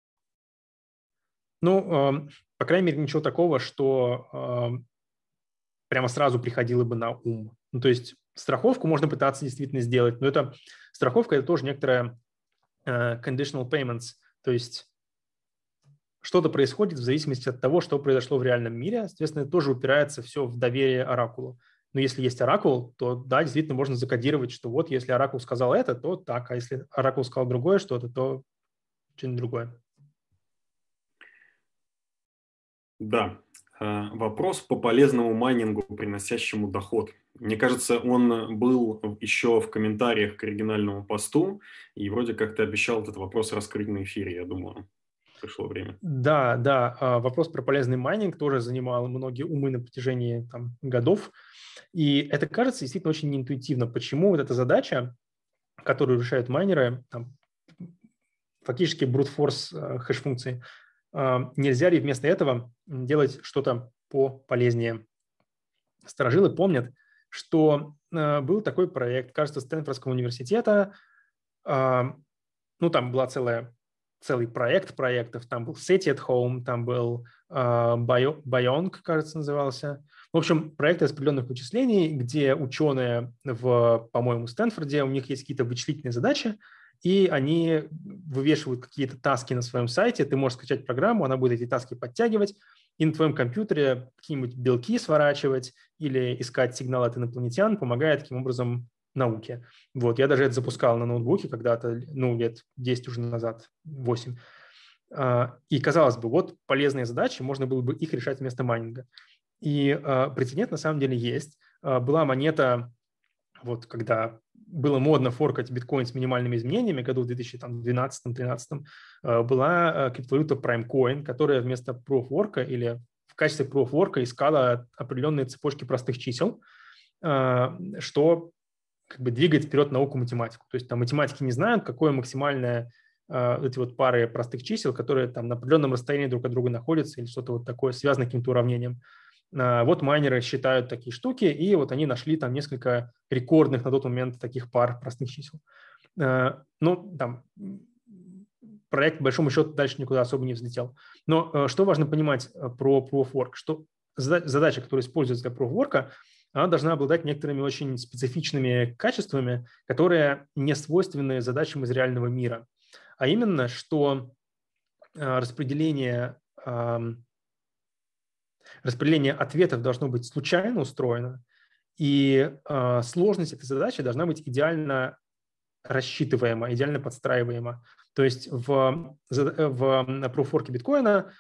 Ну, э, по крайней мере, ничего такого, что э, прямо сразу приходило бы на ум. Ну, то есть страховку можно пытаться действительно сделать, но это страховка – это тоже некоторая э, conditional payments, то есть что-то происходит в зависимости от того, что произошло в реальном мире. Соответственно, это тоже упирается все в доверие оракулу. Но если есть оракул, то да, действительно можно закодировать, что вот если оракул сказал это, то так, а если оракул сказал другое что-то, то что-нибудь другое. Да. Вопрос по полезному майнингу, приносящему доход. Мне кажется, он был еще в комментариях к оригинальному посту, и вроде как ты обещал этот вопрос раскрыть на эфире, я думаю. Пришло время. Да, да, вопрос про полезный майнинг тоже занимал многие умы на протяжении там, годов. И это кажется действительно очень неинтуитивно. Почему вот эта задача, которую решают майнеры, там, фактически brute-force хэш-функции, нельзя ли вместо этого делать что-то пополезнее? Старожилы помнят, что был такой проект, кажется, Стэнфордского университета. Ну, там была целая, целый проект проектов. Там был SETI at Home, там был Bionc, кажется, назывался. В общем, проект распределенных вычислений, где ученые в, по-моему, Стэнфорде, у них есть какие-то вычислительные задачи, и они вывешивают какие-то таски на своем сайте. Ты можешь скачать программу, она будет эти таски подтягивать, и на твоем компьютере какие-нибудь белки сворачивать или искать сигналы от инопланетян, помогая таким образом науке. Вот, я даже это запускал на ноутбуке когда-то, ну, лет десять уже назад, восемь. И, казалось бы, вот полезные задачи, можно было бы их решать вместо майнинга. И прецедент на самом деле есть. Была монета, вот когда было модно форкать биткоин с минимальными изменениями, году в две тысячи двенадцатом-тринадцатом, была криптовалюта PrimeCoin, которая вместо proof-work или в качестве proof-work искала определенные цепочки простых чисел, что как бы двигает вперед науку математику. То есть там математики не знают, какое максимальное эти вот пары простых чисел, которые там на определенном расстоянии друг от друга находятся или что-то вот такое, связано каким-то уравнением. Вот майнеры считают такие штуки, и вот они нашли там несколько рекордных на тот момент таких пар простых чисел. Ну, там проект, по большому счету, дальше никуда особо не взлетел. Но что важно понимать про Proof of Work, что задача, которая используется для Proof of Work, она должна обладать некоторыми очень специфичными качествами, которые не свойственны задачам из реального мира. А именно, что распределение Распределение ответов должно быть случайно устроено, и э, сложность этой задачи должна быть идеально рассчитываема, идеально подстраиваема. То есть в, в proof-work биткоина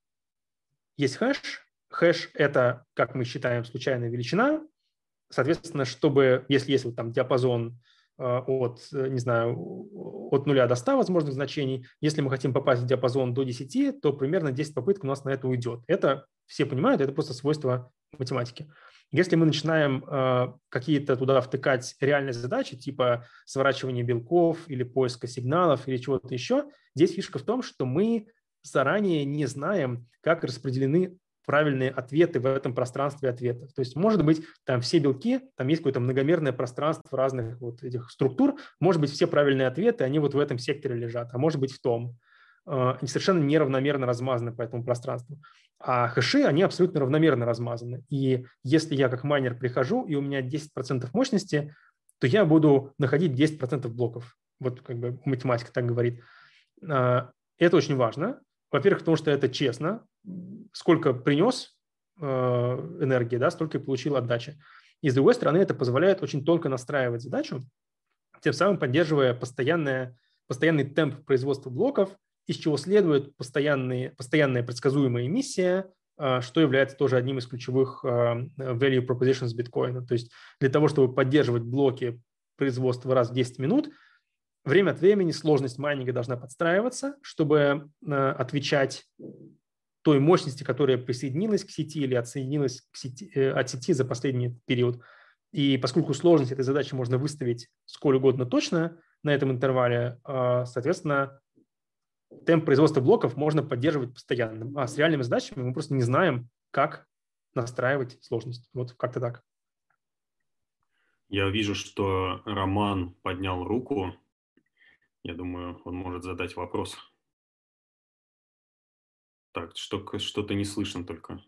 есть хэш. Хэш – это, как мы считаем, случайная величина. Соответственно, чтобы, если есть вот там диапазон э, от, не знаю, от нуля до ста возможных значений, если мы хотим попасть в диапазон до десяти, то примерно десять попыток у нас на это уйдет. Это все понимают, это просто свойство математики. Если мы начинаем э, какие-то туда втыкать реальные задачи, типа сворачивания белков или поиска сигналов или чего-то еще, здесь фишка в том, что мы заранее не знаем, как распределены правильные ответы в этом пространстве ответов. То есть, может быть, там все белки, там есть какое-то многомерное пространство разных вот этих структур, может быть, все правильные ответы, они вот в этом секторе лежат, а может быть, в том. Они совершенно неравномерно размазаны по этому пространству. А хэши, они абсолютно равномерно размазаны. И если я как майнер прихожу, и у меня десять процентов мощности, то я буду находить десять процентов блоков. Вот как бы математика так говорит. Это очень важно. Во-первых, потому что это честно. Сколько принес энергии, да, столько и получил отдачи. И с другой стороны, это позволяет очень тонко настраивать задачу, тем самым поддерживая постоянное, постоянный темп производства блоков, из чего следует постоянные, постоянная предсказуемая эмиссия, что является тоже одним из ключевых value propositions биткоина. То есть для того, чтобы поддерживать блоки производства раз в десять минут, время от времени сложность майнинга должна подстраиваться, чтобы отвечать той мощности, которая присоединилась к сети или отсоединилась к сети, от сети за последний период. И поскольку сложность этой задачи можно выставить сколь угодно точно на этом интервале, соответственно, темп производства блоков можно поддерживать постоянным. А с реальными задачами мы просто не знаем, как настраивать сложность. Вот как-то так. Я вижу, что Роман поднял руку. Я думаю, он может задать вопрос. Так, что, что-то не слышно только.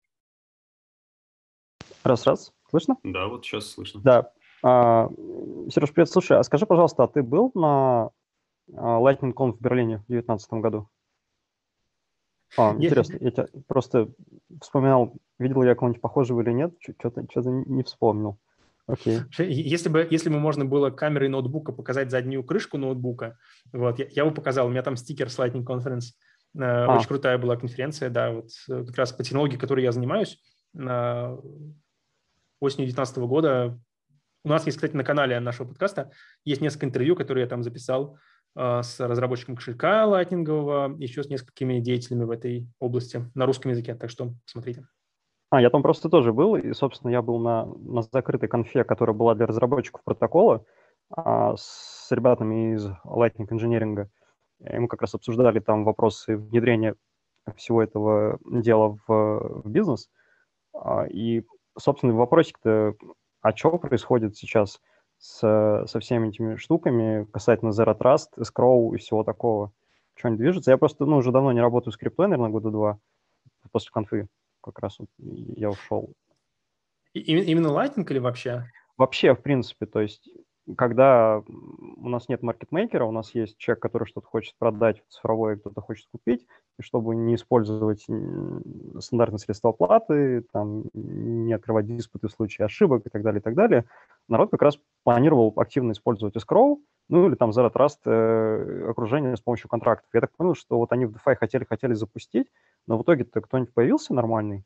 Раз-раз. Слышно? Да, вот сейчас слышно. Да. А, Сереж, привет. Слушай, а скажи, пожалуйста, а ты был на LightningConf в Берлине в две тысячи девятнадцатом году? А, интересно, я тебя просто вспоминал, видел я кого-нибудь похожего или нет, что-то что-то не вспомнил. Окей. Если бы, если бы можно было камерой ноутбука показать заднюю крышку ноутбука, вот, я, я бы показал, у меня там стикер с Lightning Conference, А. очень крутая была конференция, да, вот как раз по технологии, которой я занимаюсь, осенью две тысячи девятнадцатого года. У нас есть, кстати, на канале нашего подкаста есть несколько интервью, которые я там записал э, с разработчиком кошелька лайтнингового, еще с несколькими деятелями в этой области на русском языке, так что смотрите. А, я там просто тоже был, и, собственно, я был на, на закрытой конфе, которая была для разработчиков протокола, а, с ребятами из Lightning Engineering. И мы как раз обсуждали там вопросы внедрения всего этого дела в, в бизнес. А, и, собственно, вопросик-то, а что происходит сейчас с, со всеми этими штуками касательно Zero Trust, Escrow и всего такого? Что-нибудь движется? Я просто, ну, уже давно не работаю с криптой, наверное, года два после конфы. Как раз вот я ушел. И, именно Lightning или вообще? Вообще, в принципе, то есть, когда у нас нет маркетмейкера, у нас есть человек, который что-то хочет продать цифровое, кто-то хочет купить, и чтобы не использовать стандартные средства оплаты, там, не открывать диспуты в случае ошибок и так далее, и так далее, народ как раз планировал активно использовать escrow, ну или там Zero Trust э, окружение с помощью контрактов. Я так понял, что вот они в DeFi хотели, хотели запустить, но в итоге-то кто-нибудь появился нормальный?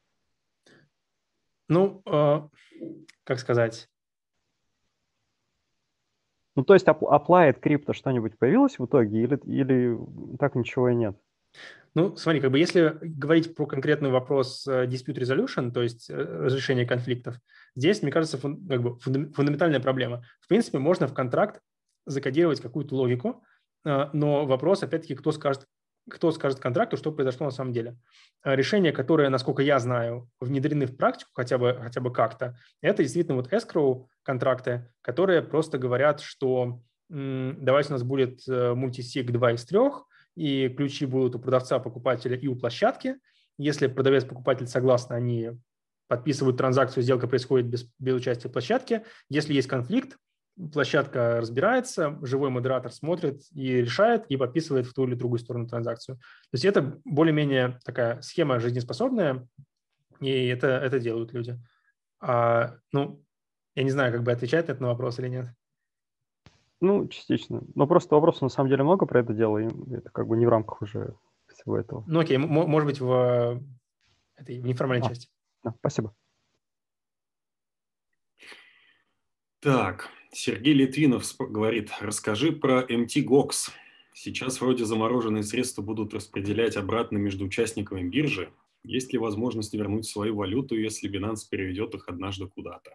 Ну, э, как сказать? Ну, то есть applied крипто что-нибудь появилось в итоге или, или так ничего и нет? Ну, смотри, как бы если говорить про конкретный вопрос dispute resolution, то есть разрешение конфликтов, здесь, мне кажется, фун, как бы фундаментальная проблема. В принципе, можно в контракт закодировать какую-то логику, но вопрос, опять-таки, кто скажет, кто скажет контракту, что произошло на самом деле. Решения, которые, насколько я знаю, внедрены в практику хотя бы, хотя бы как-то, это действительно вот escrow контракты, которые просто говорят, что м, давайте у нас будет мультисиг два из трех, и ключи будут у продавца, покупателя и у площадки. Если продавец, покупатель согласны, они подписывают транзакцию, сделка происходит без, без участия площадки. Если есть конфликт, площадка разбирается, живой модератор смотрит и решает, и подписывает в ту или другую сторону транзакцию. То есть это более-менее такая схема жизнеспособная, и это, это делают люди. А, ну, я не знаю, как бы отвечать на этот вопрос или нет. Ну, частично. Но просто вопросов на самом деле много про это дело, и это как бы не в рамках уже всего этого. Ну, окей, м- может быть, в этой в неформальной а, части. Да, спасибо. Так, Сергей Литвинов говорит, расскажи про эм ти гокс. Сейчас вроде замороженные средства будут распределять обратно между участниками биржи. Есть ли возможность вернуть свою валюту, если Binance переведет их однажды куда-то?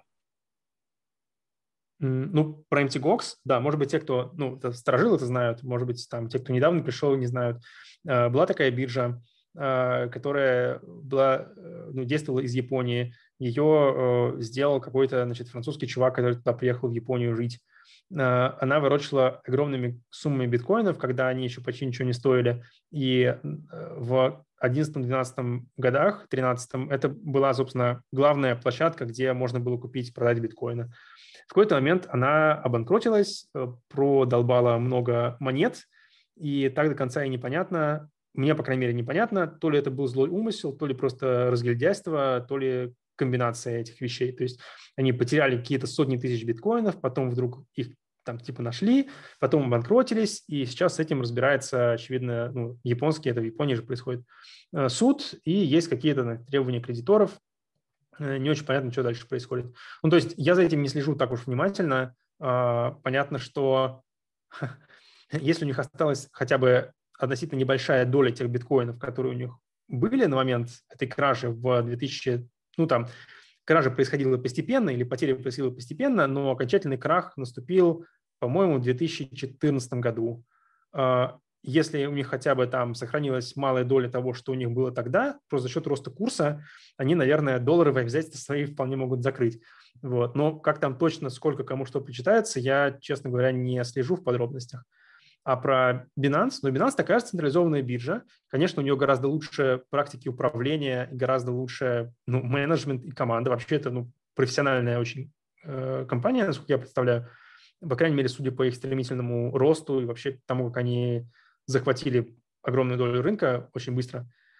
Ну, про эм ти гокс, да, может быть, те, кто, ну, старожилы это знают, может быть, там, те, кто недавно пришел, не знают. Была такая биржа, которая была, ну, действовала из Японии. Ее сделал какой-то, значит, французский чувак, который туда приехал в Японию жить. Она ворочала огромными суммами биткоинов, когда они еще почти ничего не стоили. И в одиннадцатом-двенадцатом годах, тринадцатом, это была, собственно, главная площадка, где можно было купить и продать биткоины. В какой-то момент она обанкротилась, продолбала много монет, и так до конца и непонятно, мне, по крайней мере, непонятно, то ли это был злой умысел, то ли просто разгильдяйство, то ли комбинация этих вещей. То есть они потеряли какие-то сотни тысяч биткоинов, потом вдруг их там типа нашли, потом обанкротились, и сейчас с этим разбирается, очевидно, ну, японский, это в Японии же происходит, суд, и есть какие-то требования кредиторов. Не очень понятно, что дальше происходит. Ну, то есть я за этим не слежу так уж внимательно. Понятно, что если у них осталась хотя бы относительно небольшая доля тех биткоинов, которые у них были на момент этой кражи в двухтысячном, ну, там, кража происходила постепенно или потеря происходила постепенно, но окончательный крах наступил, по-моему, в две тысячи четырнадцатом году. Если у них хотя бы там сохранилась малая доля того, что у них было тогда, просто за счет роста курса, они, наверное, долларовые обязательства свои вполне могут закрыть. Вот. Но как там точно, сколько кому что причитается, я, честно говоря, не слежу в подробностях. А про Binance, ну, Binance такая же централизованная биржа. Конечно, у нее гораздо лучше практики управления, гораздо лучше, ну, менеджмент и команда. Вообще это, ну, профессиональная очень э, компания, насколько я представляю. По крайней мере, судя по их стремительному росту и вообще тому, как они захватили огромную долю рынка очень быстро.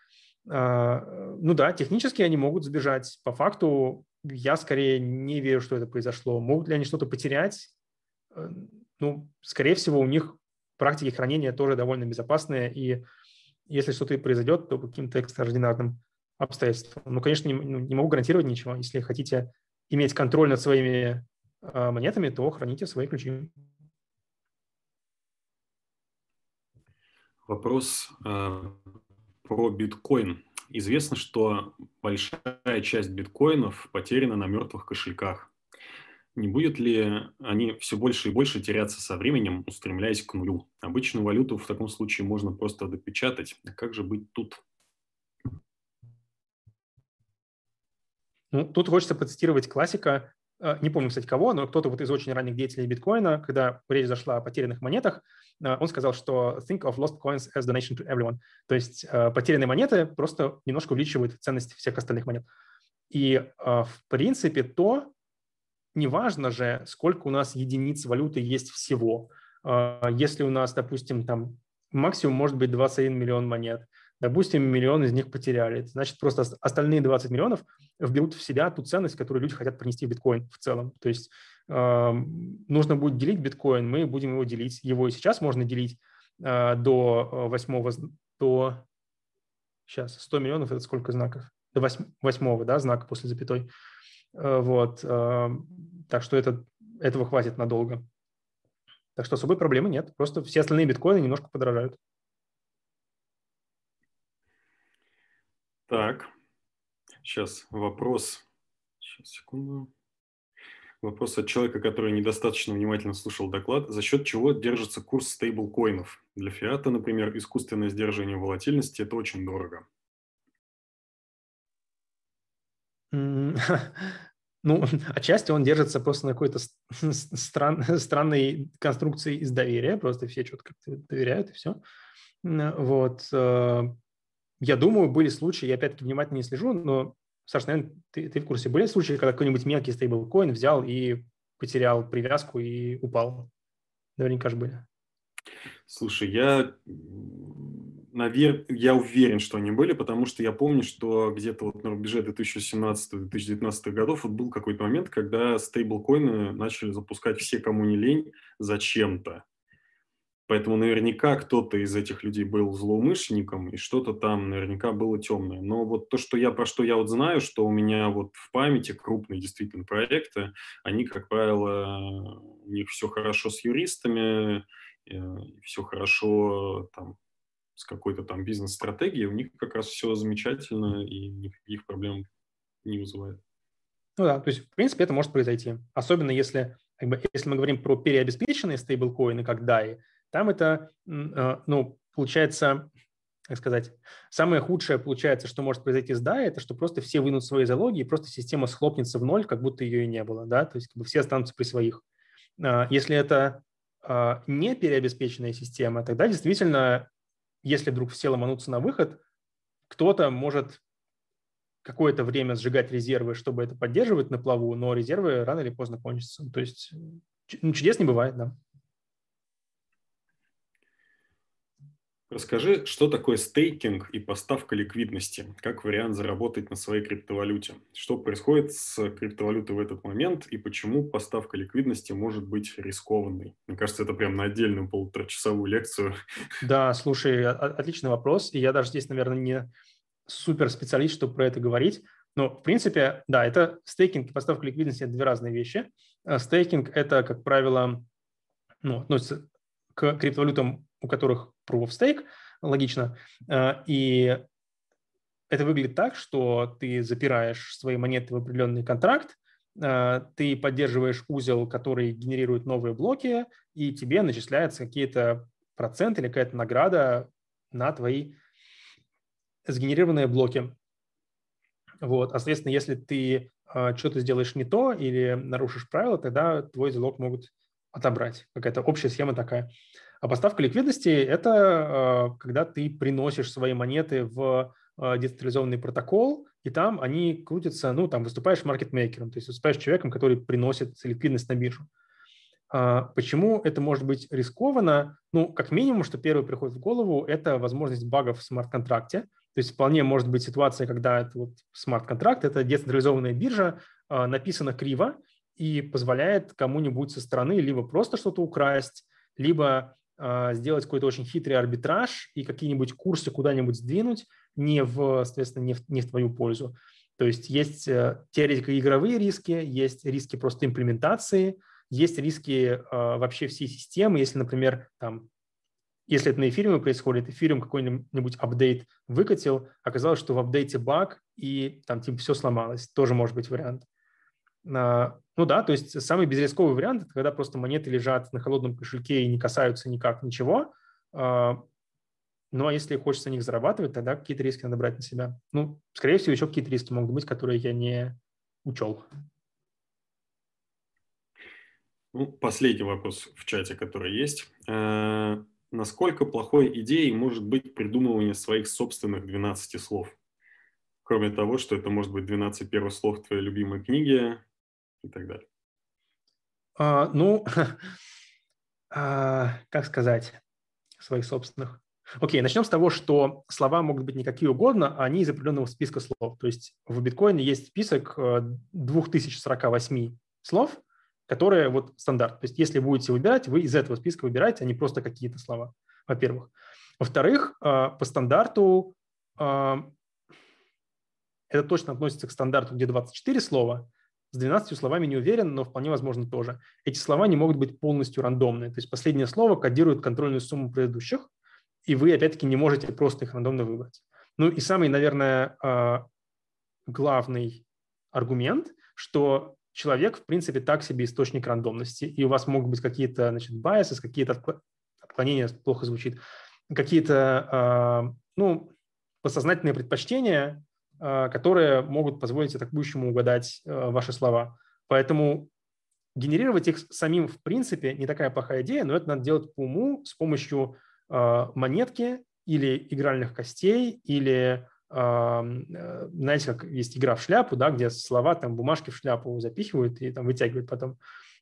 Ну да, технически они могут сбежать. По факту я скорее не верю, что это произошло. Могут ли они что-то потерять? Ну, скорее всего, у них практики хранения тоже довольно безопасные, и если что-то и произойдет, то каким-то экстраординарным обстоятельствам. Ну, конечно, не, не могу гарантировать ничего. Если хотите иметь контроль над своими э, монетами, то храните свои ключи. Вопрос э, про биткоин. Известно, что большая часть биткоинов потеряна на мертвых кошельках. Не будет ли они все больше и больше теряться со временем, устремляясь к нулю? Обычную валюту в таком случае можно просто допечатать. А как же быть тут? Ну, тут хочется процитировать классика, не помню, кстати, кого, но кто-то вот из очень ранних деятелей биткоина, когда речь зашла о потерянных монетах, он сказал, что think of lost coins as donation to everyone. То есть потерянные монеты просто немножко увеличивают ценность всех остальных монет. И в принципе то, неважно же, сколько у нас единиц валюты есть всего. Если у нас, допустим, там максимум может быть двадцать один миллион монет, допустим, миллион из них потеряли, значит, просто остальные двадцать миллионов вберут в себя ту ценность, которую люди хотят принести в биткоин в целом. То есть э, нужно будет делить биткоин, мы будем его делить. Его и сейчас можно делить э, до восьмого, до, сейчас, сто миллионов, это сколько знаков? До восьмого, да, знака после запятой. Э, вот, э, так что это, этого хватит надолго. Так что особой проблемы нет, просто все остальные биткоины немножко подорожают. Так, сейчас вопрос. Сейчас, секунду. Вопрос от человека, который недостаточно внимательно слушал доклад. За счет чего держится курс стейблкоинов? Для фиата, например, искусственное сдерживание волатильности – это очень дорого. Ну, отчасти он держится просто на какой-то стран, странной конструкции из доверия, просто все что-то как-то доверяют, и все. Вот. Я думаю, были случаи, я опять-таки внимательно не слежу, но, Саша, наверное, ты, ты в курсе, были случаи, когда какой-нибудь мелкий стейблкоин взял и потерял привязку и упал? Наверняка же были. Слушай, я, навер... я уверен, что они были, потому что я помню, что где-то вот на рубеже две тысячи семнадцатого - две тысячи девятнадцатого годов вот был какой-то момент, когда стейблкоины начали запускать все, кому не лень, зачем-то. Поэтому наверняка кто-то из этих людей был злоумышленником, и что-то там наверняка было темное. Но вот то, что я, про что я вот знаю, что у меня вот в памяти крупные действительно проекты, они, как правило, у них все хорошо с юристами, все хорошо там с какой-то там бизнес-стратегией, у них как раз все замечательно и никаких проблем не вызывает. Ну да, то есть, в принципе, это может произойти. Особенно если, как бы, если мы говорим про переобеспеченные стейблкоины, как дай, там это, ну, получается, как сказать, самое худшее, получается, что может произойти с дай, это что просто все вынут свои залоги, и просто система схлопнется в ноль, как будто ее и не было, да, то есть как бы все останутся при своих. Если это не переобеспеченная система, тогда действительно, если вдруг все ломанутся на выход, кто-то может какое-то время сжигать резервы, чтобы это поддерживать на плаву, но резервы рано или поздно кончатся. То есть ну, чудес не бывает, да. Расскажи, что такое стейкинг и поставка ликвидности, как вариант заработать на своей криптовалюте. Что происходит с криптовалютой в этот момент и почему поставка ликвидности может быть рискованной? Мне кажется, это прям на отдельную полуторачасовую лекцию. Да, слушай, отличный вопрос. И я даже здесь, наверное, не супер специалист, чтобы про это говорить. Но, в принципе, да, это стейкинг и поставка ликвидности – это две разные вещи. Стейкинг – это, как правило, ну, относится к криптовалютам, у которых proof of stake, логично. И это выглядит так, что ты запираешь свои монеты в определенный контракт, ты поддерживаешь узел, который генерирует новые блоки, и тебе начисляются какие-то проценты или какая-то награда на твои сгенерированные блоки. Вот. А, соответственно, если ты э, что-то сделаешь не то или нарушишь правила, тогда твой залог могут отобрать. Какая-то общая схема такая. А поставка ликвидности – это э, когда ты приносишь свои монеты в э, децентрализованный протокол, и там они крутятся, ну, там выступаешь маркетмейкером, то есть выступаешь человеком, который приносит ликвидность на биржу. А почему это может быть рискованно? Ну, как минимум, что первое приходит в голову, это возможность багов в смарт-контракте. То есть вполне может быть ситуация, когда это вот смарт-контракт, это децентрализованная биржа, написана криво и позволяет кому-нибудь со стороны либо просто что-то украсть, либо сделать какой-то очень хитрый арбитраж и какие-нибудь курсы куда-нибудь сдвинуть не в, соответственно, не в, не в твою пользу. То есть есть теоретико-игровые риски, есть риски просто имплементации, есть риски вообще всей системы. Если, например, там, если это на эфириуме происходит, эфириум какой-нибудь апдейт выкатил, оказалось, что в апдейте баг, и там типа все сломалось. Тоже может быть вариант. Ну да, то есть самый безрисковый вариант – это когда просто монеты лежат на холодном кошельке и не касаются никак ничего. Ну а если хочется на них зарабатывать, тогда какие-то риски надо брать на себя. Ну, скорее всего, еще какие-то риски могут быть, которые я не учел. Ну, последний вопрос в чате, который есть. Насколько плохой идеей может быть придумывание своих собственных двенадцати слов? Кроме того, что это может быть двенадцать первых слов твоей любимой книги и так далее. А, ну, а, как сказать, своих собственных. Окей, начнем с того, что слова могут быть не какие угодно, а они из определенного списка слов. То есть в биткоине есть список две тысячи сорок восемь слов, которые вот стандарт. То есть если будете выбирать, вы из этого списка выбираете, а не просто какие-то слова, во-первых. Во-вторых, по стандарту, это точно относится к стандарту, где двадцать четыре слова. С двенадцатью словами не уверен, но вполне возможно тоже. Эти слова не могут быть полностью рандомные. То есть последнее слово кодирует контрольную сумму предыдущих, и вы, опять-таки, не можете просто их рандомно выбрать. Ну и самый, наверное, главный аргумент, что человек, в принципе, так себе источник рандомности, и у вас могут быть какие-то, значит, байсы, какие-то отклонения, плохо звучит, какие-то, ну, подсознательные предпочтения, которые могут позволить атакующему угадать ваши слова. Поэтому генерировать их самим, в принципе, не такая плохая идея, но это надо делать по уму с помощью монетки или игральных костей, или, знаете, как есть игра в шляпу, да, где слова, там, бумажки в шляпу запихивают и там вытягивают потом.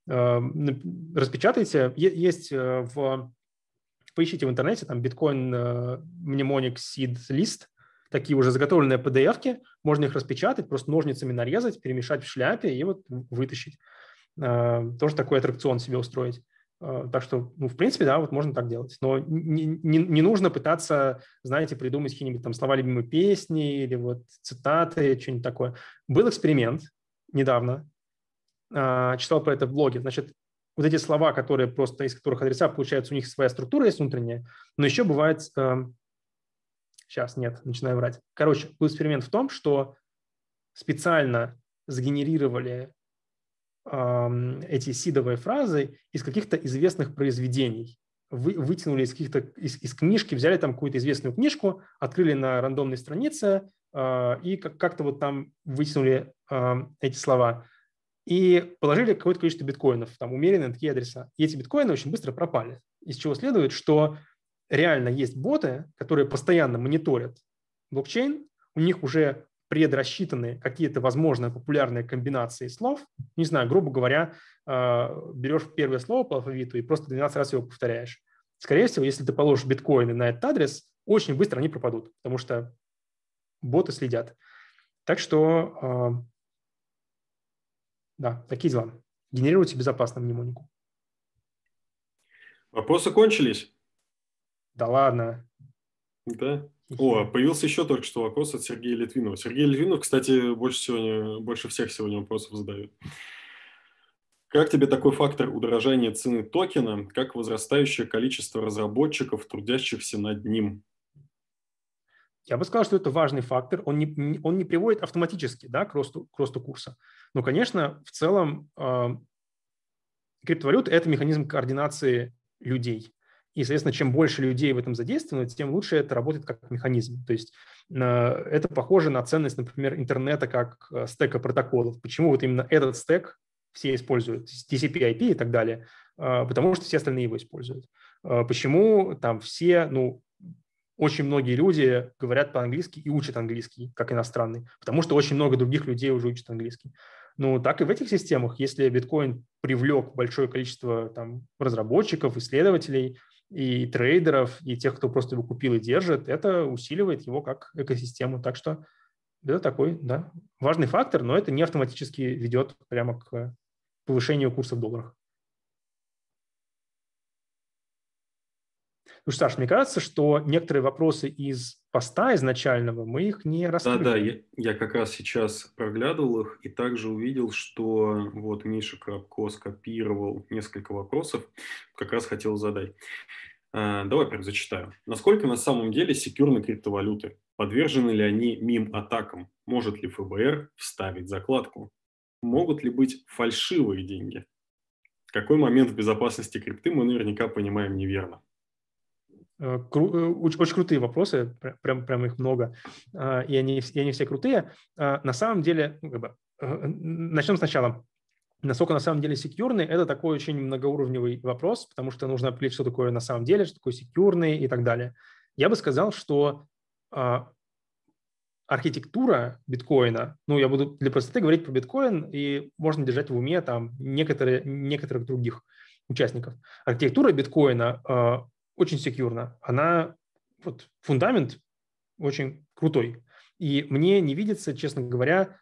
Распечатайте. Есть в... Поищите в интернете, там, Bitcoin Mnemonic Seed List, такие уже заготовленные пи ди эф-ки, можно их распечатать, просто ножницами нарезать, перемешать в шляпе и вот вытащить. Тоже такой аттракцион себе устроить. Так что, ну, в принципе, да, вот можно так делать. Но не, не, не нужно пытаться, знаете, придумать какие-нибудь там слова любимой песни или вот цитаты, что-нибудь такое. Был эксперимент недавно, читал про это в блоге. Значит, вот эти слова, которые просто, из которых адреса, получается, у них своя структура есть внутренняя, но еще бывает... Сейчас, нет, начинаю врать. Короче, был эксперимент в том, что специально сгенерировали эти сидовые фразы из каких-то известных произведений. Вы, вытянули из каких-то из, из книжки, взяли там какую-то известную книжку, открыли на рандомной странице э, и как- как-то вот там вытянули э, эти слова. И положили какое-то количество биткоинов, там умеренные такие адреса. И эти биткоины очень быстро пропали. Из чего следует, что реально есть боты, которые постоянно мониторят блокчейн, у них уже предрасчитаны какие-то возможные популярные комбинации слов. Не знаю, грубо говоря, берешь первое слово по алфавиту и просто двенадцать раз его повторяешь. Скорее всего, если ты положишь биткоины на этот адрес, очень быстро они пропадут, потому что боты следят. Так что, да, такие дела. Генерируйте безопасно мнемонику. Вопросы кончились? Да ладно. Да. О, появился еще только что вопрос от Сергея Литвинова. Сергей Литвинов, кстати, больше, сегодня, больше всех сегодня вопросов задает. Как тебе такой фактор удорожания цены токена, как возрастающее количество разработчиков, трудящихся над ним? Я бы сказал, что это важный фактор. Он не, он не приводит автоматически, да, к, росту, к росту курса. Но, конечно, в целом э, криптовалюта – это механизм координации людей. И, соответственно, чем больше людей в этом задействовано, тем лучше это работает как механизм. То есть э, это похоже на ценность, например, интернета как э, стека протоколов. Почему вот именно этот стек все используют, ти си пи ай пи и так далее? Э, потому что все остальные его используют. Э, почему там все, ну, очень многие люди говорят по-английски и учат английский как иностранный, потому что очень много других людей уже учат английский. Ну, так и в этих системах, если биткоин привлек большое количество там разработчиков, исследователей, и трейдеров, и тех, кто просто его купил и держит, это усиливает его как экосистему. Так что это такой, да, важный фактор, но это не автоматически ведет прямо к повышению курса в долларах. Ну что, Саш, мне кажется, что некоторые вопросы из поста изначального, мы их не раскрыли. Да, да, я, я как раз сейчас проглядывал их и также увидел, что вот Миша Крабко скопировал несколько вопросов, как раз хотел задать. А, давай прям зачитаю. Насколько на самом деле секьюрны криптовалюты? Подвержены ли они мим-атакам? Может ли эф бэ эр вставить закладку? Могут ли быть фальшивые деньги? Какой момент в безопасности крипты мы наверняка понимаем неверно? Очень крутые вопросы, прям, прям их много, и они, и они все крутые. На самом деле, как бы, начнем сначала. Насколько на самом деле секьюрный, это такой очень многоуровневый вопрос, потому что нужно определить, что такое на самом деле, что такое секьюрный и так далее. Я бы сказал, что архитектура биткоина, ну, я буду для простоты говорить про биткоин, и можно держать в уме там некоторые, некоторых других участников. Архитектура биткоина очень секьюрна. Она, вот, фундамент очень крутой. И мне не видится, честно говоря,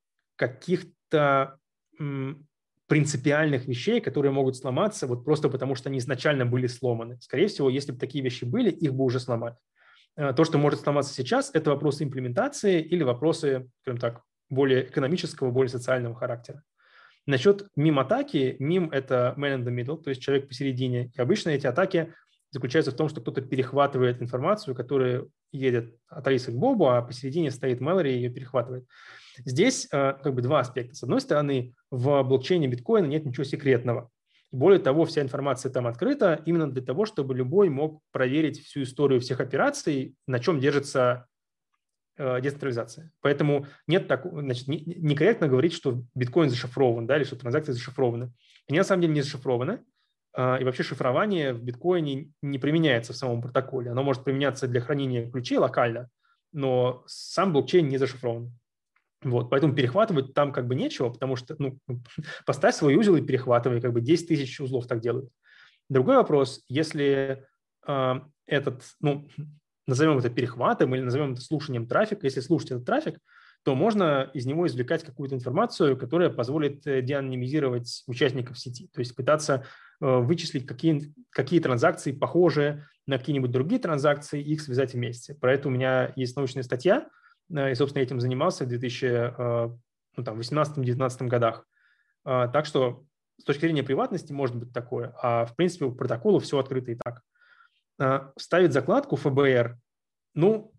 каких-то м, принципиальных вещей, которые могут сломаться вот просто потому, что они изначально были сломаны. Скорее всего, если бы такие вещи были, их бы уже сломали. То, что может сломаться сейчас, это вопросы имплементации или вопросы, скажем так, более экономического, более социального характера. Насчет мим-атаки, мим – это man in the middle, то есть человек посередине. И обычно эти атаки заключается в том, что кто-то перехватывает информацию, которая едет от Алисы к Бобу, а посередине стоит Мэлори и ее перехватывает. Здесь как бы два аспекта. С одной стороны, в блокчейне биткоина нет ничего секретного. Более того, вся информация там открыта именно для того, чтобы любой мог проверить всю историю всех операций, на чем держится децентрализация. Поэтому нет такого, значит, некорректно говорить, что биткоин зашифрован, да, или что транзакции зашифрованы. Они на самом деле не зашифрованы. И вообще шифрование в биткоине не применяется в самом протоколе. Оно может применяться для хранения ключей локально, но сам блокчейн не зашифрован. Вот, поэтому перехватывать там как бы нечего, потому что ну, поставь свой узел и перехватывай, как бы десять тысяч узлов так делают. Другой вопрос, если э, этот, ну, назовем это перехватом или назовем это слушанием трафика, если слушать этот трафик, то можно из него извлекать какую-то информацию, которая позволит деанонимизировать участников сети, то есть пытаться вычислить, какие, какие транзакции похожи на какие-нибудь другие транзакции и их связать вместе. Про это у меня есть научная статья, и, собственно, этим занимался в две тысячи восемнадцатом-девятнадцатом годах. Так что с точки зрения приватности может быть такое, а в принципе у протокола все открыто и так. Вставить закладку эф бэ эр, ну,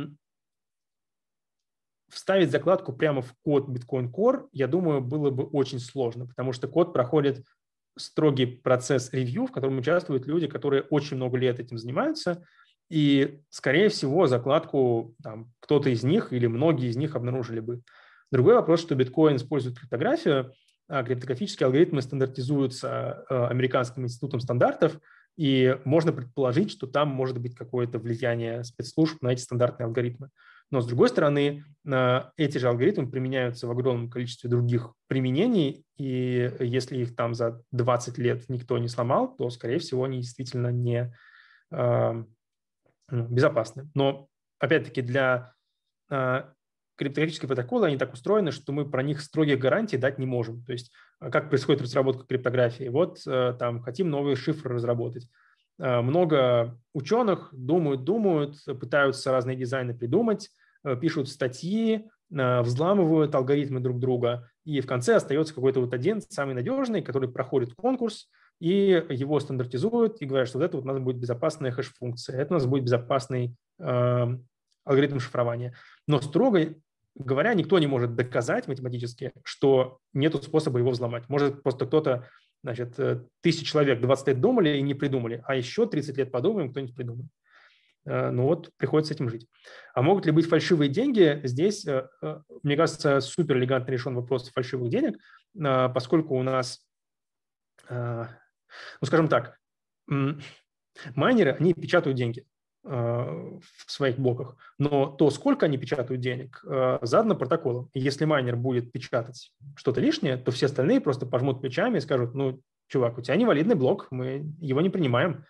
вставить закладку прямо в код Bitcoin Core, я думаю, было бы очень сложно, потому что код проходит строгий процесс ревью, в котором участвуют люди, которые очень много лет этим занимаются, и, скорее всего, закладку там, кто-то из них или многие из них обнаружили бы. Другой вопрос, что биткоин использует криптографию, а криптографические алгоритмы стандартизуются Американским институтом стандартов, и можно предположить, что там может быть какое-то влияние спецслужб на эти стандартные алгоритмы. Но, с другой стороны, эти же алгоритмы применяются в огромном количестве других применений, и если их там за двадцать лет никто не сломал, то, скорее всего, они действительно не э, безопасны. Но, опять-таки, для э, криптографических протоколов они так устроены, что мы про них строгих гарантий дать не можем. То есть, как происходит разработка криптографии? Вот э, там хотим новые шифры разработать. Много ученых думают, думают, пытаются разные дизайны придумать, пишут статьи, взламывают алгоритмы друг друга, и в конце остается какой-то вот один, самый надежный, который проходит конкурс, и его стандартизуют, и говорят, что вот это вот у нас будет безопасная хэш-функция, это у нас будет безопасный э, алгоритм шифрования. Но строго говоря, никто не может доказать математически, что нет способа его взломать. Может, просто кто-то Значит, тысячи человек двадцать лет думали и не придумали, а еще тридцать лет подумаем, кто-нибудь придумает. Ну вот, приходится с этим жить. А могут ли быть фальшивые деньги? Здесь, мне кажется, супер элегантно решен вопрос фальшивых денег, поскольку у нас, ну, скажем так, майнеры, они печатают деньги в своих блоках, но то, сколько они печатают денег, задано протоколом. И если майнер будет печатать что-то лишнее, то все остальные просто пожмут плечами и скажут, ну, чувак, у тебя невалидный блок, мы его не принимаем.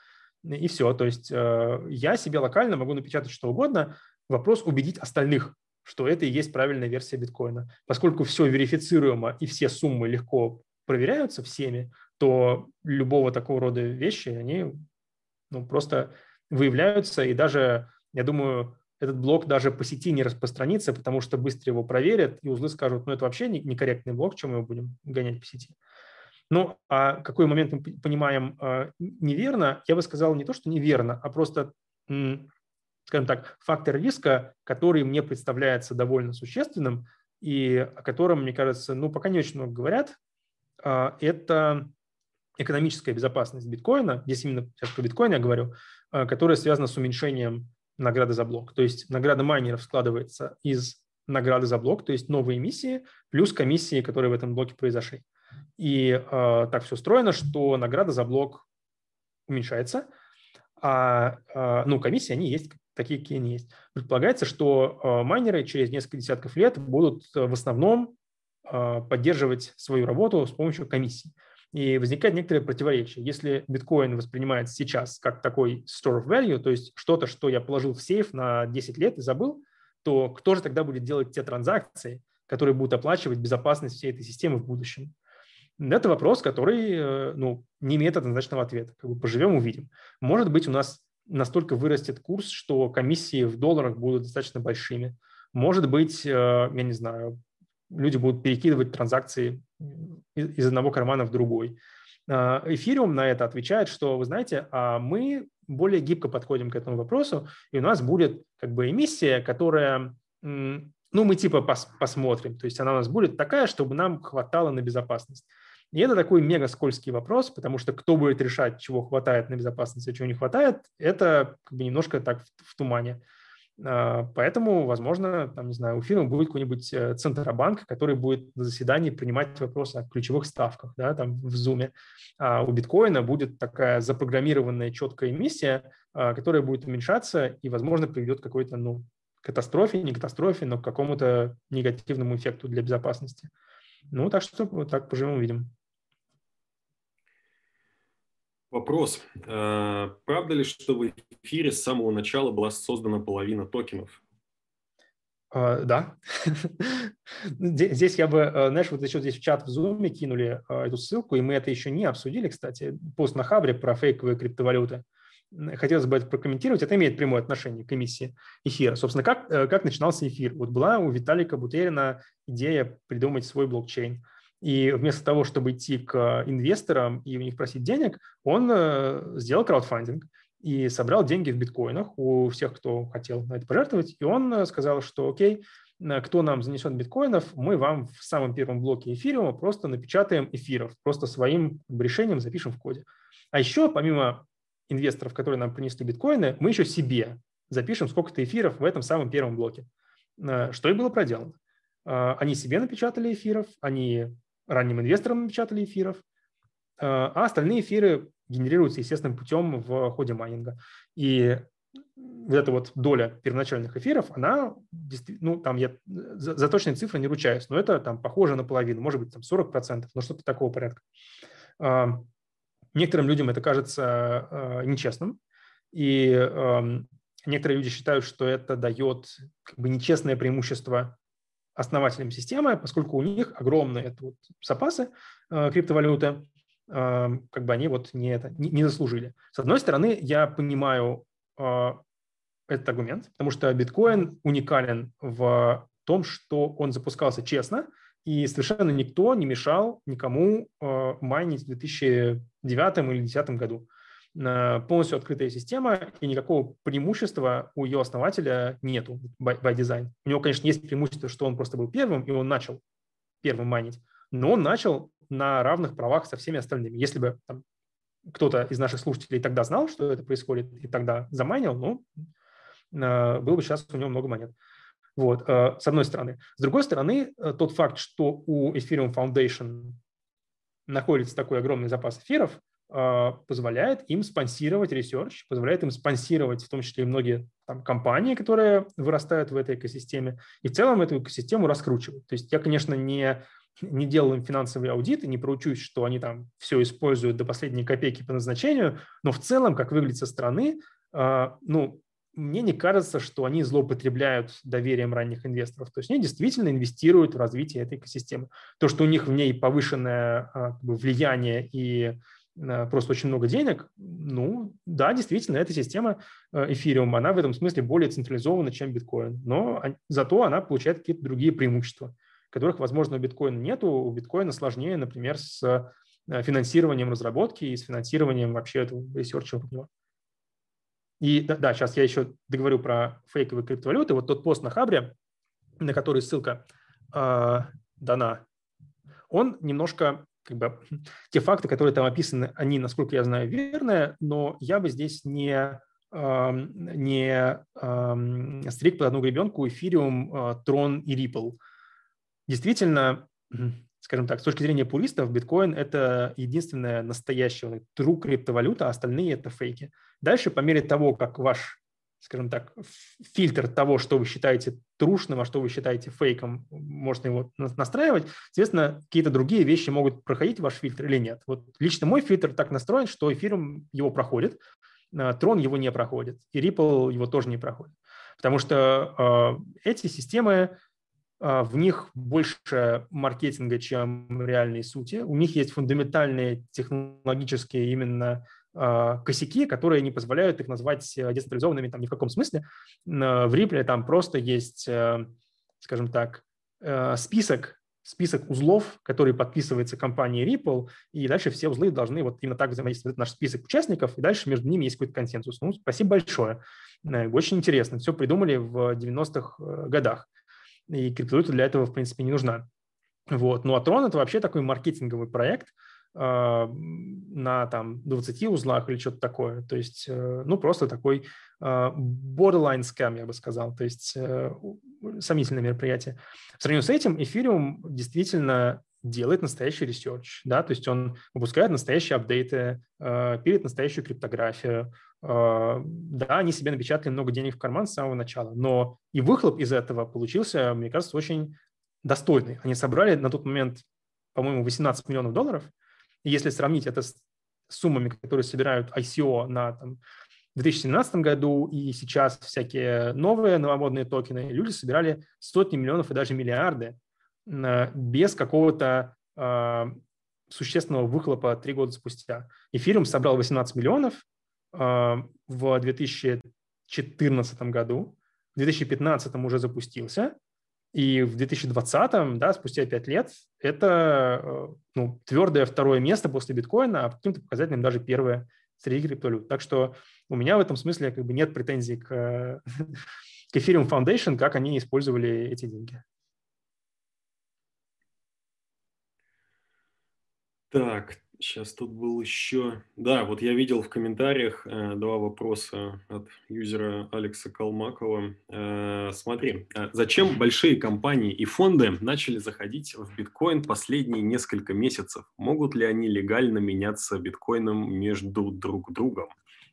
и все. То есть я себе локально могу напечатать что угодно. Вопрос убедить остальных, что это и есть правильная версия биткоина. Поскольку все верифицируемо и все суммы легко проверяются всеми, то любого такого рода вещи, они ну, просто выявляются. И даже, я думаю, этот блок даже по сети не распространится, потому что быстро его проверят, и узлы скажут, ну это вообще некорректный блок, чем мы его будем гонять по сети. Ну, а какой момент мы понимаем э, неверно, я бы сказал не то, что неверно, а просто, м, скажем так, фактор риска, который мне представляется довольно существенным и о котором, мне кажется, ну, пока не очень много говорят, э, это экономическая безопасность биткоина, здесь именно сейчас про биткоин я говорю, э, которая связана с уменьшением награды за блок. То есть награда майнеров складывается из награды за блок, то есть новые эмиссии, плюс комиссии, которые в этом блоке произошли. И э, так все устроено, что награда за блок уменьшается, а э, ну, комиссии, они есть такие, какие они есть. Предполагается, что э, майнеры через несколько десятков лет будут в основном э, поддерживать свою работу с помощью комиссий. И возникает некоторое противоречие. Если биткоин воспринимается сейчас как такой store of value, то есть что-то, что я положил в сейф на десять лет и забыл, то кто же тогда будет делать те транзакции, которые будут оплачивать безопасность всей этой системы в будущем? Это вопрос, который ну, не имеет однозначного ответа. Как бы поживем, увидим. Может быть, у нас настолько вырастет курс, что комиссии в долларах будут достаточно большими. Может быть, я не знаю, люди будут перекидывать транзакции из одного кармана в другой. Эфириум на это отвечает, что, вы знаете, мы более гибко подходим к этому вопросу, и у нас будет как бы эмиссия, которая, ну, мы типа пос- посмотрим, то есть она у нас будет такая, чтобы нам хватало на безопасность. И это такой мега скользкий вопрос, потому что кто будет решать, чего хватает на безопасность, а чего не хватает, это как бы немножко так в, в тумане. Поэтому, возможно, там, не знаю, у фирмы будет какой-нибудь Центробанк, который будет на заседании принимать вопросы о ключевых ставках, да, там в Zoom. А у биткоина будет такая запрограммированная четкая эмиссия, которая будет уменьшаться и, возможно, приведет к какой-то, ну, катастрофе, не катастрофе, но к какому-то негативному эффекту для безопасности. Ну, так что вот так поживем, увидим. Вопрос. Правда ли, что в эфире с самого начала была создана половина токенов? Uh, да. Здесь я бы, знаешь, вот еще здесь в чат в Zoom кинули uh, эту ссылку, и мы это еще не обсудили, кстати, пост на Хабре про фейковые криптовалюты. Хотелось бы это прокомментировать. Это имеет прямое отношение к эмиссии эфира. Собственно, как, как начинался эфир? Вот была у Виталика Бутерина идея придумать свой блокчейн. И вместо того, чтобы идти к инвесторам и у них просить денег, он сделал краудфандинг и собрал деньги в биткоинах у всех, кто хотел на это пожертвовать. И он сказал, что окей, кто нам занесет биткоинов, мы вам в самом первом блоке эфириума просто напечатаем эфиров, просто своим решением запишем в коде. А еще, помимо инвесторов, которые нам принесли биткоины, мы еще себе запишем сколько-то эфиров в этом самом первом блоке. Что и было проделано. Они себе напечатали эфиров, они ранним инвесторам напечатали эфиров, а остальные эфиры генерируются естественным путем в ходе майнинга. И вот эта вот доля первоначальных эфиров, она, ну, там я за, за точные цифры не ручаюсь, но это там похоже на половину, может быть, там сорок процентов, но что-то такого порядка. Некоторым людям это кажется нечестным, и некоторые люди считают, что это дает как бы нечестное преимущество основателям системы, поскольку у них огромные это вот запасы э, криптовалюты, э, как бы они вот не, это, не, не заслужили. С одной стороны, я понимаю э, этот аргумент, потому что биткоин уникален в том, что он запускался честно, и совершенно никто не мешал никому э, майнить в две тысячи девятом или две тысячи десятом году. Полностью открытая система, и никакого преимущества у ее основателя нету by, by design. У него, конечно, есть преимущество, что он просто был первым, и он начал первым майнить, но он начал на равных правах со всеми остальными. Если бы там, кто-то из наших слушателей тогда знал, что это происходит, и тогда замайнил, ну, было бы сейчас у него много монет. Вот, с одной стороны. С другой стороны, тот факт, что у Ethereum Foundation находится такой огромный запас эфиров, позволяет им спонсировать ресерч, позволяет им спонсировать в том числе и многие там, компании, которые вырастают в этой экосистеме, и в целом эту экосистему раскручивают. То есть я, конечно, не не делал им финансовый аудит и не поручусь, что они там все используют до последней копейки по назначению, но в целом, как выглядит со стороны, ну, мне не кажется, что они злоупотребляют доверием ранних инвесторов. То есть они действительно инвестируют в развитие этой экосистемы. То, что у них в ней повышенное как бы, влияние и просто очень много денег, ну, да, действительно, эта система Ethereum, она в этом смысле более централизована, чем биткоин, но зато она получает какие-то другие преимущества, которых, возможно, у биткоина нету. У биткоина сложнее, например, с финансированием разработки и с финансированием вообще этого ресерча вокруг него. И да, да, сейчас я еще договорю про фейковые криптовалюты. Вот тот пост на Хабре, на который ссылка э, дана, он немножко, как бы, те факты, которые там описаны, они, насколько я знаю, верные, но я бы здесь не, э, не э, стриг под одну гребенку Ethereum, э, Tron и Ripple. Действительно, скажем так, с точки зрения пуристов, биткоин – это единственная настоящая true криптовалюта, а остальные – это фейки. Дальше, по мере того, как ваш, скажем так, фильтр того, что вы считаете трушным, а что вы считаете фейком, можно его настраивать, соответственно, какие-то другие вещи могут проходить ваш фильтр или нет. Вот лично мой фильтр так настроен, что эфиром его проходит, Tron его не проходит, и Ripple его тоже не проходит. Потому что э, эти системы, в них больше маркетинга, чем реальной сути. У них есть фундаментальные технологические именно э, косяки, которые не позволяют их назвать децентрализованными там, ни в каком смысле. В Ripple там просто есть, э, скажем так, э, список, список узлов, который подписывается компанией Ripple, и дальше все узлы должны вот именно так взаимодействовать. Это наш список участников, и дальше между ними есть какой-то консенсус. Ну, спасибо большое. Очень интересно. Все придумали в девяностых годах. И криптовалюта для этого, в принципе, не нужна. Вот. Ну, а Tron – это вообще такой маркетинговый проект э, на там, двадцати узлах или что-то такое. То есть, э, ну, просто такой э, borderline scam, я бы сказал. То есть, э, сомнительное мероприятие. В сравнении с этим, Ethereum действительно делает настоящий ресерч, да, то есть он выпускает настоящие апдейты, э, пилит настоящую криптографию. Э, да, они себе напечатали много денег в карман с самого начала, но и выхлоп из этого получился, мне кажется, очень достойный. Они собрали на тот момент, по-моему, восемнадцать миллионов долларов. И если сравнить это с суммами, которые собирают ай си о на там, в две тысячи семнадцатом году и сейчас всякие новые новомодные токены, люди собирали сотни миллионов и даже миллиарды без какого-то э, существенного выхлопа три года спустя. Ethereum собрал восемнадцать миллионов э, в две тысячи четырнадцатом году, в две тысячи пятнадцатом уже запустился, и в две тысячи двадцатом, да, спустя пять лет, это э, ну, твердое второе место после биткоина, а по каким-то показателям даже первое среди криптовалют. Так что у меня в этом смысле как бы нет претензий к, к Ethereum Foundation, как они использовали эти деньги. Так, сейчас тут был еще... Да, вот я видел в комментариях э, два вопроса от юзера Алекса Калмакова. Э, смотри, э, зачем большие компании и фонды начали заходить в биткоин последние несколько месяцев? Могут ли они легально меняться биткоином между друг другом?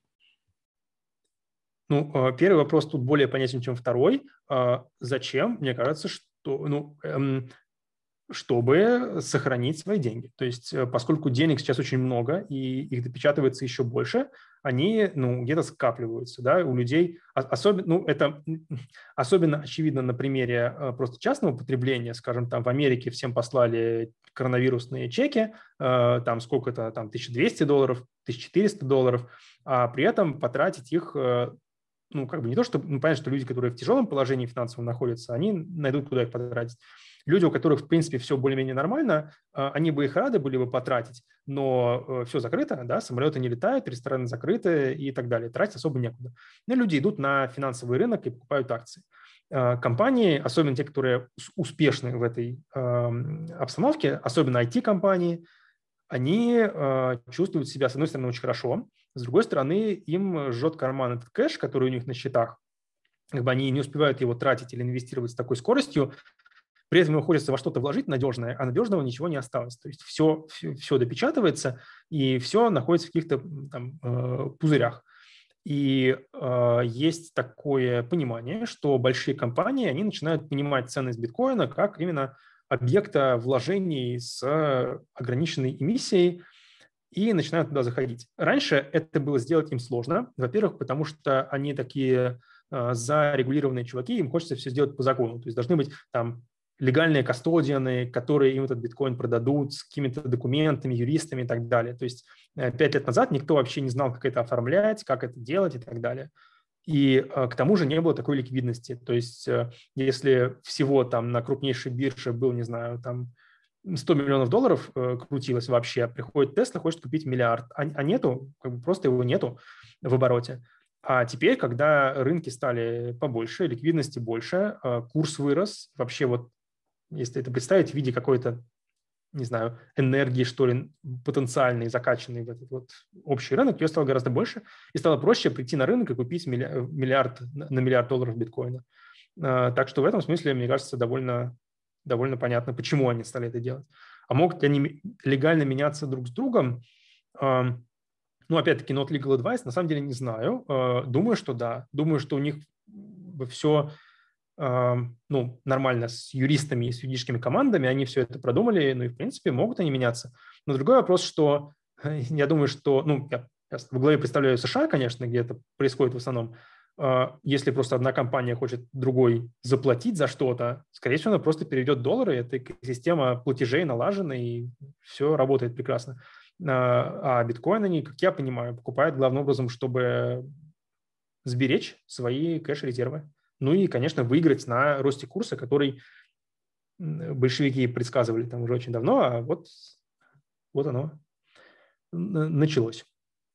Ну, первый вопрос тут более понятен, чем второй. Зачем? Мне кажется, что... Ну, эм, чтобы сохранить свои деньги. То есть, поскольку денег сейчас очень много и их допечатывается еще больше, они, ну, где-то скапливаются, да, у людей. Особенно, ну, это особенно очевидно на примере просто частного потребления. Скажем, там в Америке всем послали коронавирусные чеки, там сколько-то, там тысяча двести долларов, тысяча четыреста долларов, а при этом потратить их, ну, как бы не то, что, ну, понятно, что люди, которые в тяжелом положении финансовом находятся, они найдут, куда их потратить. Люди, у которых, в принципе, все более-менее нормально, они бы их рады были бы потратить, но все закрыто, да, самолеты не летают, рестораны закрыты и так далее. Тратить особо некуда. Но люди идут на финансовый рынок и покупают акции. Компании, особенно те, которые успешны в этой обстановке, особенно ай ти-компании, они чувствуют себя, с одной стороны, очень хорошо, с другой стороны, им жжет карман этот кэш, который у них на счетах, как бы они не успевают его тратить или инвестировать с такой скоростью. При этом ему хочется во что-то вложить надежное, а надежного ничего не осталось. То есть все, все, все допечатывается, и все находится в каких-то там, э, пузырях. И э, есть такое понимание, что большие компании, они начинают понимать ценность биткоина как именно объекта вложений с ограниченной эмиссией и начинают туда заходить. Раньше это было сделать им сложно. Во-первых, потому что они такие э, зарегулированные чуваки, им хочется все сделать по закону. То есть должны быть там легальные кастодианы, которые им этот биткоин продадут с какими-то документами, юристами и так далее. То есть э, пять лет назад никто вообще не знал, как это оформлять, как это делать и так далее. И э, к тому же не было такой ликвидности. То есть э, если всего там на крупнейшей бирже был, не знаю, там сто миллионов долларов э, крутилось вообще, приходит Тесла, хочет купить миллиард, а, а нету, как бы просто его нету в обороте. А теперь, когда рынки стали побольше, ликвидности больше, э, курс вырос, вообще вот, если это представить в виде какой-то, не знаю, энергии, что ли, потенциальной, закачанной в этот вот общий рынок, ее стало гораздо больше, и стало проще прийти на рынок и купить миллиард, на миллиард долларов биткоина. Так что в этом смысле, мне кажется, довольно, довольно понятно, почему они стали это делать. А могут ли они легально меняться друг с другом? Ну, опять-таки, not legal advice, на самом деле не знаю. Думаю, что да. Думаю, что у них все... ну, нормально с юристами и с юридическими командами, они все это продумали, ну и, в принципе, могут они меняться. Но другой вопрос, что я думаю, что, ну, я, я в голове представляю США, конечно, где это происходит в основном, если просто одна компания хочет другой заплатить за что-то, скорее всего, она просто переведет доллары, эта система платежей налажена, и все работает прекрасно. А биткоин они, как я понимаю, покупают главным образом, чтобы сберечь свои кэш-резервы. Ну и, конечно, выиграть на росте курса, который большевики предсказывали там уже очень давно, а вот, вот оно началось.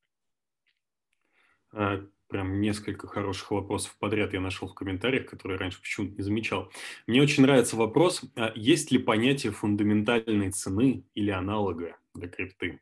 Прям несколько хороших вопросов подряд я нашел в комментариях, которые раньше почему-то не замечал. Мне очень нравится вопрос, есть ли понятие фундаментальной цены или аналога для крипты?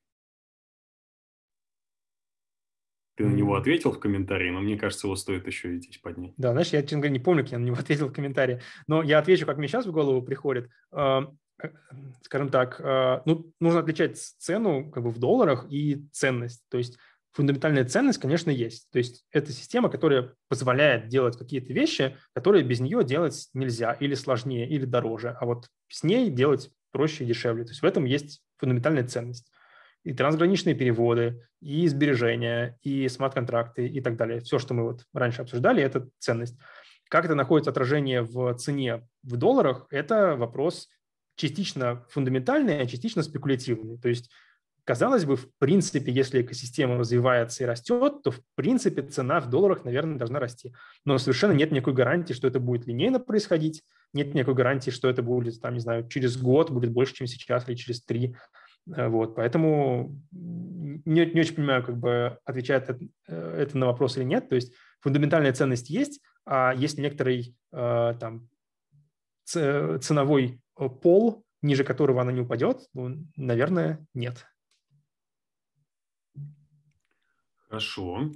Ты на него ответил в комментарии, но мне кажется, его стоит еще и здесь поднять. Да, знаешь, я, честно говоря, не помню, как я на него ответил в комментарии, но я отвечу, как мне сейчас в голову приходит. Скажем так, ну, нужно отличать цену как бы в долларах и ценность. То есть фундаментальная ценность, конечно, есть. То есть это система, которая позволяет делать какие-то вещи, которые без нее делать нельзя, или сложнее, или дороже. А вот с ней делать проще и дешевле. То есть в этом есть фундаментальная ценность. И трансграничные переводы, и сбережения, и смарт-контракты, и так далее. Все, что мы вот раньше обсуждали, это ценность. Как это находит отражение в цене в долларах, это вопрос частично фундаментальный, а частично спекулятивный. То есть, казалось бы, в принципе, если экосистема развивается и растет, то в принципе цена в долларах, наверное, должна расти. Но совершенно нет никакой гарантии, что это будет линейно происходить, нет никакой гарантии, что это будет, там, не знаю, через год будет больше, чем сейчас, или через три. Вот, поэтому не, не очень понимаю, как бы отвечает это, это на вопрос или нет. То есть фундаментальная ценность есть, а есть некоторый там ценовой пол, ниже которого она не упадет, ну, наверное, нет. Хорошо.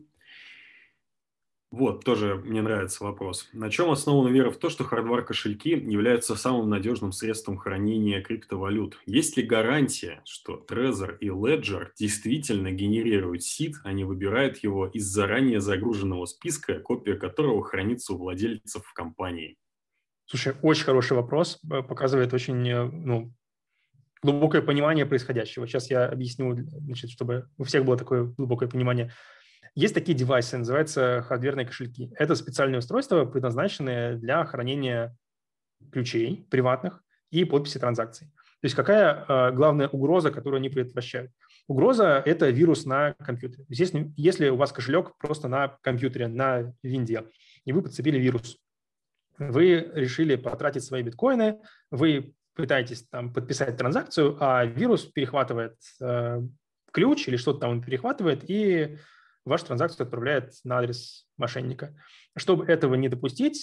Вот, тоже мне нравится вопрос. На чем основана вера в то, что хардвар-кошельки являются самым надежным средством хранения криптовалют? Есть ли гарантия, что Trezor и Ledger действительно генерируют сид, а не выбирают его из заранее загруженного списка, копия которого хранится у владельцев в компании? Слушай, очень хороший вопрос. Показывает очень, ну, глубокое понимание происходящего. Сейчас я объясню, значит, чтобы у всех было такое глубокое понимание. Есть такие девайсы, называются хардверные кошельки. Это специальные устройства, предназначенные для хранения ключей приватных и подписи транзакций. То есть какая э, главная угроза, которую они предотвращают? Угроза – это вирус на компьютере. То есть если, если у вас кошелек просто на компьютере, на винде, и вы подцепили вирус, вы решили потратить свои биткоины, вы пытаетесь там подписать транзакцию, а вирус перехватывает э, ключ или что-то там он перехватывает и вашу транзакцию отправляет на адрес мошенника. Чтобы этого не допустить,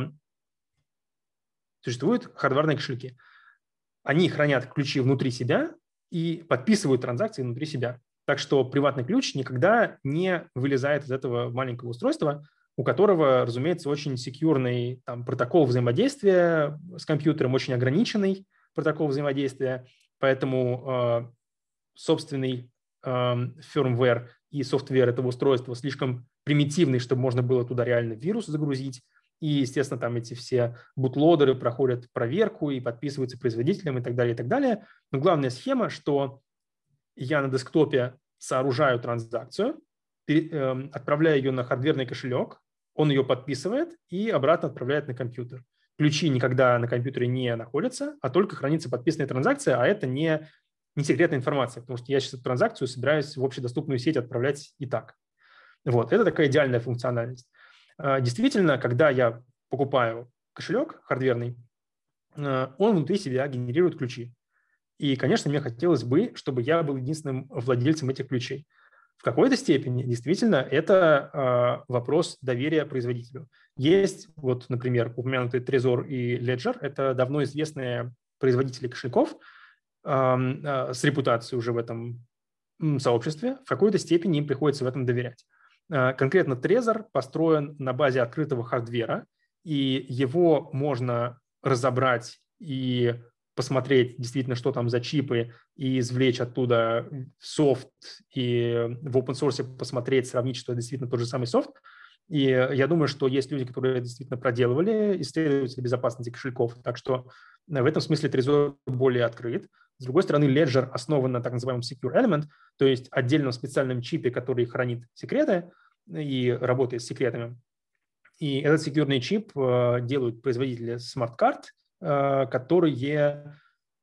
существуют хардварные кошельки. Они хранят ключи внутри себя и подписывают транзакции внутри себя. Так что приватный ключ никогда не вылезает из этого маленького устройства, у которого, разумеется, очень секьюрный там, протокол взаимодействия с компьютером, очень ограниченный протокол взаимодействия, поэтому э, собственный фирмвер и софтвер этого устройства слишком примитивный, чтобы можно было туда реально вирус загрузить, и, естественно, там эти все бутлодеры проходят проверку и подписываются производителем и так далее, и так далее. Но главная схема, что я на десктопе сооружаю транзакцию, отправляю ее на хардверный кошелек, он ее подписывает и обратно отправляет на компьютер. Ключи никогда на компьютере не находятся, а только хранится подписанная транзакция, а это не, не секретная информация, потому что я сейчас эту транзакцию собираюсь в общедоступную сеть отправлять и так. Вот, это такая идеальная функциональность. Действительно, когда я покупаю кошелек хардверный, он внутри себя генерирует ключи. И, конечно, мне хотелось бы, чтобы я был единственным владельцем этих ключей. В какой-то степени действительно это вопрос доверия производителю. Есть, вот, например, упомянутый Trezor и Ledger, это давно известные производители кошельков с репутацией уже в этом сообществе. В какой-то степени им приходится в этом доверять. Конкретно Trezor построен на базе открытого хардвера, и его можно разобрать и посмотреть действительно, что там за чипы, и извлечь оттуда софт, и в open source посмотреть, сравнить, что это действительно тот же самый софт. И я думаю, что есть люди, которые действительно проделывали исследователи безопасности кошельков, так что в этом смысле Trezor более открыт. С другой стороны, Ledger основан на так называемом secure element, то есть отдельном специальном чипе, который хранит секреты и работает с секретами. И этот секьюрный чип делают производители смарт-карт, которые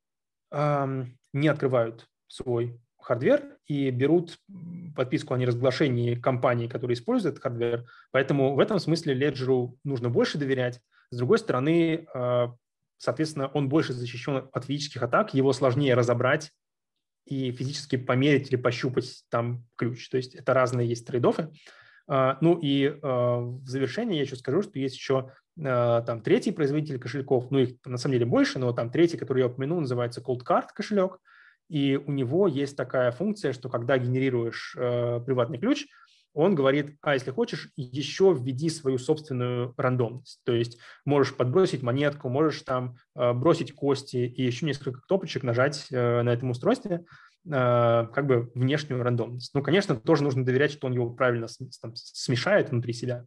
не открывают свой хардвер и берут подписку о неразглашении компании, которые используют этот хардвер. Поэтому в этом смысле Ledger нужно больше доверять. С другой стороны, соответственно, он больше защищен от физических атак, его сложнее разобрать и физически померить или пощупать там ключ. То есть это разные есть трейд-оффы. Ну и в завершение я еще скажу, что есть еще там третий производитель кошельков, ну их на самом деле больше, но там третий, который я упомянул, называется Cold Card кошелек, и у него есть такая функция, что когда генерируешь приватный ключ, он говорит, а если хочешь, еще введи свою собственную рандомность. То есть можешь подбросить монетку, можешь там бросить кости и еще несколько кнопочек нажать на этом устройстве, как бы внешнюю рандомность. Ну, конечно, тоже нужно доверять, что он его правильно там смешает внутри себя.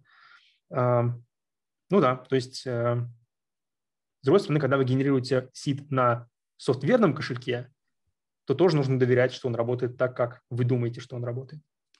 Ну да, то есть с другой стороны, когда вы генерируете сид на софтверном кошельке, то тоже нужно доверять, что он работает так, как вы думаете, что он работает.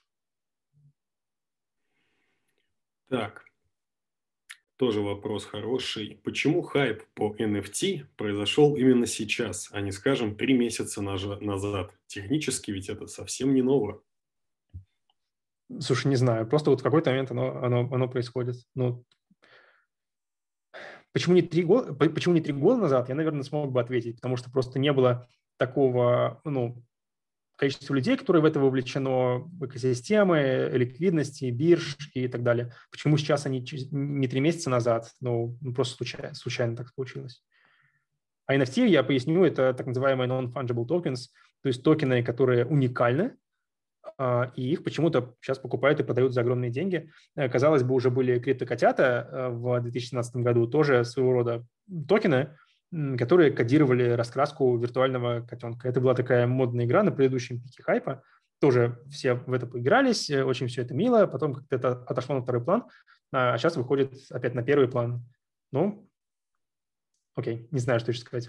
Так, тоже вопрос хороший. Почему хайп по эн эф ти произошел именно сейчас, а не, скажем, три месяца назад? Технически ведь это совсем не ново. Слушай, не знаю. Просто вот в какой-то момент оно, оно, оно происходит. Ну, почему не, три года, почему не три года назад, я, наверное, смог бы ответить, потому что просто не было такого, ну, количество людей, которые в это вовлечено, в экосистемы, ликвидности, бирж и так далее. Почему сейчас они не три месяца назад? Ну, просто случайно, случайно так получилось. А эн эф ти, я поясню, это так называемые non-fungible tokens, то есть токены, которые уникальны, и их почему-то сейчас покупают и продают за огромные деньги. Казалось бы, уже были криптокотята в две тысячи семнадцатом году, тоже своего рода токены, которые кодировали раскраску виртуального котенка. Это была такая модная игра на предыдущем пике хайпа. Тоже все в это поигрались, очень все это мило, потом как-то это отошло на второй план, а сейчас выходит опять на первый план. Ну, окей, не знаю, что еще сказать.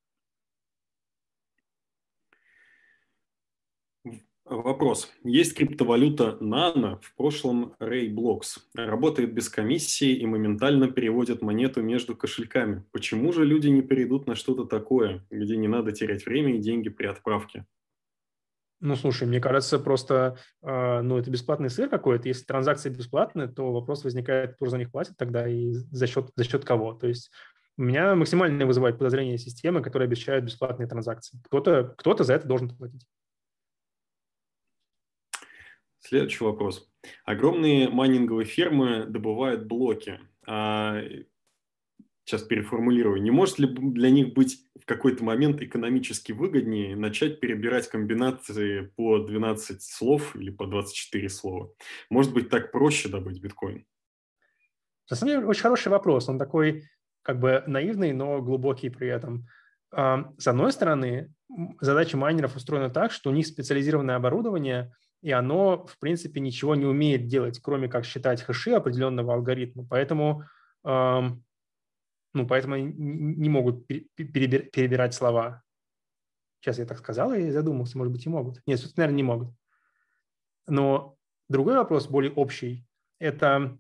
Вопрос. Есть криптовалюта Nano, в прошлом Rayblocks. Работает без комиссии и моментально переводит монету между кошельками. Почему же люди не перейдут на что-то такое, где не надо терять время и деньги при отправке? Ну, слушай, мне кажется, просто э, ну, это бесплатный сыр какой-то. Если транзакции бесплатные, то вопрос возникает, кто за них платит тогда и за счет, за счет кого. То есть у меня максимально вызывает подозрение системы, которые обещают бесплатные транзакции. Кто-то, кто-то за это должен платить. Следующий вопрос. Огромные майнинговые фирмы добывают блоки. А, сейчас переформулирую. Не может ли для них быть в какой-то момент экономически выгоднее начать перебирать комбинации по двенадцать слов или по двадцать четыре слова? Может быть, так проще добыть биткоин? На самом деле, очень хороший вопрос. Он такой как бы наивный, но глубокий при этом. С одной стороны, задача майнеров устроена так, что у них специализированное оборудование, и оно, в принципе, ничего не умеет делать, кроме как считать хэши определенного алгоритма. Поэтому Ну, поэтому они не могут перебирать слова. Сейчас я так сказал и задумался, может быть, и могут. Нет, собственно, наверное, не могут. Но другой вопрос, более общий, это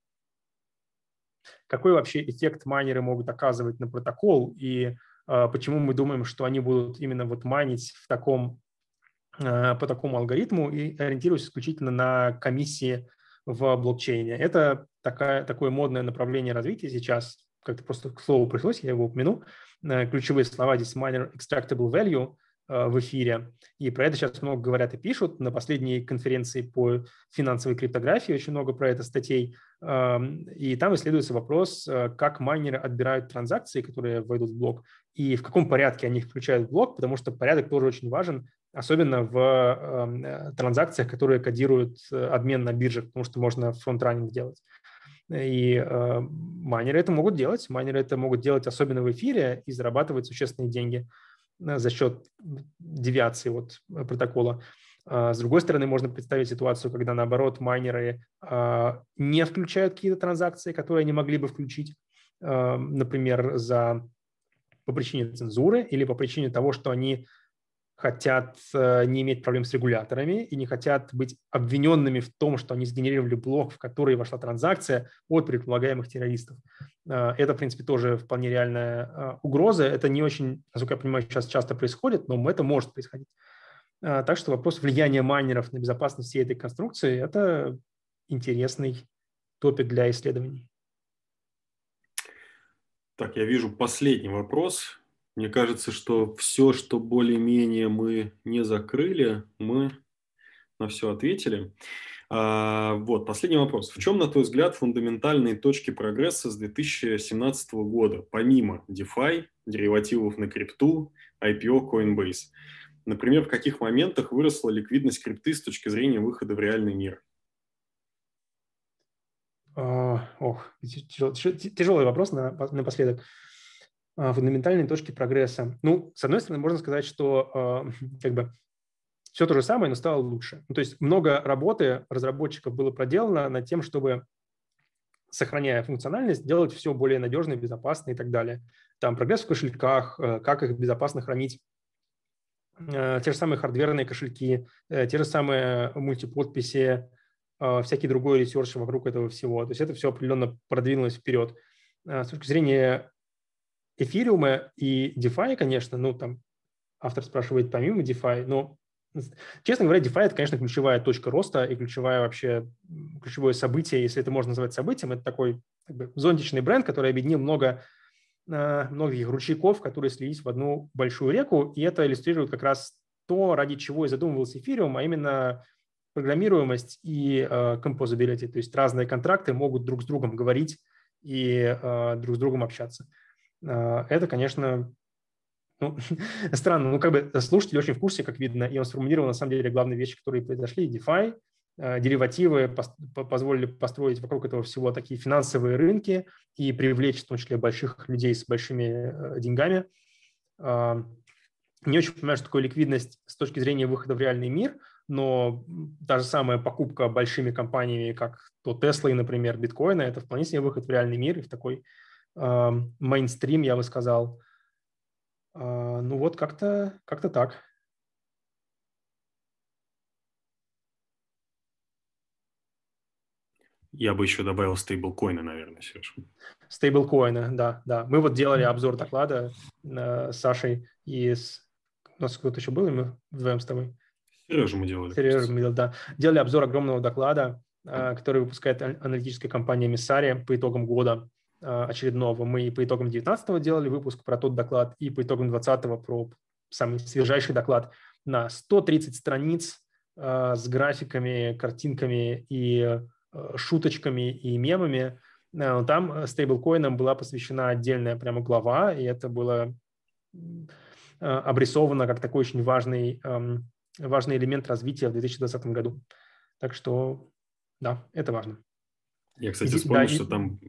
какой вообще эффект майнеры могут оказывать на протокол и э, почему мы думаем, что они будут именно вот майнить в таком, э, по такому алгоритму и ориентируясь исключительно на комиссии в блокчейне. Это такая, такое модное направление развития сейчас, как-то просто к слову пришлось, я его упомяну. Э, ключевые слова здесь miner extractable value в эфире. И про это сейчас много говорят и пишут. На последней конференции по финансовой криптографии очень много про это статей. И там исследуется вопрос, как майнеры отбирают транзакции, которые войдут в блок, и в каком порядке они их включают в блок, потому что порядок тоже очень важен, особенно в транзакциях, которые кодируют обмен на биржах, потому что можно фронт-раннинг делать. И майнеры это могут делать. Майнеры это могут делать особенно в эфире и зарабатывать существенные деньги за счет девиации от протокола. С другой стороны, можно представить ситуацию, когда, наоборот, майнеры не включают какие-то транзакции, которые они могли бы включить, например, за, по причине цензуры или по причине того, что они хотят не иметь проблем с регуляторами и не хотят быть обвиненными в том, что они сгенерировали блок, в который вошла транзакция от предполагаемых террористов. Это, в принципе, тоже вполне реальная угроза. Это не очень, насколько я понимаю, сейчас часто происходит, но это может происходить. Так что вопрос влияния майнеров на безопасность всей этой конструкции – это интересный топик для исследований. Так, я вижу последний вопрос. Мне кажется, что все, что более-менее мы не закрыли, мы на все ответили. А, вот, последний вопрос. В чем, на твой взгляд, фундаментальные точки прогресса с две тысячи семнадцатого года, помимо DeFi, деривативов на крипту, ай пи о Coinbase? Например, в каких моментах выросла ликвидность крипты с точки зрения выхода в реальный мир? А, ох, тяжелый вопрос на, напоследок. Фундаментальные точки прогресса. Ну, с одной стороны, можно сказать, что как бы все то же самое, но стало лучше. Ну, то есть много работы разработчиков было проделано над тем, чтобы, сохраняя функциональность, делать все более надежно, безопасно и так далее. Там прогресс в кошельках, как их безопасно хранить, те же самые хардверные кошельки, те же самые мультиподписи, всякий другой ресерч вокруг этого всего. То есть это все определенно продвинулось вперед. С точки зрения эфириума и DeFi, конечно, ну, там автор спрашивает помимо DeFi, но, честно говоря, DeFi – это, конечно, ключевая точка роста и ключевое вообще, ключевое событие, если это можно назвать событием. Это такой как бы зонтичный бренд, который объединил много, многих ручейков, которые слились в одну большую реку, и это иллюстрирует как раз то, ради чего и задумывался эфириум, а именно программируемость и composability, то есть разные контракты могут друг с другом говорить и друг с другом общаться. Это, конечно, ну, странно. Ну, как бы слушатель очень в курсе, как видно, и он сформулировал, на самом деле, главные вещи, которые произошли. DeFi, деривативы позволили построить вокруг этого всего такие финансовые рынки и привлечь, в том числе, больших людей с большими деньгами. Не очень понимаю, что такое ликвидность с точки зрения выхода в реальный мир, но та же самая покупка большими компаниями, как то Tesla, например, биткоина, это вполне себе выход в реальный мир и в такой мейнстрим, я бы сказал. Ну вот как-то как-то так. Я бы еще добавил стейблкоины, наверное, Сереж. Стейблкоины, да, да. Мы вот делали обзор доклада с Сашей и с... У нас кто-то еще был, и мы вдвоем с тобой. Сережа мы делали. Сережа мы делали, да. Делали обзор огромного доклада, который выпускает аналитическая компания Messari по итогам года очередного. Мы по итогам девятнадцатого делали выпуск про тот доклад, и по итогам двадцатого про самый свежайший доклад на сто тридцать страниц э, с графиками, картинками и э, шуточками и мемами. Э, там стейблкоинам была посвящена отдельная прямо глава, и это было э, обрисовано как такой очень важный, э, важный элемент развития в две тысячи двадцатом году. Так что, да, это важно. Я, кстати, и, вспомнил, да, что и... там...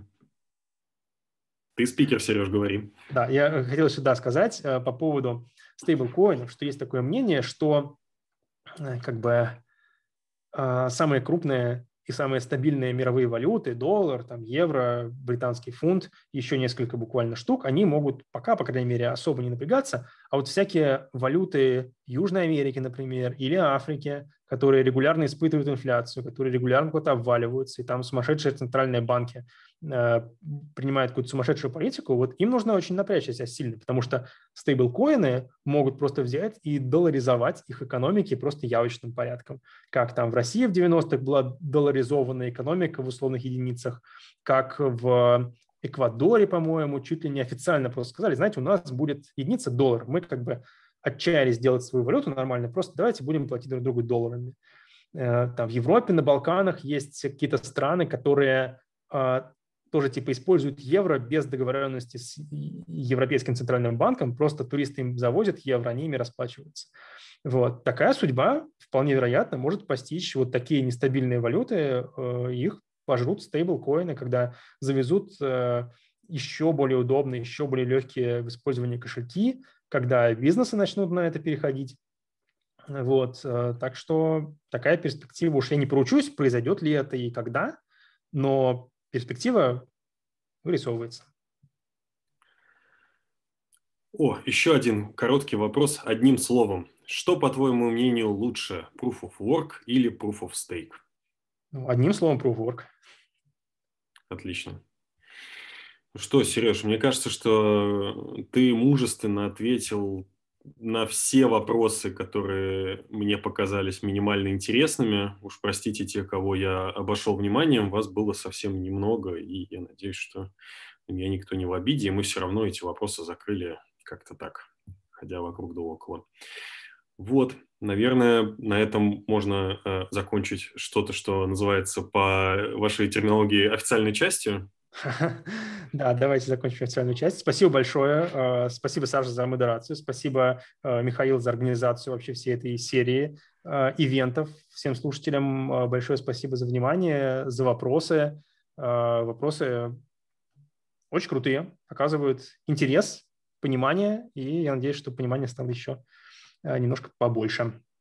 Ты спикер, Сереж, говори. Да, я хотел сюда сказать э, по поводу стейблкоинов, что есть такое мнение, что э, как бы э, самые крупные и самые стабильные мировые валюты, доллар, там, евро, британский фунт, еще несколько буквально штук, они могут пока, по крайней мере, особо не напрягаться. А вот всякие валюты Южной Америки, например, или Африки, которые регулярно испытывают инфляцию, которые регулярно куда-то обваливаются, и там сумасшедшие центральные банки э, принимают какую-то сумасшедшую политику, вот им нужно очень напрячь себя сильно, потому что стейблкоины могут просто взять и долларизовать их экономики просто явочным порядком. Как там в России в девяностых была долларизованная экономика в условных единицах, как в Эквадоре, по-моему, чуть ли не официально просто сказали, знаете, у нас будет единица доллар, мы как бы отчаялись сделать свою валюту нормально, просто давайте будем платить друг другу долларами. Там в Европе, на Балканах есть какие-то страны, которые тоже типа используют евро без договоренности с Европейским центральным банком, просто туристы им завозят евро, они ими расплачиваются. Вот. Такая судьба вполне вероятно может постичь вот такие нестабильные валюты, их пожрут стейблкоины, когда завезут еще более удобные, еще более легкие в использовании кошельки, когда бизнесы начнут на это переходить. Вот. Так что такая перспектива, уж я не поручусь, произойдет ли это и когда, но перспектива вырисовывается. О, еще один короткий вопрос одним словом. Что, по твоему мнению, лучше, Proof of Work или Proof of Stake? Одним словом, Proof of Work. Отлично. Что, Сереж, мне кажется, что ты мужественно ответил на все вопросы, которые мне показались минимально интересными. Уж простите те, кого я обошел вниманием, вас было совсем немного, и я надеюсь, что меня никто не в обиде, и мы все равно эти вопросы закрыли как-то так, ходя вокруг да около. Вот, наверное, на этом можно э, закончить что-то, что называется по вашей терминологии официальной частью. Да, давайте закончим официальную часть. Спасибо большое. Спасибо, Саша, за модерацию. Спасибо, Михаил, за организацию вообще всей этой серии ивентов. Всем слушателям большое спасибо за внимание, за вопросы. Вопросы очень крутые, показывают интерес, понимание, и я надеюсь, что понимание стало еще немножко побольше.